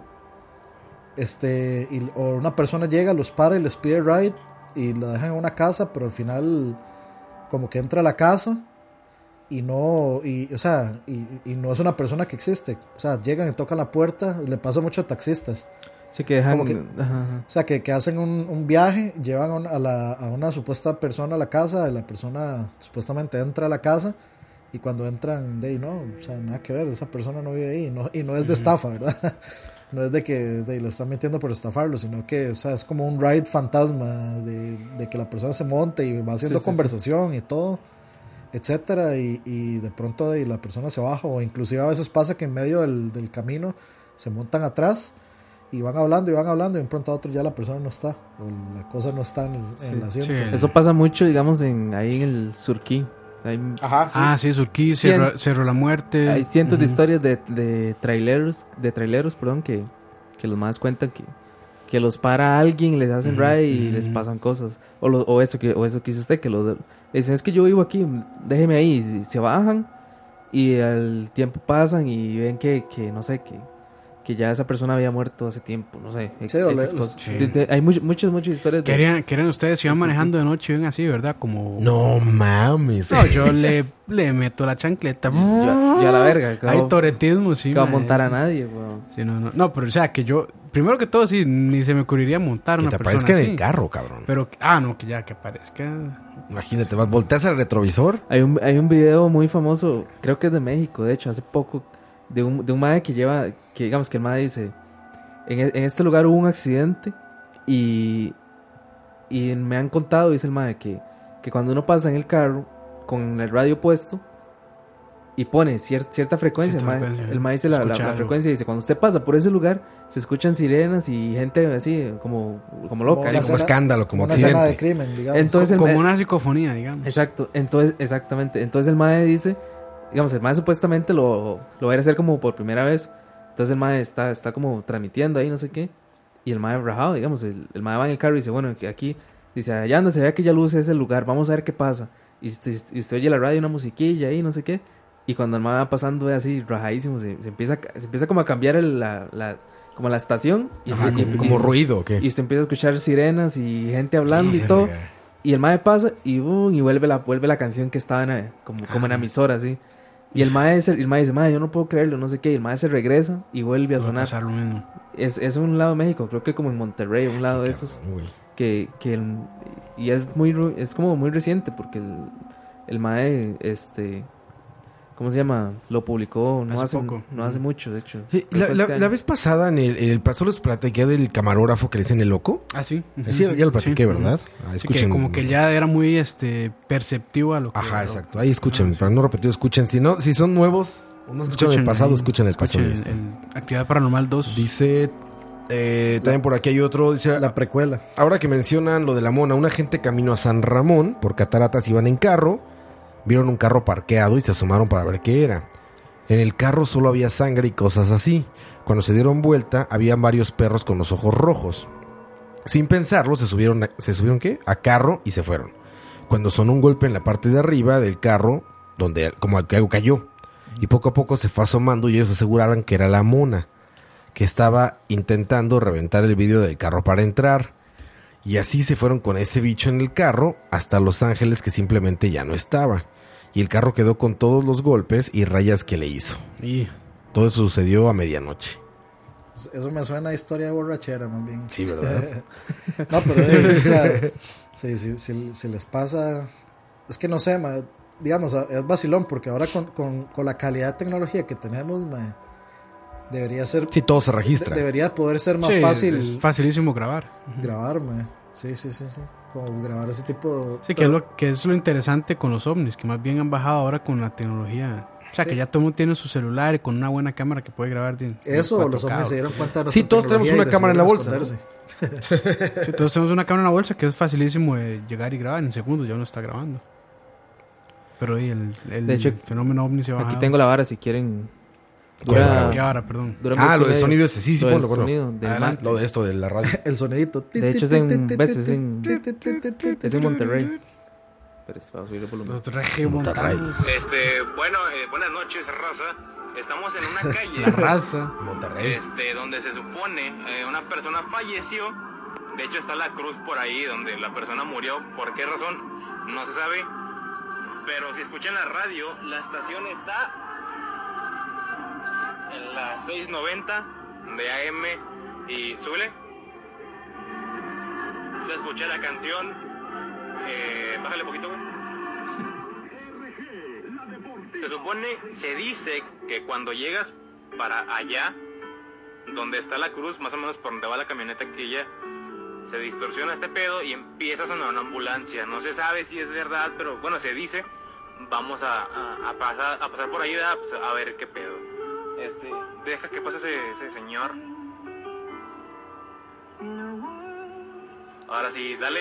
este, y, o una persona llega, los para y les pide ride y la dejan en una casa, pero al final como que entra a la casa y no, y, o sea, y, y no es una persona que existe, o sea, llegan y tocan la puerta, le pasa mucho a taxistas. sí que dejan... Como que- ajá, ajá. O sea, que, que hacen un, un viaje, llevan a una, a, la, a una supuesta persona a la casa, la persona supuestamente entra a la casa y cuando entran, de ahí no, o sea, nada que ver, esa persona no vive ahí, no, y no es de estafa, ¿verdad? No es de que de, ahí le están mintiendo por estafarlo, sino que, o sea, es como un ride fantasma de, de que la persona se monte y va haciendo Sí, sí, conversación y todo, etcétera, y, y de pronto de ahí la persona se baja, o inclusive a veces pasa que en medio del, del camino se montan atrás y van hablando y van hablando y de pronto a otro ya la persona no está o la cosa no está en el, en el asiento. sí. Eso pasa mucho, digamos, en ahí en el Surquí. Hay, Ajá, sí. Ah, sí, Surquí, Cien- Cerro, Cerro La Muerte. hay cientos de Ujú. historias de, de traileros, de traileros, perdón, que, que los más cuentan que, que los para alguien, les hacen Ujú, ride y ujú. les pasan cosas. O, lo- o eso que o eso que hizo usted, que los dicen, es que yo vivo aquí, déjeme ahí. Y se bajan y al tiempo pasan y ven que, que no sé, que, que ya esa persona había muerto hace tiempo, no sé. Sí, o le- X cosas. sí. De- de- hay much- muchas, muchas historias de... Querían, querían ustedes, si van Sí, manejando de noche y ven así, ¿verdad? Como... No mames. No, yo le, le meto la chancleta. Yo, yo a la verga, que Hay va- toretismo, sí. que va a mae. montar a nadie, weón. Sí, no, no. No, pero o sea, que yo... Primero que todo, sí, ni se me ocurriría montar Que una te persona aparezca en así. el carro, cabrón. Pero, ah, no, que ya, que aparezca... Imagínate, vas, volteas al retrovisor. Hay un, hay un video muy famoso, creo que es de México, de hecho, hace poco, de un, de un mae que lleva, que digamos que el mae dice, en, e- en este lugar hubo un accidente y, y me han contado, dice el mae, que, que cuando uno pasa en el carro con el radio puesto y pone cier- cierta frecuencia, Cierta el mae, frecuencia, el mae dice la, la- escucha la algo. frecuencia, dice, cuando usted pasa por ese lugar se escuchan sirenas y gente así como, como loca. Como Sí, una como escena- escándalo, como una escena de accidente. crimen, digamos. Entonces, el como mae- una psicofonía, digamos. Exacto, entonces, exactamente. Entonces el mae dice, digamos, el mae supuestamente lo, lo va a ir a hacer como por primera vez. Entonces el mae está, está como transmitiendo ahí, no sé qué. Y el mae rajado, digamos, el, el mae va en el carro y dice, bueno, que aquí, dice, allá donde se ve aquella luz es el lugar, vamos a ver qué pasa. Y usted, y usted oye la radio, una musiquilla ahí, no sé qué. Y cuando el mae va pasando, ve así, rajadísimo, se, se empieza, a ca- se empieza como a cambiar el- la, la, como la estación. Y, Ajá, y- como, y- como ruido, ¿o qué? Y usted empieza a escuchar sirenas y gente hablando y todo. Verga. Y el mae pasa y, boom, y vuelve la vuelve la canción que estaba en, la- como, como en la emisora, así. Y el mae, es el, el mae dice, mae, yo no puedo creerlo, no sé qué. Y el mae se regresa y vuelve a Va a sonar. pasar lo mismo. Es, es un lado de México, creo que como en Monterrey, un lado de esos. Cabrón, güey. Que, que el- y es muy ru- es como muy reciente porque el, el mae, este, ¿cómo se llama? Lo publicó no Hace hace, poco. no hace mucho, de hecho. Sí, Creo la, que la- este año. la vez pasada en el, en el pasó les platiqué del camarógrafo que le dicen el loco. Ah, sí. ujú. Sí, ya lo platiqué, Sí, ¿verdad? ujú. Ah, Sí, escuchen. que como que ya era muy este perceptivo a lo que... Ajá, lo- exacto. Ahí escuchen, Ajá, para no repetir, escuchen. Si no, si son nuevos, o no escuchan el pasado, ahí, escuchen el pasado de esto. el Actividad Paranormal dos. Dice, eh, también por aquí hay otro, dice, La precuela. ahora que mencionan lo de la mona, una gente camino a San Ramón, por Cataratas iban en carro, vieron un carro parqueado y se asomaron para ver qué era. En el carro solo había sangre y cosas así. Cuando se dieron vuelta, habían varios perros con los ojos rojos. Sin pensarlo, se subieron, a- ¿se subieron qué? A carro y se fueron. Cuando sonó un golpe en la parte de arriba del carro, donde como que algo cayó. Y poco a poco se fue asomando y ellos aseguraron que era la mona, que estaba intentando reventar el vidrio del carro para entrar. Y así se fueron con ese bicho en el carro hasta Los Ángeles, que simplemente ya no estaba. Y el carro quedó con todos los golpes y rayas que le hizo. Y Todo eso sucedió a medianoche. Eso me suena a historia de borrachera, más bien. Sí, ¿verdad? No, pero, eh, o sea, si, si, si- si les pasa. Es que no sé, ma, digamos, es vacilón, porque ahora con, con, con la calidad de tecnología que tenemos, ma, debería ser. Sí, todo se de- registra. debería poder ser más sí, fácil es facilísimo grabar. grabar, ma. Sí, sí, sí, sí. Como grabar ese tipo. Sí, que es, lo, que es lo interesante con los ovnis, que más bien han bajado ahora con la tecnología. O sea, Sí. que ya todo el mundo tiene su celular y con una buena cámara que puede grabar. De, Eso, de los cuatro K, hombres se o- dieron cuenta de Sí, nuestra todos tenemos tecnología una y cámara en la decidieron bolsa, esconderse. Sí, todos tenemos una cámara en la bolsa que es facilísimo de llegar y grabar. En segundos ya uno está grabando. Pero ahí el, el De hecho, fenómeno ovni se ha bajado. Aquí tengo la vara si quieren. ¿Cuál vara, Dura, güey? ¿Qué ahora, perdón? dura Ah, minuto lo y del medio. sonido ese, sí, sí, Lo del ponlo, ponlo. sonido del Adelante. Lo de esto, de la radio. El sonidito. De hecho, es en- ves, es en- Es en Monterrey. Pero es para subir el volumen. Los regiomontanos. Este, bueno, eh, buenas noches, raza. Estamos en una calle. La raza. Monterrey. Este, donde se supone eh, una persona falleció. De hecho está la cruz por ahí donde la persona murió. ¿Por qué razón? No se sabe. Pero si escuchan la radio, la estación está en la seiscientos noventa de A M y súbele. Se escucha la canción. Eh, bájale un poquito, güey. Se supone, se dice que cuando llegas para allá, donde está la cruz, más o menos por donde va la camioneta aquella, se distorsiona este pedo y empieza a sonar una ambulancia. No se sabe si es verdad, pero bueno, se dice. Vamos a, a, a pasar, a pasar por ahí a, pues, a ver qué pedo. Este, deja que pase ese, ese señor. Ahora sí, dale.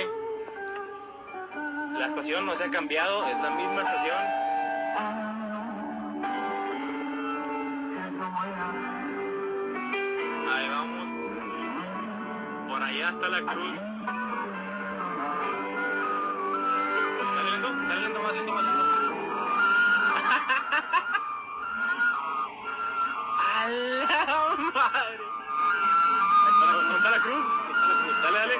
La estación no se ha cambiado, es la misma estación. Ahí vamos. Por allá está la cruz. Dale lento, dale lento, más lento, más lento. ¡A la madre! ¿Dónde está la cruz? ¿Dónde está la cruz? Dale, dale.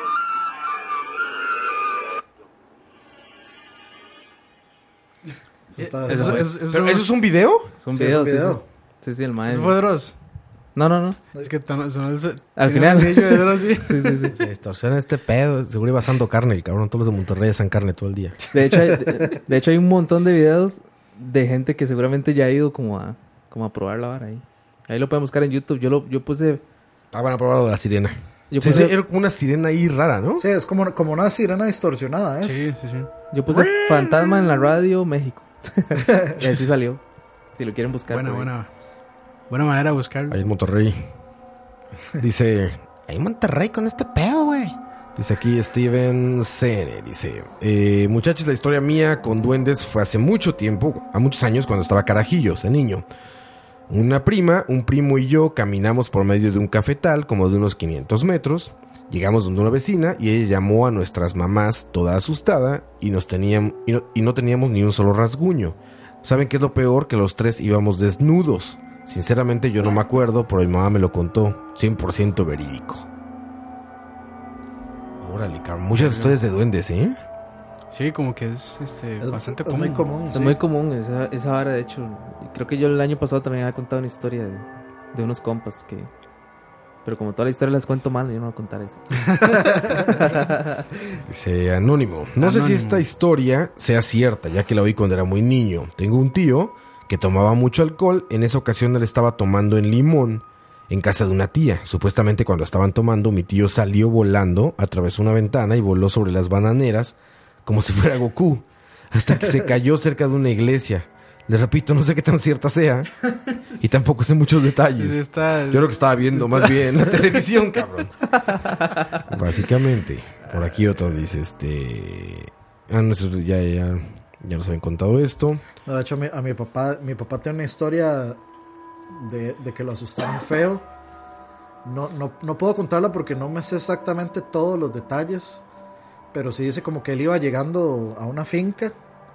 Eso está- Eso, eso, eso, ¿Pero eso es un video? Es un Sí, es video, un sí, video. sí. Sí, sí, el eso maestro. fue Dross. No, no, no. Es que tan- sonó el so- Al tiene final. el anillo de Dross, sí. Sí, sí, sí. Se distorsiona este pedo. Seguro iba asando carne el cabrón. Todos los de Monterrey asan carne todo el día. De hecho, hay, de, de hecho, hay un montón de videos de gente que seguramente ya ha ido como a, como a probar la vara ahí. Ahí lo pueden buscar en YouTube. Yo lo, yo puse. Ah, van a probar lo de la sirena. Yo Sí, puse, sí, era como una sirena ahí rara, ¿no? Sí, es como, como una sirena distorsionada, ¿eh? Sí, sí, sí. yo puse Fantasma en la radio México. Y así salió. Si lo quieren buscar. Buena, por ahí. buena. Buena manera de buscarlo. Ahí en Monterrey. Dice, ahí en Monterrey con este pedo, güey. Dice aquí Steven C N. Dice, eh, muchachos, la historia mía con duendes fue hace mucho tiempo, a muchos años, cuando estaba carajillo, ese niño. Una prima, un primo y yo caminamos por medio de un cafetal como de unos quinientos metros. Llegamos donde una vecina y ella llamó a nuestras mamás toda asustada y, nos tenían, y, no, y no teníamos ni un solo rasguño. ¿Saben qué es lo peor? Que los tres íbamos desnudos. Sinceramente yo no me acuerdo, pero mi mamá me lo contó. cien por ciento verídico. Órale, cabrón. Muchas historias de duendes, ¿eh? Sí, como que es este, Es, bastante es común. muy común. Es sí. muy común esa, esa vara, de hecho. Creo que yo el año pasado también había contado una historia de, de unos compas que... Pero como toda la historia las cuento mal, yo no voy a contar eso. Dice Anónimo. No sé si Anónimo. esta historia sea cierta, ya que la oí cuando era muy niño. Tengo un tío que tomaba mucho alcohol. En esa ocasión él estaba tomando en Limón, en casa de una tía. Supuestamente cuando estaban tomando, mi tío salió volando, atravesó una ventana y voló sobre las bananeras como si fuera Goku, hasta que se cayó cerca de una iglesia. Les repito, no sé qué tan cierta sea y tampoco sé muchos detalles. Está- Yo creo que estaba viendo más bien la televisión, cabrón. Básicamente. Por aquí otro dice, este... Ah, no, eso ya, ya, ya nos habían contado esto. No, de hecho, a mi, a mi papá, mi papá tiene una historia de, de que lo asustaron feo. No, no, no puedo contarla porque no me sé exactamente todos los detalles, pero sí dice como que él iba llegando a una finca,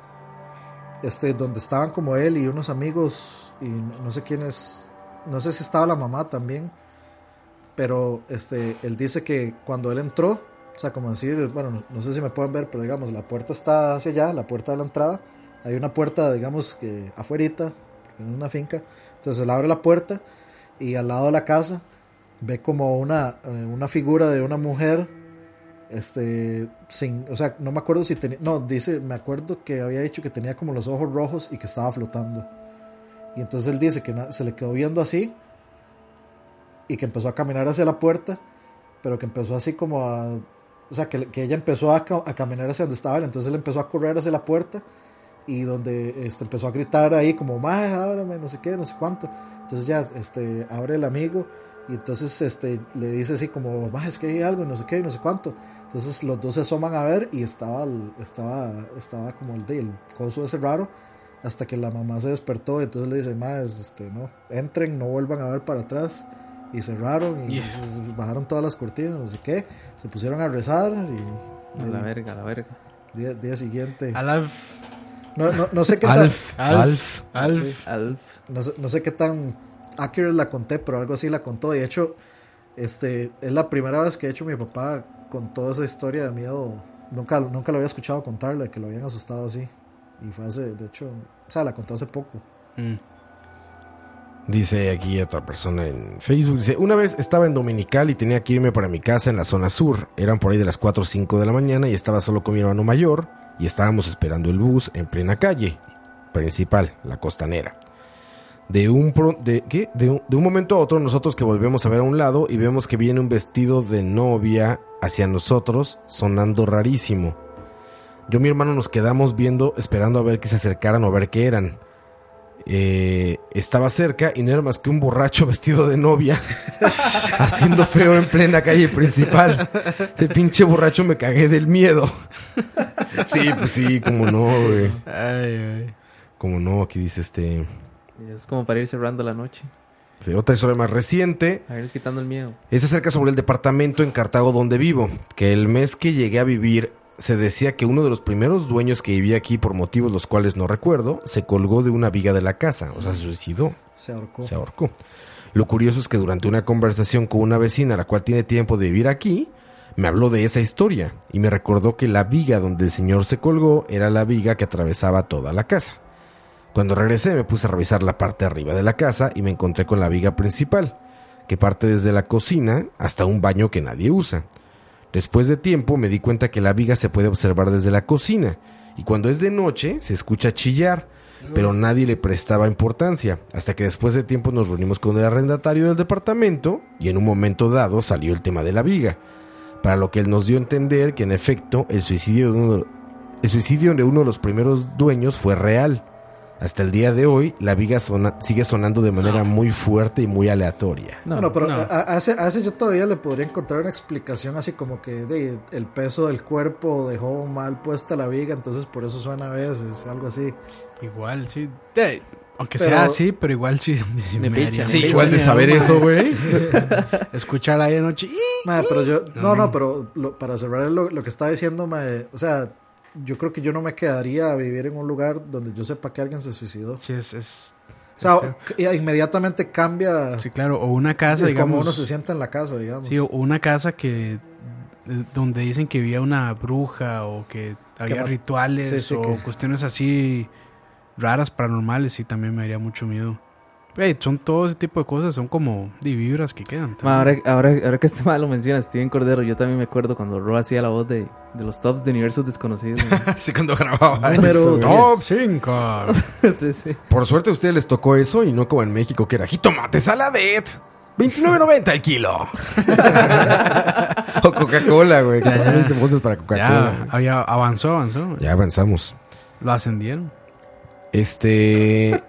este, donde estaban como él y unos amigos y no sé quiénes, no sé si estaba la mamá también, pero este, él dice que cuando él entró, o sea, como decir, bueno, no, no sé si me pueden ver, pero digamos, la puerta está hacia allá, la puerta de la entrada, hay una puerta, digamos, que afuerita, en una finca, entonces él abre la puerta y al lado de la casa ve como una, una figura de una mujer, este, sin, o sea, no me acuerdo si tenía, no, dice, me acuerdo que había dicho que tenía como los ojos rojos y que estaba flotando. Y entonces él dice que na- se le quedó viendo así y que empezó a caminar hacia la puerta, pero que empezó así como a, o sea, que, que ella empezó a, ca- a caminar hacia donde estaba él, entonces él empezó a correr hacia la puerta y donde este, empezó a gritar ahí como, mae, ábrame, no sé qué, no sé cuánto. Entonces ya este, abre el amigo y entonces este, le dice así como, mae, es que hay algo, no sé qué, no sé cuánto. Entonces los dos se asoman a ver y estaba, el- estaba, estaba como el, de, el coso ese raro, hasta que la mamá se despertó y entonces le dice, mae, este, no, entren, no vuelvan a ver para atrás. Y cerraron y Yeah. entonces bajaron todas las cortinas, no sé qué, se pusieron a rezar y A la verga, a la verga. día, día siguiente Alf, no, no, no sé qué Alf, Alf, Alf. Alf. Sí. Alf. tan no sé, no sé qué tan accurate la conté, pero algo así la contó. De hecho, este es la primera vez que de hecho mi papá contó esa historia de miedo. Nunca, nunca lo había escuchado contarla, que lo habían asustado así. Y fue hace, de hecho, o sea, la contó hace poco. Mm. Dice aquí otra persona en Facebook. Dice, una vez estaba en Dominical y tenía que irme para mi casa en la zona sur. Eran por ahí de las cuatro o cinco de la mañana y estaba solo con mi hermano mayor y estábamos esperando el bus en plena calle principal, la costanera. De un, pro, de, ¿qué? De, un, de un momento a otro nosotros que volvemos a ver a un lado y vemos que viene un vestido de novia hacia nosotros sonando rarísimo. Yo y mi hermano nos quedamos viendo, esperando a ver que se acercaran o a ver qué eran. Eh, estaba cerca y no era más que un borracho vestido de novia haciendo feo en plena calle principal. Ese pinche borracho me cagué del miedo. Sí, pues sí, como no, güey. Ay, ay. Como no, aquí dice este... Y es como para ir cerrando la noche. Sí, otra historia más reciente. A irnos quitando el miedo. Es acerca sobre el departamento en Cartago donde vivo. Que el mes que llegué a vivir se decía que uno de los primeros dueños que vivía aquí, por motivos los cuales no recuerdo, se colgó de una viga de la casa. O sea, se suicidó. Se ahorcó. Se ahorcó. Lo curioso es que durante una conversación con una vecina, la cual tiene tiempo de vivir aquí, me habló de esa historia y me recordó que la viga donde el señor se colgó era la viga que atravesaba toda la casa. Cuando regresé me puse a revisar la parte de arriba de la casa y me encontré con la viga principal, que parte desde la cocina hasta un baño que nadie usa. Después de tiempo me di cuenta que la viga se puede observar desde la cocina y cuando es de noche se escucha chillar, pero nadie le prestaba importancia, hasta que después de tiempo nos reunimos con el arrendatario del departamento y en un momento dado salió el tema de la viga, para lo que él nos dio a entender que en efecto el suicidio de uno, el suicidio de uno de los primeros dueños fue real. Hasta el día de hoy, la viga sona, sigue sonando de manera muy fuerte y muy aleatoria. No, bueno, pero no. A, a ese, a ese yo todavía le podría encontrar una explicación así como que de, el peso del cuerpo dejó mal puesta la viga, entonces por eso suena a veces, algo así. Igual, sí. Eh, aunque Pero- sea así, pero igual sí. Me picha. haría Sí, mucho igual de miedo, saber mae. eso, güey. Escuchar ahí de noche. ¡ih! Mae, pero yo, no, No. no, pero lo- para cerrar lo, lo que estaba diciendo, mae, o sea, yo creo que yo no me quedaría a vivir en un lugar donde yo sepa que alguien se suicidó. Sí, es, es, sea, c- inmediatamente cambia Sí, claro, o una casa, el digamos. cómo uno se sienta en la casa, digamos. Sí, o una casa que eh, donde dicen que había una bruja o que había ma- rituales sí, sí, o que- cuestiones así raras, paranormales, sí, también me daría mucho miedo. Ey, son todo ese tipo de cosas, son como de vibras que quedan. Ma, también. ahora, ahora, ahora que este mal lo menciona, Steven Cordero, yo también me acuerdo cuando Ro hacía la voz de, de los tops de Universos Desconocidos. Así cuando grababa Número eso, güey. diez. Top cinco. sí, sí. Por suerte a ustedes les tocó eso y no como en México que era jitomate saladet. veintinueve noventa el kilo. O Coca-Cola, güey. Que también hice voces para Coca-Cola. Ya, había, avanzó, avanzó. Ya avanzamos. Lo ascendieron. Este.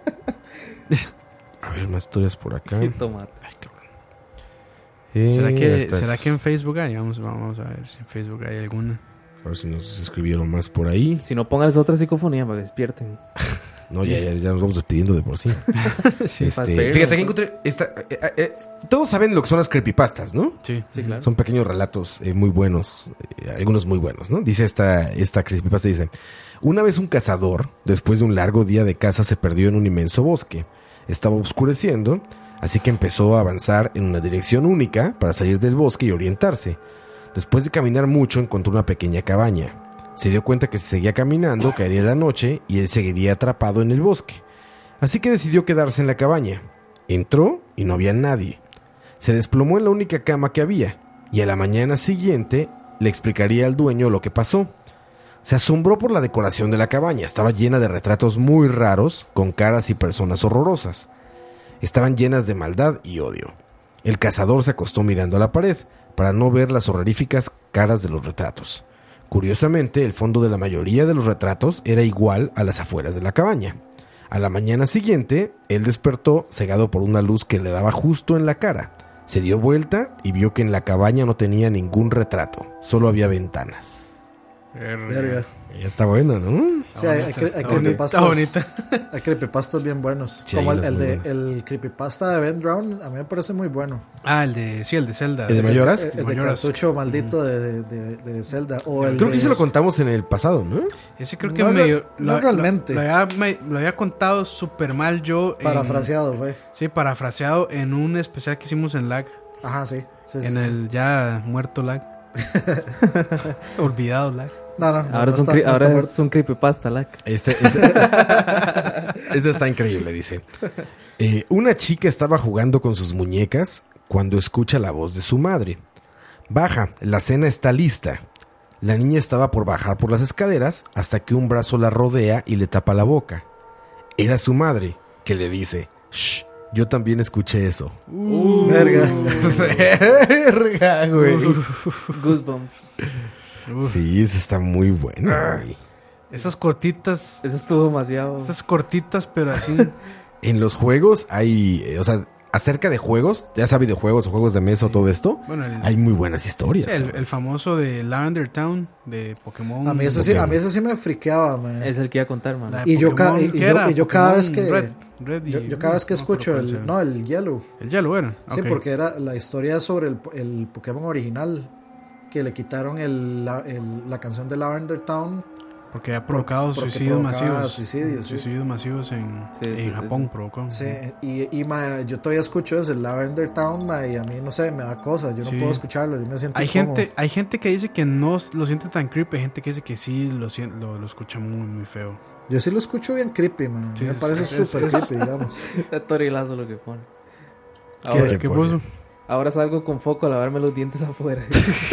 A ver, más historias por acá. Jitomate. Ay, cabrón. Eh, ¿Será que, estas- ¿Será que en Facebook hay? Vamos, vamos a ver si en Facebook hay alguna. A ver si nos escribieron más por ahí. Si no, pónganles otra psicofonía para que despierten. No, ya, ya, ya nos vamos despidiendo de por sí. Sí, Este, Pastel, fíjate ¿no? que encontré esta, eh, eh, eh, todos saben lo que son las creepypastas, ¿no? sí. Sí, claro. Son pequeños relatos eh, muy buenos, eh, algunos muy buenos, ¿no? Dice esta, esta creepypasta, dice: una vez un cazador, después de un largo día de caza, se perdió en un inmenso bosque. Estaba oscureciendo, así que empezó a avanzar en una dirección única para salir del bosque y orientarse. Después de caminar mucho, encontró una pequeña cabaña. Se dio cuenta que si seguía caminando, caería la noche y él seguiría atrapado en el bosque. Así que decidió quedarse en la cabaña. Entró y no había nadie. Se desplomó en la única cama que había, y a la mañana siguiente le explicaría al dueño lo que pasó. Se asombró por la decoración de la cabaña. Estaba llena de retratos muy raros, con caras y personas horrorosas. Estaban llenas de maldad y odio. El cazador se acostó mirando a la pared, para no ver las horroríficas caras de los retratos. Curiosamente, el fondo de la mayoría de los retratos era igual a las afueras de la cabaña. A la mañana siguiente, él despertó cegado por una luz que le daba justo en la cara. Se dio vuelta y vio que en la cabaña no tenía ningún retrato, solo había ventanas. Verga. Ya está bueno, ¿no? Sí, hay, hay, cre- hay Está creepypastas. bonita, Hay creepypastas bien buenos. Sí, Como hay el, el unos muy de buenos. el creepypasta de Ben Drown, a mí me parece muy bueno. Ah, el de, sí, el de Zelda. ¿El de Mayoras? El, el de Mayoras. cartucho maldito de, de, de Zelda. O el Creo de, que se lo contamos en el pasado, ¿no? Ese creo que No, medio, no realmente. Lo, lo había, me- lo había contado súper mal yo. en- Parafraseado fue. Sí, parafraseado en un especial que hicimos en Lag. Ajá, sí. sí, sí, En sí. el ya muerto Lag. Olvidado Lag. No, no, no, Ahora, no es, un está- cri- no está ahora muerto. es un creepypasta, like. Este, este, este está increíble, dice. Eh, una chica estaba jugando con sus muñecas cuando escucha la voz de su madre. Baja, la cena está lista. La niña estaba por bajar por las escaleras hasta que un brazo la rodea y le tapa la boca. Era su madre, que le dice: "Shh, yo también escuché eso". Verga. Verga, güey. Goosebumps. Sí, esa está muy buena, güey. Esas cortitas. Eso estuvo demasiado. Estas cortitas, pero así. En los juegos hay, eh, o sea, acerca de juegos, ya sea videojuegos o juegos de mesa o todo esto, Bueno, el, hay muy buenas historias. el, cabrón. el famoso de Lavender Town de Pokémon. A mí ese sí, a mí ese sí me friqueaba, man. Es el que iba a contar, man. La de Y yo ca- Pokémon, y- y ¿qué yo- era? y yo cada vez Pokémon que- Red, Red y- Yo, yo cada vez que no me acuerdo escucho cuál el... era. No, el Yellow. El Yellow era. Sí, ok. porque era la historia sobre el, el Pokémon original. Que le quitaron el, la, el- la canción de Lavender Town. Porque ha provocado porque suicidios provocaba masivos. suicidios, sí. Suicidios masivos en, Sí, en sí, Japón sí. provocó. Sí, y, y ma, yo todavía escucho ese Lavender Town, ma, y a mí, no sé, me da cosa. Yo no Sí. puedo escucharlo, yo me siento Hay incómodo. gente, hay gente que dice que no lo siente tan creepy, hay gente que dice que sí lo, sien- lo, lo escucha muy, muy feo. Yo sí lo escucho bien creepy, man. Sí, me es- parece es- súper es- creepy, digamos. Es Torilazo lo que pone. ¿Qué, Ahora, ¿qué pone? puso? ahora salgo con foco a lavarme los dientes afuera.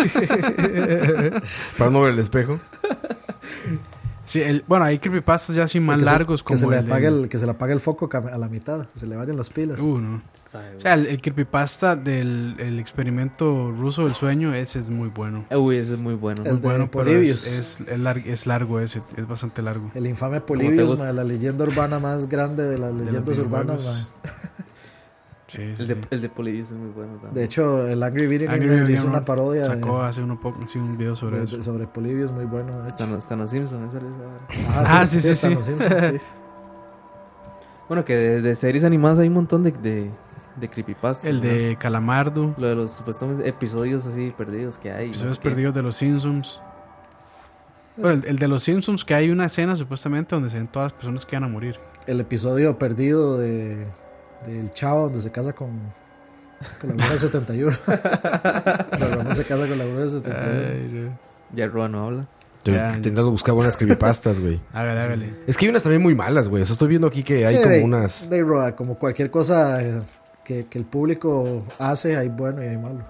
Para no ver el espejo. Sí, el, bueno, hay creepypastas ya así más que se- largos que como se le el, apague del- el Que se le apague el foco cam- a la mitad, que se le vayan las pilas. Uh, no. O sea, el, el creepypasta del el experimento ruso del sueño, ese es muy bueno. Uy, ese es muy bueno. El Muy de bueno, pero Polybius. es, es, es, lar- es largo ese, es bastante largo. El infame te Polybius, gusta? ma, la leyenda urbana más grande de las los leyendas urbanas. videojuegos. Ma. Sí, sí, El de, sí. el de Polybius es muy bueno también. De hecho, el Angry Video Angry Gamer Video hizo Gamer una parodia Sacó de, hace uno poco, sí, un video sobre de- eso. de- sobre Polybius, muy bueno. De hecho. Están, están los Simpsons, esa es la- Ajá, Ah, sí, sí, están sí. los Simpsons, sí. Bueno, que de, de series animadas hay un montón de, de, de creepypastas. El ¿no? de Calamardo, Lo de los supuestamente episodios así perdidos que hay. no episodios sé qué. perdidos de los Simpsons. Bueno, el, el de los Simpsons, que hay una escena supuestamente donde se ven todas las personas que van a morir. el episodio perdido de del Chavo donde se casa con, con la bruja del setenta y uno. La Ramón se casa con la bruja del setenta y uno. Ay, no. Ya Roa no habla. Estoy Ya, ya. intentando buscar buenas creepypastas, güey. Hágale, hágale. Es que hay unas también muy malas, güey. O sea, estoy viendo aquí que hay Sí, como de, unas... de Roa, como cualquier cosa eh, que, que el público hace, hay bueno y hay malo.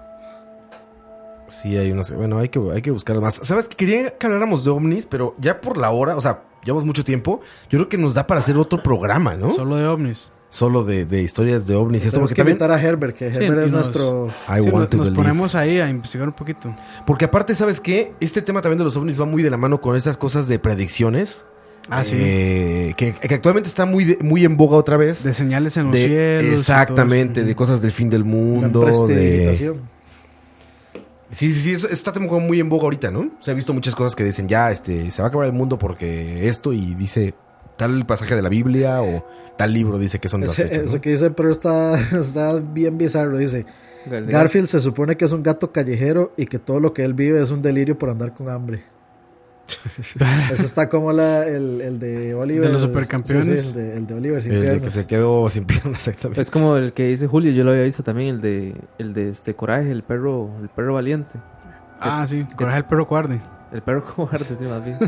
Sí, hay unas... Bueno, hay que, hay que buscar más. ¿Sabes? Quería que habláramos de ovnis, pero ya por la hora, o sea, llevamos mucho tiempo. Yo creo que nos da para hacer otro programa, ¿no? Solo de ovnis. Solo de, de historias de ovnis. Esto Tenemos porque que también... invitar a Herbert, que Sí, Herbert y es nos- nuestro... I Sí, want nos, to nos believe. ponemos ahí a investigar un poquito. Porque aparte, ¿sabes qué? Este tema también de los ovnis va muy de la mano con esas cosas de predicciones. Ah, sí. Eh, que, que actualmente está muy, de- muy en boga otra vez. De señales en los De- cielos. y exactamente, todo de eso. cosas del fin del La mundo. De... prestidigitación. Sí, sí, sí, eso está como muy en boga ahorita, ¿no? Se ha visto muchas cosas que dicen, ya, este, se va a acabar el mundo porque esto, y dice tal pasaje de la Biblia o tal libro dice que son las Ese- fechas, ¿no? Eso que dice, pero está, está bien bizarro. Dice: Garfield se supone que es un gato callejero y que todo lo que él vive es un delirio por andar con hambre. Eso está como la, el, el de Oliver. De los supercampeones. Sí, sí, el, de, el de Oliver sin El de que piernas. se quedó sin piernas, exactamente. Es como el que dice Julio, yo lo había visto también, el de el de este Coraje, el perro, el perro valiente. Ah, sí. Coraje el perro cobarde. El perro cobarde, sí, más bien.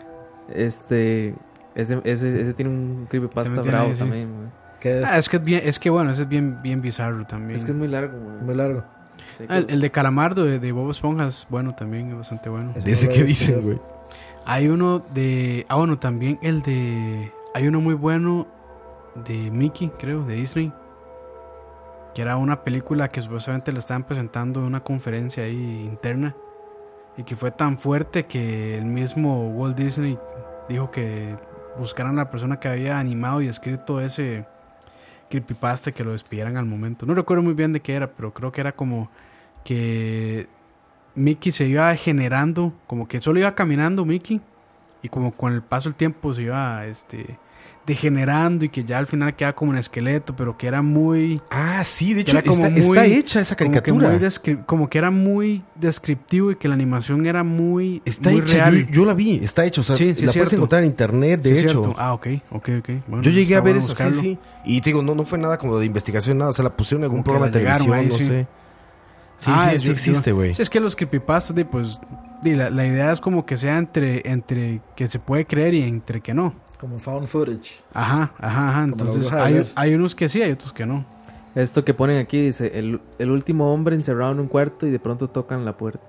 Este, ese, ese, ese tiene un creepypasta También tiene bravo ahí, sí. también, güey. ¿Qué es? Ah, es que es bien, es que bueno, ese es bien, bien bizarro también. Es que es muy largo, güey. Muy largo. Ah, el, el de Calamardo de, de Bob Esponja es bueno también, es bastante bueno. Ese De ese no lo que he visto dicen, yo. güey. Hay uno de... Ah, bueno, también el de... Hay uno muy bueno de Mickey, creo, de Disney. Que era una película que supuestamente le estaban presentando en una conferencia ahí interna. Y que fue tan fuerte que el mismo Walt Disney dijo que buscaran a la persona que había animado y escrito ese creepypasta, que lo despidieran al momento. No recuerdo muy bien de qué era, pero creo que era como que Mickey se iba generando, como que solo iba caminando Mickey, y como con el paso del tiempo se iba este degenerando, y que ya al final queda como un esqueleto, pero que era muy... Ah, sí, de que hecho, era como está, muy- está hecha esa como que, caricatura. muy descri- como que era muy descriptivo, y que la animación era muy, Está muy hecha, real. yo, yo la vi, está hecha, o sea, Sí, sí, la es puedes cierto. encontrar en internet, de Sí, es hecho. cierto. Ah, ok, ok, ok. Bueno, Yo llegué está a ver bueno esa, sí, buscarlo. sí. Y te digo, no, no fue nada como de investigación, nada. O sea, la pusieron en algún Como que programa de la televisión, llegaron no ahí, sí. sé. Sí, Ah, sí, yo- sí yo- existe, güey. Sí, es que los creepypastas, de, pues, de, la, la idea es como que sea entre, entre que se puede creer y entre que no. Como found footage. Ajá, ajá, ajá. la Entonces, bruja de hay, Blair. hay unos que sí, hay otros que no. Esto que ponen aquí dice, el, el último hombre encerrado en un cuarto y de pronto tocan la puerta.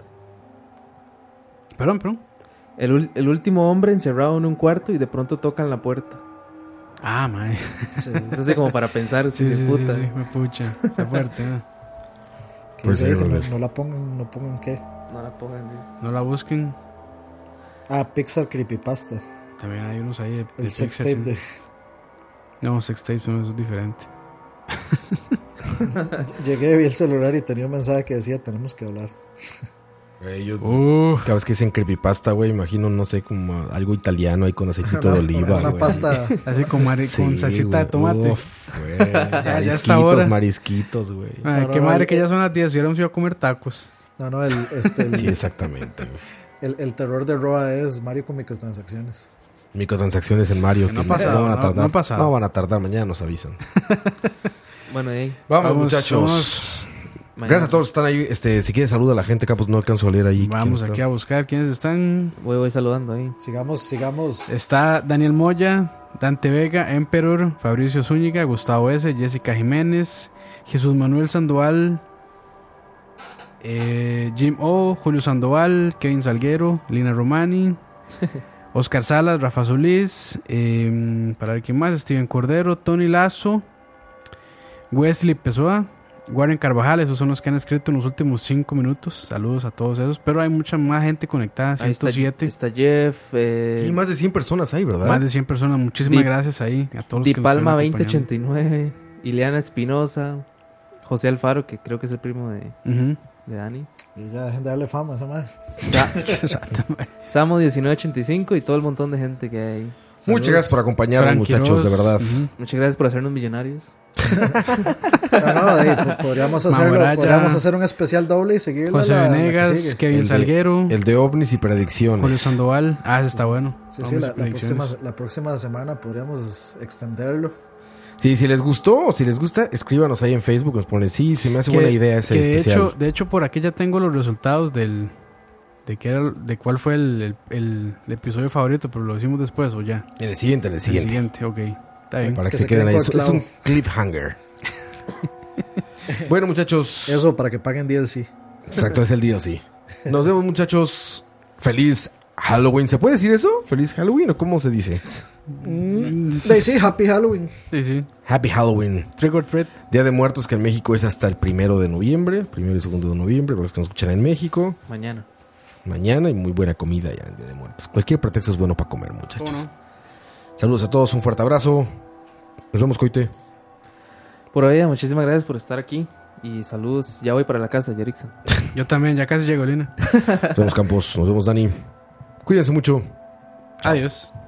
Perdón, perdón. El, ul- el último hombre encerrado en un cuarto y de pronto tocan la puerta. Ah, mae. Sí, Es así como para pensar, Sí, si sí, se sí, puta. sí, me pucha. Está fuerte, ¿eh? que Pues dice sí, que no, brother. no la pongan, no pongan qué. No la pongan, ¿sí? No la busquen. Ah, Pixar Creepypasta. También hay unos ahí de, de El sex Pixar, tape sí. de... No, sex tapes no, eso es diferente. Llegué, vi el celular y tenía un mensaje que decía: tenemos que hablar. Güey, yo- Uh, cada vez que dicen creepypasta, güey, imagino, no sé, como algo italiano ahí con aceitito de Una- oliva, Una güey. pasta. así con, mari- Sí, con salsita güey. de tomate. Uf, güey. ya está Marisquitos, ahora. marisquitos, güey. Ay, No, qué no, madre el- que ya son las diez. Hubiéramos ido a comer tacos. No, no, el, este, el, Sí, exactamente, güey. el, el terror de Roa es Mario con microtransacciones. Microtransacciones en Mario. No ha que pasado, van a no- tardar. no ha pasado. No van a tardar, mañana nos avisan. Bueno, y ahí, Vamos, Vamos, muchachos. vamos. mañana Gracias a todos los que están ahí. Este, si quieres saludar a la gente, Campos, no alcanzo a leer ahí. Vamos quién aquí está. a buscar quiénes están. Voy, voy saludando ahí. Sigamos, sigamos. Está Daniel Moya, Dante Vega, Emperor, Fabricio Zúñiga, Gustavo S., Jessica Jiménez, Jesús Manuel Sandoval, eh, Jim O, Julio Sandoval, Kevin Salguero, Lina Romani, Oscar Salas, Rafa Solís, eh, para ver quién más, Steven Cordero, Tony Lazo, Wesley Pessoa, Warren Carvajal. Esos son los que han escrito en los últimos cinco minutos. Saludos a todos esos, pero hay mucha más gente conectada, Ahí está, ciento siete. está Jeff, eh, Sí, más de cien personas ahí, ¿verdad? Más de cien personas. Muchísimas Di- gracias ahí a todos los Di que nos Palma estuvieron veinte ochenta y nueve, Ileana Espinosa, José Alfaro, que creo que es el primo de, acompañando. de Dani. Y ya dejen de darle fama a esa madre. Sa- Samo diecinueve ochenta y cinco y todo el montón de gente que hay ahí. Muchas gracias por acompañarnos, Frankie muchachos, de Ross. verdad. Ujú. Muchas gracias por hacernos millonarios. No, no, de ahí, podríamos hacerlo, Mamoraya, podríamos hacer un especial doble y seguirlo. José la, la que Venegas, sigue. Kevin El de- Salguero, El de ovnis y predicciones. Julio Sandoval. Ah, ese está bueno. Sí, sí, Vamos la, a la predicciones. próxima, la próxima semana podríamos extenderlo. Sí, si les gustó o si les gusta, escríbanos ahí en Facebook. Nos ponen, sí, se me hace Que- buena idea ese que de especial. hecho, de hecho, por aquí ya tengo los resultados del de qué era, de cuál fue el, el, el- el episodio favorito, pero lo hicimos después o ya. En el siguiente, en el El siguiente. siguiente, ok. Está bien. Para que, Que se, se queden queden ahí. con el Es un clavo. cliffhanger. Bueno, muchachos. Eso para que paguen D L C. Exacto, es el día, sí. Nos vemos, muchachos. Feliz Halloween. ¿Se puede decir eso? ¿Feliz Halloween o cómo se dice? Mm, de, sí, Happy Halloween. Sí, sí. Happy Halloween. Trick or treat. Día de Muertos que en México es hasta el primero de noviembre. Primero y segundo de noviembre, para los que nos escuchan en México. Mañana. Mañana y muy buena comida ya en Día de Muertos. Cualquier pretexto es bueno para comer, muchachos. ¿Cómo no? Saludos a todos, un fuerte abrazo. Nos vemos, Coite. Por hoy, muchísimas gracias por estar aquí. Y saludos. Ya voy para la casa, Yerickson. Yo también, ya casi llego, Lina. Nos vemos, Campos. Nos vemos, Dani. Cuídense mucho. Adiós.